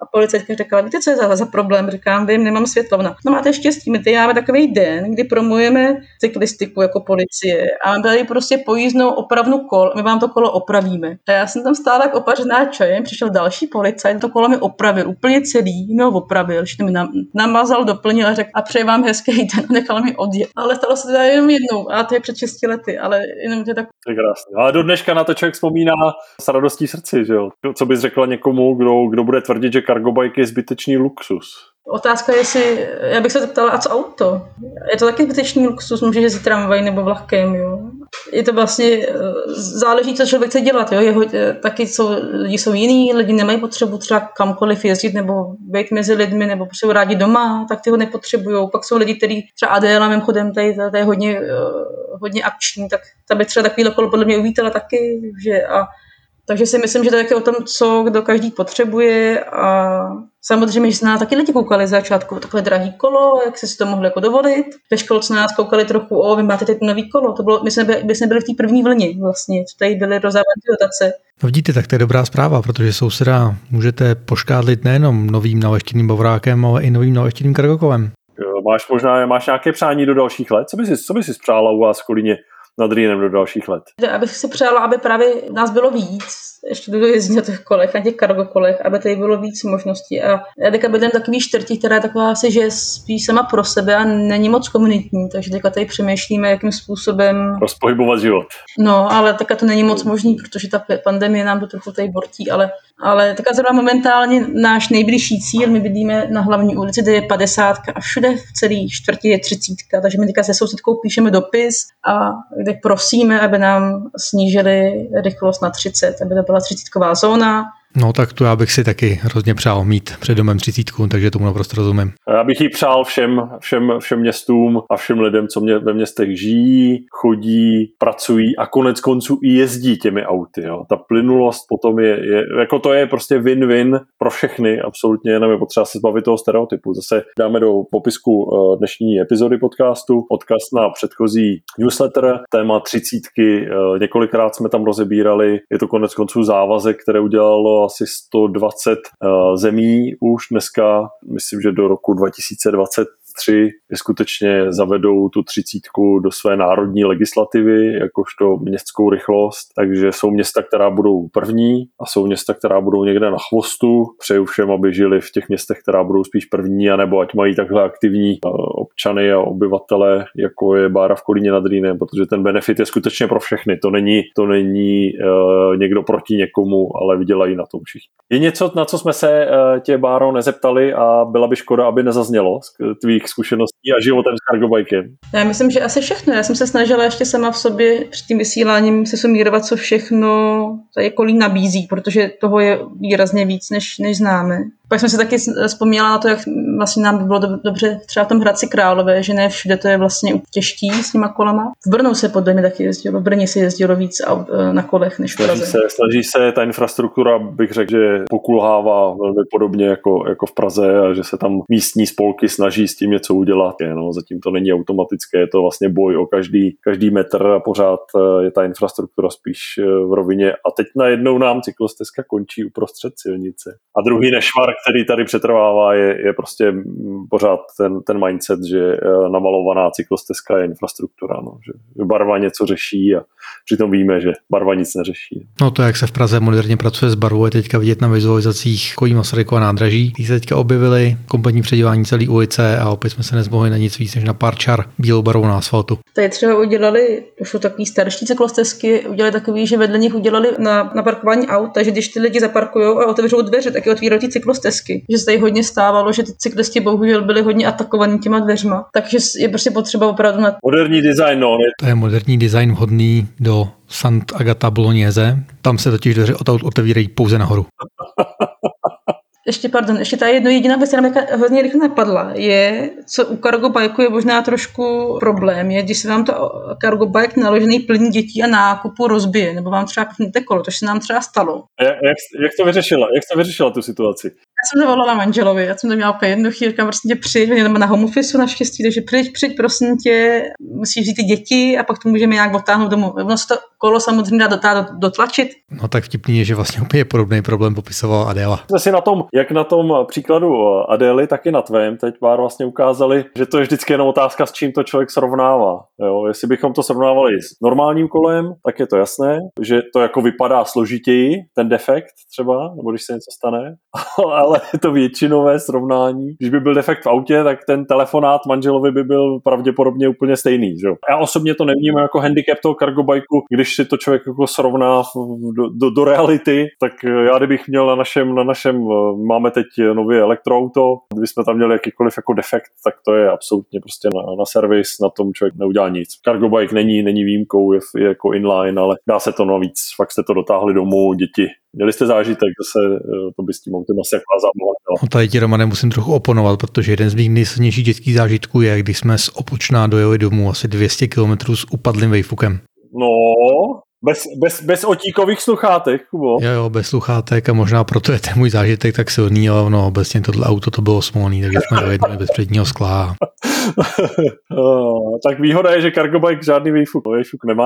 A policajtka řekla, víte, co je za, za problém? Říkám, vím, nemám světlovna. No máte štěstí, my tady máme takový den, kdy promujeme cyklistiku jako policie a tady prostě pojízdnou opravnu kol, my vám to kolo opravíme. A já jsem tam stála tak opařená čajem, přišel další policajt, to kolo mi opravil úplně celý, mi ho opravil, ještě mi nam, namazal, doplnil a řekl, a přeji vám hezký den a nechal mi odjet. Ale stalo se teda jenom jednou, a to je před šesti lety, ale jenom to tak. To je krásné. Ale do dneška na to člověk vzpomíná s radostí srdci, že jo? Co bys řekla někomu, kdo, kdo bude tvrdit, že cargo bike je zbytečný luxus? Otázka je, jestli, já bych se zeptala, a co auto? Je to taky zbytečný luxus, může jezdit tramvaj nebo vlakem, jo? Je to vlastně, záleží, co člověk chce dělat, jo? Jeho, taky jsou, lidi jsou jiný, lidi nemají potřebu třeba kamkoliv jezdit nebo být mezi lidmi, nebo jsou rádi doma, tak ty ho nepotřebujou. Pak jsou lidi, kteří třeba Adéla mimochodem, tady, tady je hodně, hodně akční, tak ta by třeba takový kolo podle mě uvítala taky, že a takže si myslím, že to je taky o tom, co kdo každý potřebuje a samozřejmě, že se na nás taky lidi koukali za začátku, takhle drahý kolo, jak se si to mohli jako dovolit. Ve školce na nás koukali trochu, o, vy máte teď nový kolo, to bylo, my jsme byli, my jsme byli v té první vlně vlastně, co tady byly rozdávané dotace. No vidíte, tak to je dobrá zpráva, protože souseda můžete poškádlit nejenom novým naleštěným bavorákem, ale i novým naleštěným kargokolem. Máš možná máš nějaké přání do dalších let? Co by si, co by si přála u vás v Kolíně nad Rýnem do dalších let? Abych si přála, aby právě nás bylo víc, ještě budu jezdit na těch kolech, na těch cargo kolech, aby tady bylo víc možností. A já teďka bydlím takový čtvrtí, která je taková asi, že je spíš sama pro sebe a není moc komunitní, takže teďka tady přemýšlíme, jakým způsobem rozpohybovat život. No, ale teďka to není moc možný, protože ta pandemie nám to trochu tady bortí, ale, ale teďka zrovna momentálně náš nejbližší cíl, my bydlíme na hlavní ulici, kde je padesátka a všude v celé čtvrti je třicítka, takže my teďka se sousedkou píšeme dopis a kde prosíme, aby nám snížili rychlost na třicet, aby to byla třicítková zóna. No tak tu já bych si taky hrozně přál mít před domem třicítku, takže tomu naprosto rozumím. Já bych ji přál všem, všem, všem městům a všem lidem, co mě ve městech žijí, chodí, pracují a konec konců i jezdí těmi auty. Jo. Ta plynulost potom je, je, jako to je prostě win-win pro všechny, absolutně, jenom je potřeba se zbavit toho stereotypu. Zase dáme do popisku dnešní epizody podcastu odkaz na předchozí newsletter, téma třicítky, několikrát jsme tam rozebírali, je to konec konců závazek, které udělalo asi sto dvacet uh, zemí už dneska, myslím, že do roku dva tisíce dvacet tři skutečně zavedou tu třicítku do své národní legislativy, jakožto městskou rychlost, takže jsou města, která budou první a jsou města, která budou někde na chvostu. Přeju všem, aby žili v těch městech, která budou spíš první, anebo ať mají takhle aktivní uh, občany a obyvatele, jako je Bára v Kolíně nad Rýnem, protože ten benefit je skutečně pro všechny. To není, to není uh, někdo proti někomu, ale vydělají na tom všichni. Je něco, na co jsme se uh, tě, Báro, nezeptali a byla by škoda, aby nezaznělo z tvých zkušeností a životem s cargobikem? Já myslím, že asi všechno. Já jsem se snažila ještě sama v sobě před tím vysíláním se sumírovat, co všechno tady Kolín nabízí, protože toho je výrazně víc, než, než známe. Pak jsem se taky vzpomněla na to, jak vlastně nám by bylo dobře třeba v tom Hradci Králové, že ne všude to je vlastně těžký s těma kolama. V Brnu se podle mě taky jezdilo, v Brně se jezdilo víc na kolech než v Praze. Snaží se, snaží se ta infrastruktura, bych řekl, že pokulhává velmi podobně jako, jako v Praze a že se tam místní spolky snaží s tím něco udělat. No, zatím to není automatické, je to vlastně boj o každý, každý metr a pořád je ta infrastruktura spíš v rovině. A teď najednou nám cyklostezka končí uprostřed silnice. A druhý nešvar, který tady přetrvává, je, je prostě pořád ten, ten mindset, že namalovaná cyklostezka je infrastruktura, no, že barva něco řeší a přitom víme, že barva nic neřeší. No to, jak se v Praze moderně pracuje s barvou, je teďka vidět na vizualizacích Kolí Masarykova nádraží. Ty se teďka objevily kompletní předělání celé ulice a opět jsme se nezmohli na nic víc než na pár čar bílou barvou na asfaltu. Tady třeba udělali, to jsou takový starší cyklostezky, udělali takový, že vedle nich udělali na, na parkování aut, takže když ty lidi zaparkují a otevřou dveře, tak je otvírají ty cyklostezky. Že se tady hodně stávalo, že ty cyklisti bohužel byli hodně atakovaní těma dveřma. Takže je prostě potřeba opravdu na... Moderní design, no. To je moderní design vhodný do Sant'Agata Bolognese. Tam se totiž dveře od aut otevírají pouze nahoru. Ještě, pardon, ještě ta jedno jediná věc, která mě hodně rychle napadla, je, co u cargo bajku je možná trošku problém, je, když se vám to cargo bike naložený plný dětí a nákupu rozbije, nebo vám třeba pnete kolo, to se nám třeba stalo. Jak, jak, jak to vyřešila? Jak to vyřešila tu situaci? jsem to volala manželovi, já jsem to měla úplně jednoduchý, říkám prostě tě přijď, oni tam na home office naštěstí, takže přijď, přijď, prosím tě, musíš vzít ty děti a pak to můžeme nějak odtáhnout domů. Ono se to kolo samozřejmě dá dotáhnout, dotlačit. No tak vtipný je, že vlastně úplně podobný problém popisovala Adéla. Jsme si na tom, jak na tom příkladu Adély, tak i na tvém teď pár vlastně ukázali, že to je vždycky jenom otázka, s čím to člověk srovnává. Jo, jestli bychom to srovnávali s normálním kolem, tak je to jasné, že to jako vypadá složitěji, ten defekt třeba, nebo když se něco stane, ale je to většinové srovnání. Když by byl defekt v autě, tak ten telefonát manželovi by byl pravděpodobně úplně stejný. Že? Já osobně to nevnímám jako handicap toho cargobajku, když si to člověk jako srovná do, do, do reality, tak já kdybych měl na našem, na našem, máme teď nově elektroauto, kdybychom tam měli jakýkoliv jako defekt, tak to je absolutně prostě na, na servis, na tom člověk neudělá nic. Cargobike není, není výjimkou, je, je jako inline, ale dá se to navíc, fakt jste to dotáhli domů, děti. Měli jste zážitek, že se to by s tím autem asi jaká zábava dělala. No tady ti, Romane, musím trochu oponovat, protože jeden z mých nejsilnějších dětských zážitků je, když jsme z Opočná dojeli domů asi dvě stě kilometrů s upadlým vejfukem. No, bez, bez, bez otíkových sluchátek, Kubo. Jo, jo, bez sluchátek a možná proto je ten můj zážitek tak silný, ale no, obecně tohle auto to bylo smolný, takže jsme dojednali bez předního skla. Tak výhoda je, že Cargobike žádný výfuk, výfuk nemá.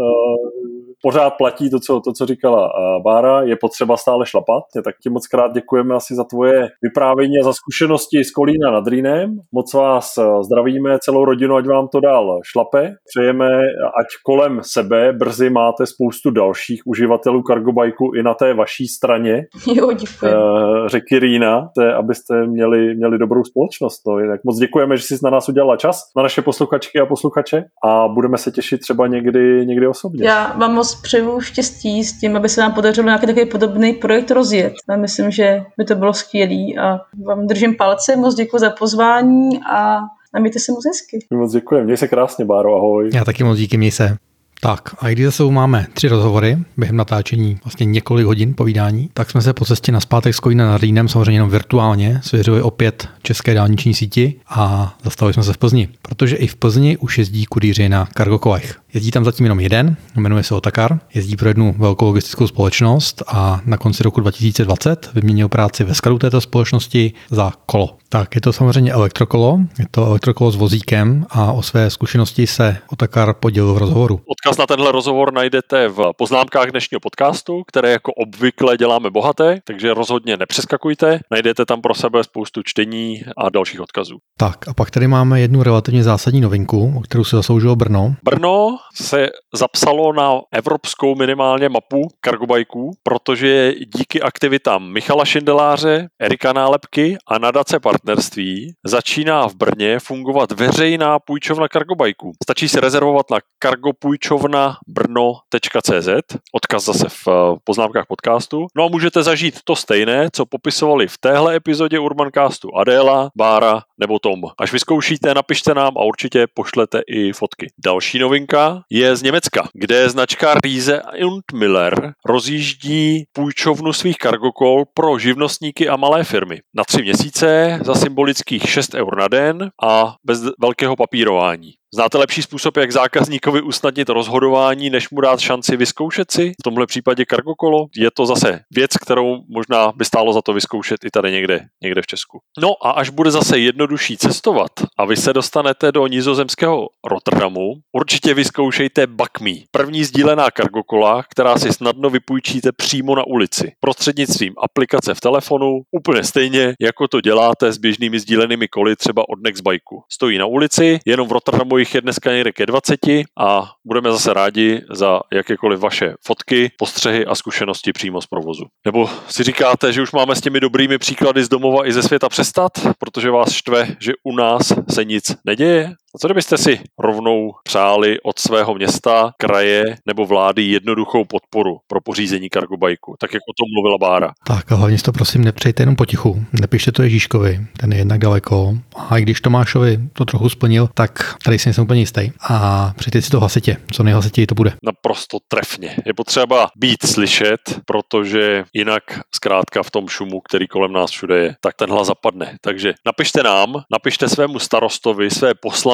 Pořád platí to, co, to, co říkala Bára, je potřeba stále šlapat. Tak ti moc krát děkujeme asi za tvoje vyprávění a za zkušenosti z Kolína nad Rýnem. Moc vás zdravíme, celou rodinu, ať vám to dál šlape. Přejeme, ať kolem sebe brzy máte spoustu dalších uživatelů Cargobajku i na té vaší straně. Jo, děkuji. Řeky Rýna, te, abyste měli, měli dobrou společnost. No, jinak moc děkujeme, že jsi na nás udělala čas, na naše posluchačky a posluchače a budeme se těšit třeba někdy, někdy osobně. Já vám moc přeju štěstí s tím, aby se nám podařilo nějaký takový podobný projekt rozjet. Já myslím, že by to bylo skvělý a vám držím palce, moc děkuji za pozvání a, a mějte se moc hezky. Moc děkuji, měj se krásně, Báro, ahoj. Já taky moc díky, měj se. Tak a i když zase máme tři rozhovory během natáčení, vlastně několik hodin povídání, tak jsme se po cestě nazpátek z Kolína nad Rýnem, samozřejmě jenom virtuálně, svěřili opět české dálniční síti a zastavili jsme se v Plzni, protože i v Plzni už jezdí kurýři na cargokolech. Jezdí tam zatím jenom jeden, jmenuje se Ottakar, jezdí pro jednu velkou logistickou společnost a na konci roku dva tisíce dvacet vyměnil práci ve skladu této společnosti za kolo. Tak je to samozřejmě elektrokolo, je to elektrokolo s vozíkem a o své zkušenosti se Ottakar podělil v rozhovoru. Odkaz na tenhle rozhovor najdete v poznámkách dnešního podcastu, které jako obvykle děláme bohaté, takže rozhodně nepřeskakujte, najdete tam pro sebe spoustu čtení a dalších odkazů. Tak a pak tady máme jednu relativně zásadní novinku, o kterou se zasloužilo Brno. Brno se zapsalo na evropskou minimálně mapu cargobajků, protože díky aktivitám Michala Šindeláře, Erika Nálepky a nadace partnerství začíná v Brně fungovat veřejná půjčovna cargobajků. Stačí si rezervovat na cargopůjčovna brno tečka cé zet, odkaz zase v poznámkách podcastu. No a můžete zažít to stejné, co popisovali v téhle epizodě Urbancastu Adéla, Bára nebo Tom. Až vyzkoušíte, napište nám a určitě pošlete i fotky. Další novinka je z Německa, kde značka Riese und Müller rozjíždí půjčovnu svých cargokol pro živnostníky a malé firmy. Na tři měsíce za symbolických šest eur na den a bez velkého papírování. Znáte lepší způsob, jak zákazníkovi usnadnit rozhodování, než mu dát šanci vyzkoušet si? V tomhle případě cargokolo je to zase věc, kterou možná by stálo za to vyzkoušet i tady někde, někde v Česku. No a až bude zase jednodušší cestovat a vy se dostanete do nizozemského Rotterdamu, určitě vyzkoušejte BAKME, první sdílená cargokola, která si snadno vypůjčíte přímo na ulici, prostřednictvím aplikace v telefonu, úplně stejně, jako to děláte s běžnými sdílenými koly třeba od Nextbikeu. Stojí na ulici, jenom v Rotterdamu jich je dneska někde ke dvaceti a budeme zase rádi za jakékoliv vaše fotky, postřehy a zkušenosti přímo z provozu. Nebo si říkáte, že už máme s těmi dobrými příklady z domova i ze světa přestat, protože vás štve, že u nás se nic neděje? A co kdybyste si rovnou přáli od svého města, kraje nebo vlády jednoduchou podporu pro pořízení cargobajku, tak jak o tom mluvila Bára? Tak a hlavně si to prosím nepřejte jenom potichu. Nepište to Ježíškovi, ten je jednak daleko. A i když Tomášovi to trochu splnil, tak tady si nejsem úplně jistý. A přijďte si to hlasitě, co nejhlasitěji to bude. Naprosto trefně. Je potřeba být slyšet, protože jinak zkrátka v tom šumu, který kolem nás všude je, tak ten hlas zapadne. Takže napište nám, napište svému starostovi, své poslanky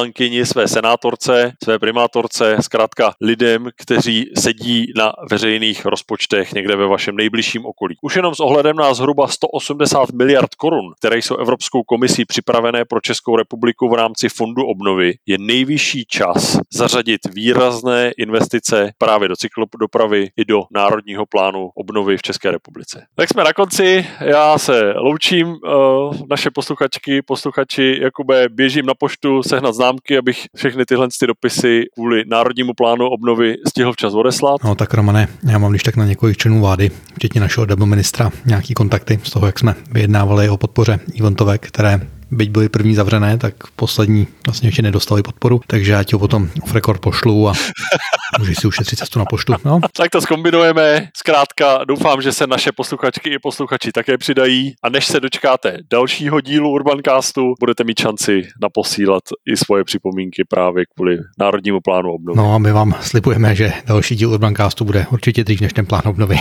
poslankyni, své senátorce, své primátorce, zkrátka lidem, kteří sedí na veřejných rozpočtech někde ve vašem nejbližším okolí. Už jenom s ohledem na zhruba sto osmdesát miliard korun, které jsou Evropskou komisí připravené pro Českou republiku v rámci Fondu obnovy, je nejvyšší čas zařadit výrazné investice právě do cyklodopravy i do Národního plánu obnovy v České republice. Tak jsme na konci, já se loučím, uh, naše posluchačky, posluchači, Jakube, běžím na poštu sehnat známky, abych všechny tyhle ty dopisy kvůli Národnímu plánu obnovy stihl včas odeslat. No tak Romane, já mám když tak na několik členů vlády, včetně našeho double ministra, nějaký kontakty z toho, jak jsme vyjednávali o podpoře eventovek, které byť byly první zavřené, tak poslední vlastně ještě nedostali podporu, takže já ti ho potom off record pošlu a můžeš si ušetřit cestu na poštu. No. Tak to zkombinujeme. Zkrátka doufám, že se naše posluchačky i posluchači také přidají a než se dočkáte dalšího dílu Urbancastu, budete mít šanci naposílat i svoje připomínky právě kvůli Národnímu plánu obnovy. No a my vám slibujeme, že další díl Urbancastu bude určitě dřív než ten plán obnovy.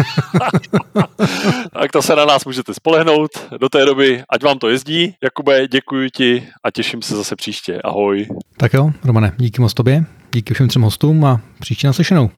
Tak to se na nás můžete spolehnout. Do té doby, ať vám to jezdí. Jakube, děkuji ti a těším se zase příště. Ahoj. Tak jo, Romane, díky moc tobě, díky všem třem hostům a příště naslyšenou.